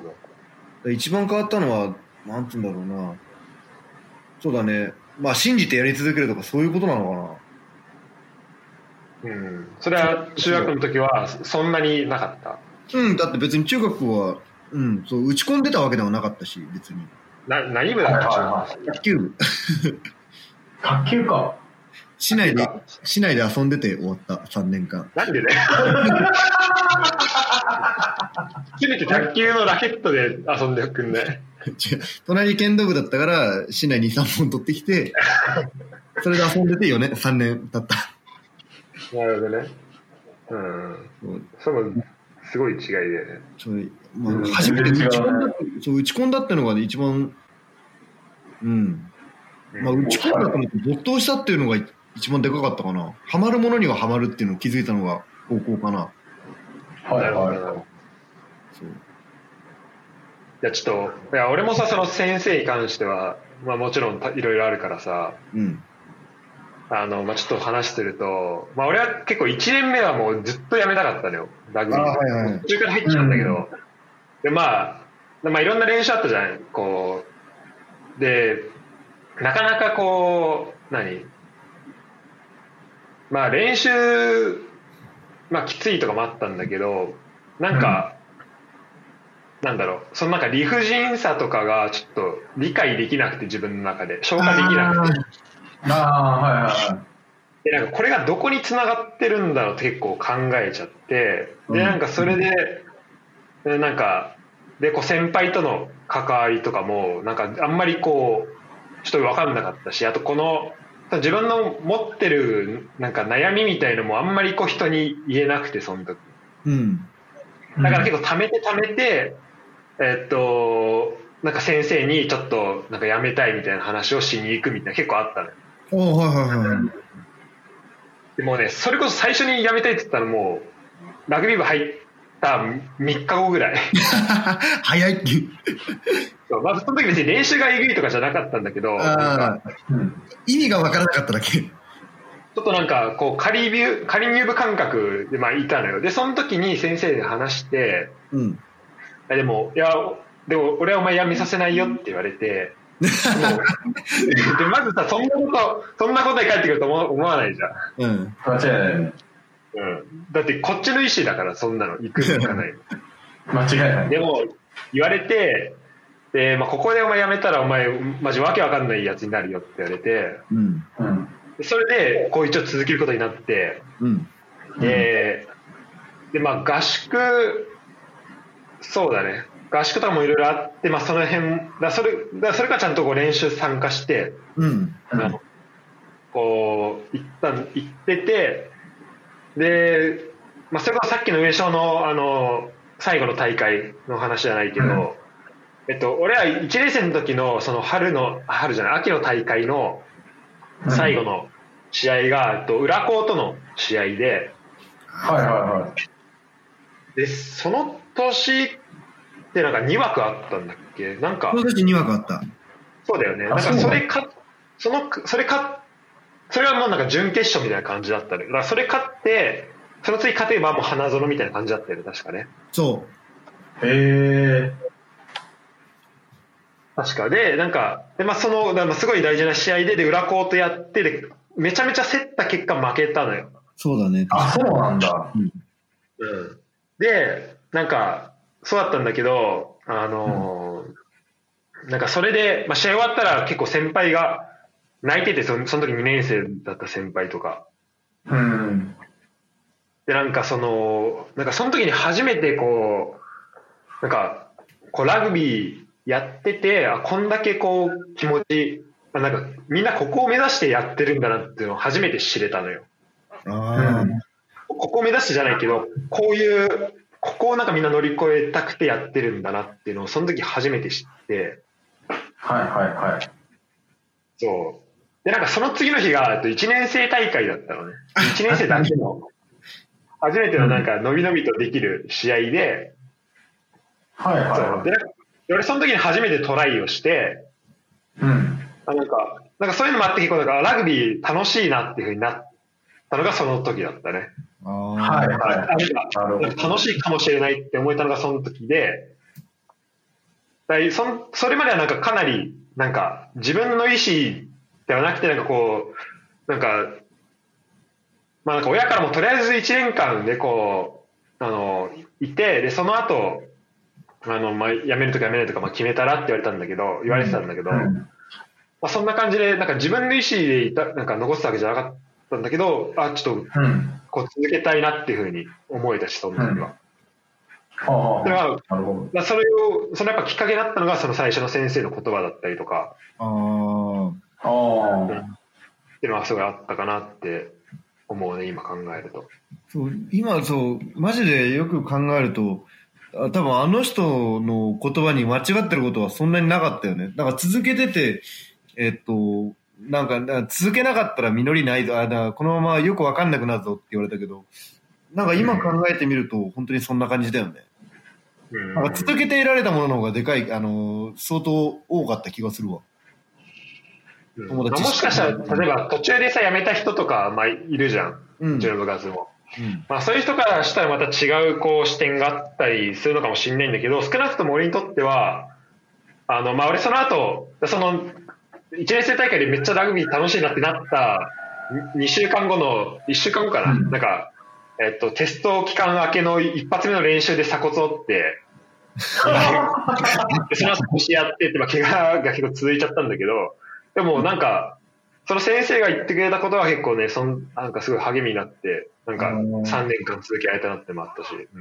一番変わったのは、なんつうんだろうな。そうだね。まあ信じてやり続けるとかそういうことなのかな。 うん、それは中学の時はそんなになかった？ うん、だって別に中学は、うん、そう打ち込んでたわけではなかったし、別に。 な何部だったの？ 卓球部。 卓球か。 市内で、市内で遊んでて終わったさんねんかん。 なんでね。せめて卓球のラケットで遊んでくんね。 違う、隣剣道部だったから市内にさんぼん取ってきて、それで遊んでてよね、さんねん経った。 なるほどね。うん。そう、すごい違いでね。 それ、まあ、初めて打ち込んだ、そう、打ち込んだってのが一番、うん。まあ、打ち込んだと思って没頭したっていうのが一番でかかったかな。ハマるものにはハマるっていうのを気づいたのが高校かな。 はいはいはい。そう。いや、ちょっと、いや、俺もさ、その先生に関しては、まあもちろんいろいろあるからさ、 うん。 あの、まあ、ちょっと話してると、まあ、俺は結構いちねんめはもうずっとやめたかったのよ、ラグビー。はいはい、途中から入っちゃうんだけど、うん、で、まあ、まあ、いろんな練習あったじゃん、こう。で、なかなかこう、何まあ、練習、まあ、きついとかもあったんだけど、なんか、うん、なんだろう、そのなんか理不尽さとかがちょっと理解できなくて、自分の中で。消化できなくて。 ああ、はいはいはい。 で、なんかこれがどこに繋がってるんだろうって結構考えちゃって、で、なんかそれで、でなんか、で、こう先輩との関わりとかも、なんかあんまりこう、ちょっと分かんなかったし、あとこの、自分の持ってるなんか悩みみたいのもあんまりこう人に言えなくて、その時。 うん。 だから結構溜めて溜めて、えっと、なんか先生にちょっとなんかやめたいみたいな話をしに行くみたいな結構あったのよ。 おはいはいはい。 でもね、それこそ最初に辞めたいって言ったらもう、ラグビー部入ったみっかごぐらい。 早いっていう。 そうまあ、その時別に練習がえぐいとかじゃなかったんだけど、なんか意味がわからなかっただけ。ちょっとなんか、こう、仮入、仮入部感覚でまあいたのよ。で、その時に先生に話して、 うん。 でも、いや、でも俺はお前辞めさせないよって言われて、でまずさ、そんなこと、そんなことに帰ってくると思思わないじゃん。 うん。 間違いない。うん。 だってこっちの意思だからそんなの行くの行かないの。 間違いない。 でも、言われて、で、まあ、ここでお前辞めたらお前、マジわけわかんないやつになるよって言われて、 うん。 うん。それで、こう一応続けることになって、 うん。 で、で、まあ合宿、そうだね。合宿とかもいろいろあって、まあその辺、だそれ、だそれからちゃんとこう練習参加して、 うん。 あのこう、一旦行ってて、で、まあそれからさっきの上昇の、あの、 最後の大会の話じゃないけど、うん、えっと、俺はいちねん生の時のその春の、春じゃない、秋の大会の最後の試合が、うん、えっと、浦高との試合で、 はいはいはい。 で、その年ってなんかにわくあったんだっけ？なんか。 その年にわくあった。 そうだよね。なんかそれか、その、それか、それはもうなんか準決勝みたいな感じだったね。だからそれ勝って、その次勝てばもう花園みたいな感じだったよね、確かね。 そう。 へー。 確か。で、なんか、で、まあその、まあ、すごい大事な試合で、で、裏コートやって、で、めちゃめちゃ競った結果負けたのよ。 そうだね。 あ、そうなんだ。 うん。うん、で、なんか、そうだったんだけど、あのーうん、なんかそれで、まあ試合終わったら結構先輩が泣いてて、その、その時にねん生だった先輩とか。 うん。 で、なんかその、なんかその時に初めてこう、なんか、こうラグビーやってて、あ、こんだけこう気持ち、なんかみんなここを目指してやってるんだなっていうのを初めて知れたのよ。 あ、うん、 ここを目指してじゃないけど、こういう、ここをなんかみんな乗り越えたくてやってるんだなっていうのをその時初めて知って。 はいはいはい。 そう。で、なんかその次の日がいちねん生大会だったのね。いちねん生だけの、初めてのなんかのびのびとできる試合で、 はいはいはい。 で、俺その時に初めてトライをして、 うん。 あ、なんか、なんかそういうのもあって結構なんかラグビー楽しいなっていう風になったのがその時だったね。 あ、 はいはい。 なんか楽しいかもしれないって思えたのがその時で、だいそそれまではなんかかなりなんか自分の意思ではなくてなんかこう、なんか、まあなんか親からもとりあえずいちねんかんでこう、あの、いて、で、その後、あの、まあ、辞めるとか辞めないとか、まあ、決めたらって言われたんだけど、言われてたんだけど、うん、まあ、そんな感じで、なんか自分の意思でいた、なんか残すわけじゃなかったんだけど、あ、ちょっと、こう続けたいなっていうふうに思えたし、その時は。うん、それは、まあ、それを、そのやっぱきっかけだったのが、その最初の先生の言葉だったりとか、 ああ、 っていうのはすごいあったかなって思うね、今考えると。 そう、今そう、マジでよく考えると、多分あの人の言葉に間違ってることはそんなになかったよね。だから続けてて、えっと、なんか、か続けなかったら実りないぞ、あ、だからこのままよくわかんなくなるぞって言われたけど、なんか今考えてみると本当にそんな感じだよね。うん、なんか続けて得られたものの方がでかい、あの、相当多かった気がするわ。 うん、友達もしかしたら、例えば途中でさ、辞めた人とか、まあ、いるじゃん。うん、うちの部活も。うん、まあ、そういう人からしたらまた違うこう視点があったりするのかもしれないんだけど、少なくとも俺にとっては、あの、まあ、俺その後、その、いちねん生大会でめっちゃラグビー楽しいなってなったにしゅうかんごの、いっしゅうかんごかな、うん、なんか、えっと、テスト期間明けの一発目の練習で鎖骨折って、その後腰やってって、まあ、怪我が結構続いちゃったんだけど、でもなんか、その先生が言ってくれたことは結構ね、そんなんかすごい励みになって、なんかさんねんかん続けられたなってもあったし、うん、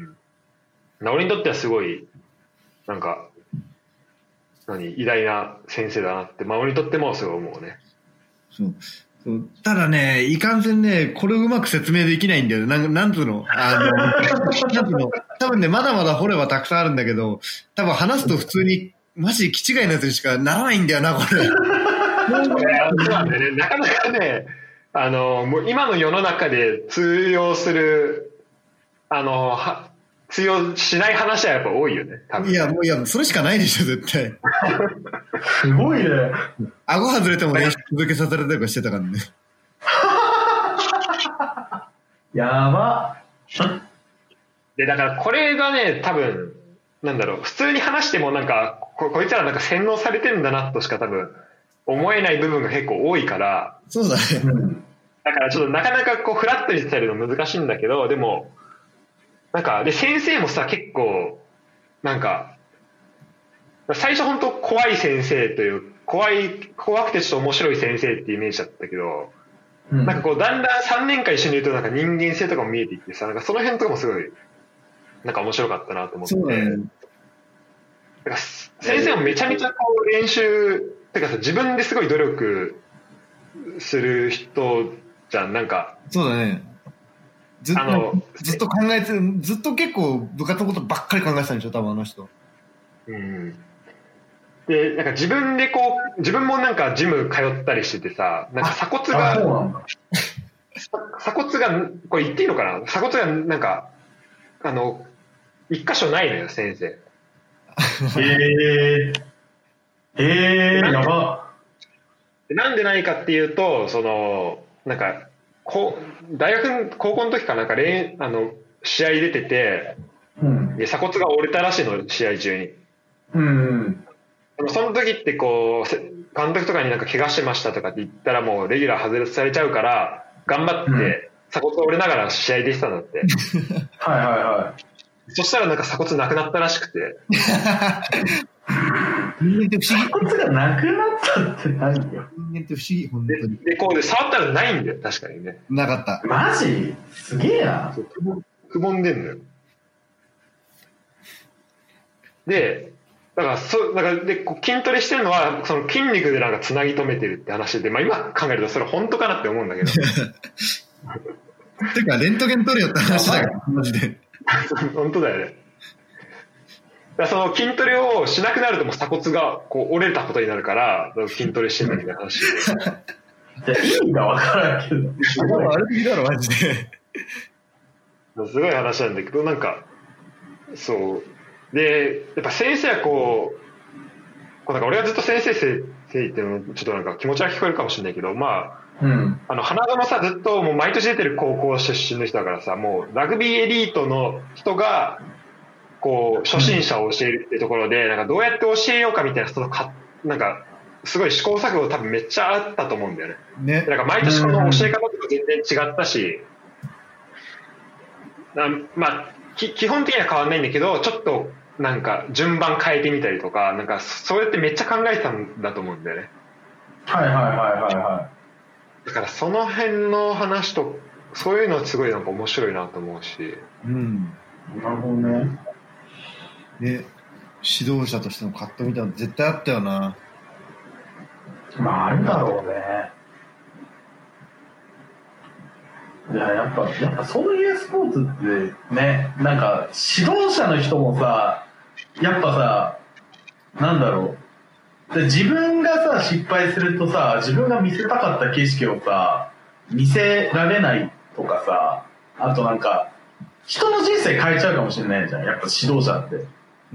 俺にとってはすごい、なんか、何、偉大な先生だなって、まあ俺にとってもすごい思うね。 そうそう、ただね、いかんせんね、これをうまく説明できないんだよ。なん、なんつうの、あの、なんつうの、多分ね、まだまだ掘ればたくさんあるんだけど、多分話すと普通に、マジで気違いのやつにしかならないんだよな、これ。 そうなんだよね。なかなかね、あの、もう今の世の中で通用する、あの、は通用しない話はやっぱ多いよね、多分。 いや、もういや、それしかないでしょ、絶対。 すごいね。 顎外れても練習続けさせられたりとかしてたからね。 やば。 で、だからこれがね、多分、なんだろう、普通に話してもなんか、こ, こいつらなんか洗脳されてるんだなとしか多分、思えない部分が結構多いから、 そうだね。 だからちょっとなかなかこうフラットに伝えるの難しいんだけど、でも、なんか、で、先生もさ、結構、なんか、最初本当怖い先生という、怖い、怖くてちょっと面白い先生ってイメージだったけど、うん、なんかこう、だんだんさんねんかん一緒にいるとなんか人間性とかも見えていってさ、なんかその辺とかもすごい、なんか面白かったなと思って。そうね。なんか先生もめちゃめちゃこう練習、てかさ、自分ですごい努力する人じゃん、なんか。 そうだね。 ずっとあのずっと考えてずっと結構部活のことばっかり考えてたんでしょ多分あの人。 うんでなんか自分でこう自分もなんかジム通ったりしててさ、なんか鎖骨が鎖骨がこれ言っていいのかな、鎖骨がなんかあの一箇所ないのよ先生。 へえー、へえー、やば。 なんでないかっていうと、そのなんかこう大学高校の時かなんか練あの試合出てて、うん、で鎖骨が折れたらしいの試合中に。 うん。 その時ってこう監督とかになんか怪我してましたとかって言ったらもうレギュラー外されちゃうから頑張って鎖骨折れながら試合出てたんだって。 はいはいはい。 そしたらなんか鎖骨なくなったらしくて。 人間って不思議。 鎖骨がなくなったって何よ。 人間って不思議本当に。 で、でこうで触ったらないんだよ確かにね。 なかった。 マジ？すげえな。 くぼんでんのよ。で。だからそだからでこう筋トレしてるのはその筋肉でなんかつなぎ止めてるって話で、まあ、今考えるとそれ本当かなって思うんだけどてかレントゲン取れよって話だよマジで本当だよね。だからその筋トレをしなくなるともう鎖骨がこう折れたことになるから筋トレしてるみたいな話で意味が分からんけどあれ的だろマジですごい話なんだけど、なんかそうでやっぱ先生はこう、こうなんか俺はずっと先生先生っていうのちょっとなんか気持ち悪く聞こえるかもしれないけど、まあ、うん、あの花園さずっともう毎年出てる高校出身の人だからさ、もうラグビーエリートの人がこう初心者を教えるっていうところで、なんかどうやって教えようかみたいなそのかなんかすごい試行錯誤多分めっちゃあったと思うんだよね。ね、なんか毎年この教え方とか全然違ったし、うん、まあ基本的には変わんないんだけど、ちょっとなんか順番変えてみたりとか、なんかそうやってめっちゃ考えてたんだと思うんだよね。 はいはいはいはいはい。 だからその辺の話とそういうのはすごいなんか面白いなと思うし。 うん。 なるほどね。 ね、指導者としての葛藤みたいなの絶対あったよな。 まああるだろうね。いややっぱやっぱそういうスポーツってね、なんか指導者の人もさ、やっぱさ、なんだろう、で自分がさ失敗するとさ、自分が見せたかった景色をさ見せられないとかさ、あとなんか人の人生変えちゃうかもしれないじゃん、やっぱ指導者って。 うん、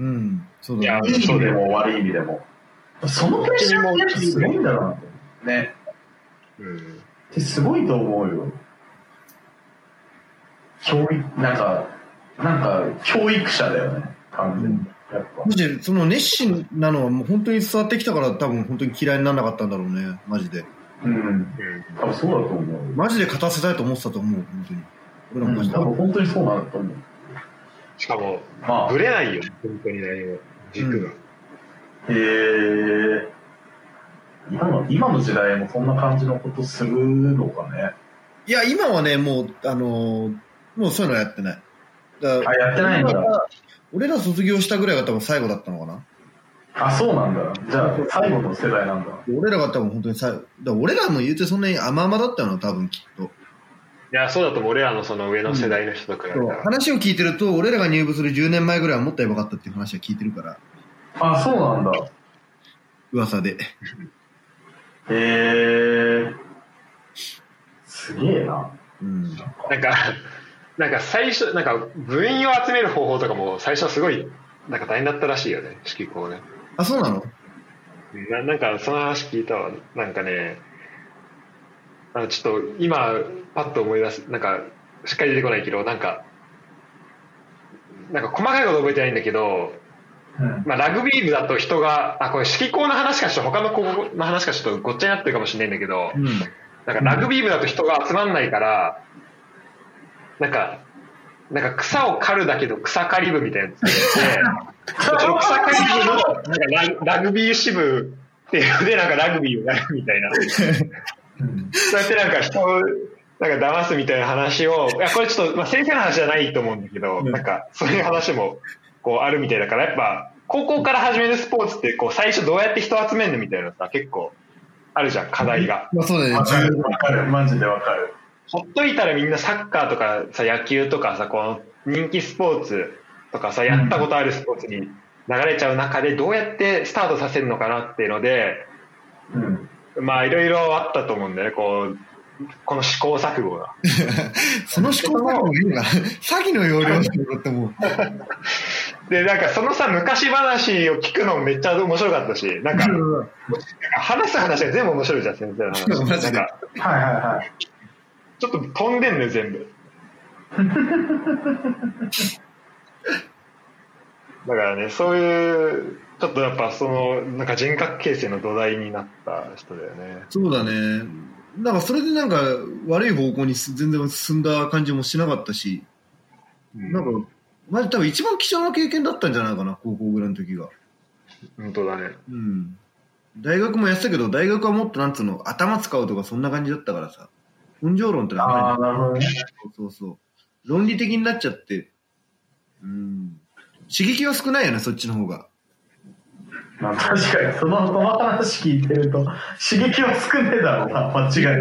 そうだね。 いい意味でも悪い意味でも、そのプレッシャーってやっぱすごいんだろうなってね。うん。ってすごいと思うよ。教育なんかなんか教育者だよね完全に。やっぱマジでその熱心なのはもう本当に伝わってきたから多分本当に嫌いにならなかったんだろうねマジで。 うん。多分そうだと思う。 マジで勝たせたいと思ってたと思う本当に。 俺もマジで、うん、多分本当にそうなんだと思う。 しかも、まあ、ぶれないよ本当に何も軸が。 うん、へえ。今の今の時代もそんな感じのことするのかね。 いや今はねもうあのー。もうそういうのやってない。 だからあ、やってないんだ。 俺ら卒業したぐらいが多分最後だったのかな。 あ、そうなんだ。じゃあ最後の世代なんだ。 俺らが多分本当に最後。だ俺らも言うてそんなに甘々だったの多分きっと。 いやそうだと思う。俺らのその上の世代の人と比べたら、 うん、話を聞いてると俺らが入部するじゅうねんまえぐらいはもっとやばかったっていう話は聞いてるから。 あ、そうなんだ。 噂で。 へえ。すげえな。 うん。 なんか。なんか最初なんか部員を集める方法とかも最初はすごいなんか大変だったらしいよね、式校ね。 あ、そうなの？ な, なんかその話聞いたわ。なんかね、あのちょっと今パッと思い出す、なんかしっかり出てこないけど、なんかなんか細かいこと覚えてないんだけど、うん、まあラグビー部だと人があこれ式校の話かちょっと他の高校の話かちょっとごっちゃになってるかもしれないんだけど、うん、なんかラグビー部だと人が集まんないから。なんか、なんか草を刈るだけど草刈り部みたいなやつで、その草刈り部のなんか ラ, ラグビー支部っていうのでなんかラグビーをやるみたいな。そうやってなんか人をなんか騙すみたいな話を、いやこれちょっと、まあ、先生の話じゃないと思うんだけど、なんかそういう話もこうあるみたいだから、やっぱ高校から始めるスポーツってこう最初どうやって人を集めるのみたいなさ結構あるじゃん課題が。 まあそうだね。 わかるわかるマジでわかる。 ほっといたらみんなサッカーとかさ、野球とかさ、この人気スポーツとかさ、やったことあるスポーツに流れちゃう中で、どうやってスタートさせるのかなっていうので、うん、まあいろいろあったと思うんだよね、こう、この試行錯誤が。 その試行錯誤がいいのかな詐欺の要領だってもう。 で、なんかそのさ、昔話を聞くのもめっちゃ面白かったし、なんか、話す話が全部面白いじゃん、先生の話。 マジで。 はいはいはい。 ちょっと飛んでんね、全部。だからね、そういう、ちょっとやっぱその、なんか人格形成の土台になった人だよね。 そうだね。なんかそれでなんか悪い方向に全然進んだ感じもしなかったし、うん、なんか、まじ多分一番貴重な経験だったんじゃないかな、高校ぐらいの時が。 本当だね。 うん。大学もやってたけど、大学はもっとなんつうの、頭使うとかそんな感じだったからさ。根性論ってのはああ、なるほどね。 そうそう。論理的になっちゃって、うん。刺激は少ないよね、そっちの方が。 まあ確かに、その、その話聞いてると、刺激は少ねえだろうな、間違いない。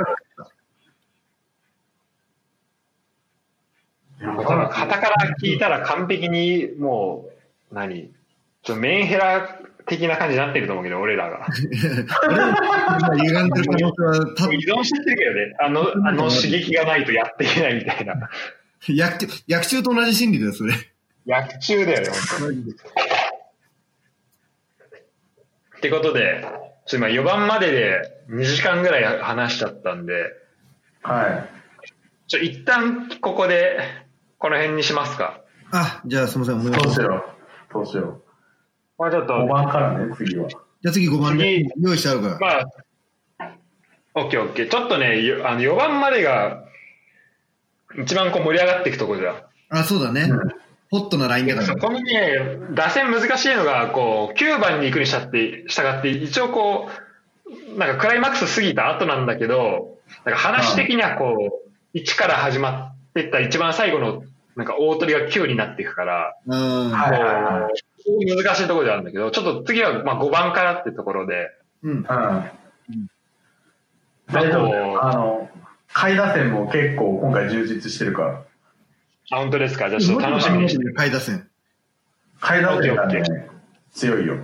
はたから聞いたら完璧にもう、何ちょっとメンヘラ的な感じになってると思うけど、俺らが。 歪んでる可能性は多分。 依存してるけどね、あの、あの刺激がないとやっていけないみたいな。 薬中、薬中と同じ心理だよ、それ。 薬中だよね、本当に。ってことで、ちょ今よばんまででにじかんぐらい話しちゃったんで、 はい。 ちょ、一旦ここで、この辺にしますか。 あ、じゃあすみません、お願いします。 どうしよう。どうしよう。 まあちょっと。 ごばんからね、次は。 じゃあ次ごばんね。用意してあるから。 まあ、オッケーオッケー。ちょっとね、あのよばんまでが、一番こう盛り上がっていくところじゃん。 あ、そうだね。うん、ホットなラインだから。 そこにね、打線難しいのが、こう、きゅうばんに行くにしたって、従って、一応こう、なんかクライマックス過ぎた後なんだけど、なんか話的にはこう、いちから始まっていった一番最後の、なんか大鳥がきゅうになっていくから、 うん、 こう、難しいところであるんだけど、ちょっと次はまあごばんからってところで、 うん。うん。 大丈夫。あの、下位打線も結構今回充実してるから。 あ、本当ですか。じゃあちょっと楽しみにしてる。 下位打線。 下位打線がね、強いよ。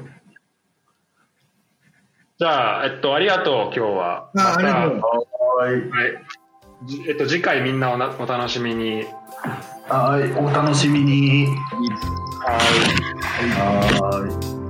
じゃあ、えっと、ありがとう、今日は。 あ、ま、ありがとう。 はい。 はい。えっと、次回みんなおなお楽しみに。 はい、お楽しみに。 はい。 はい。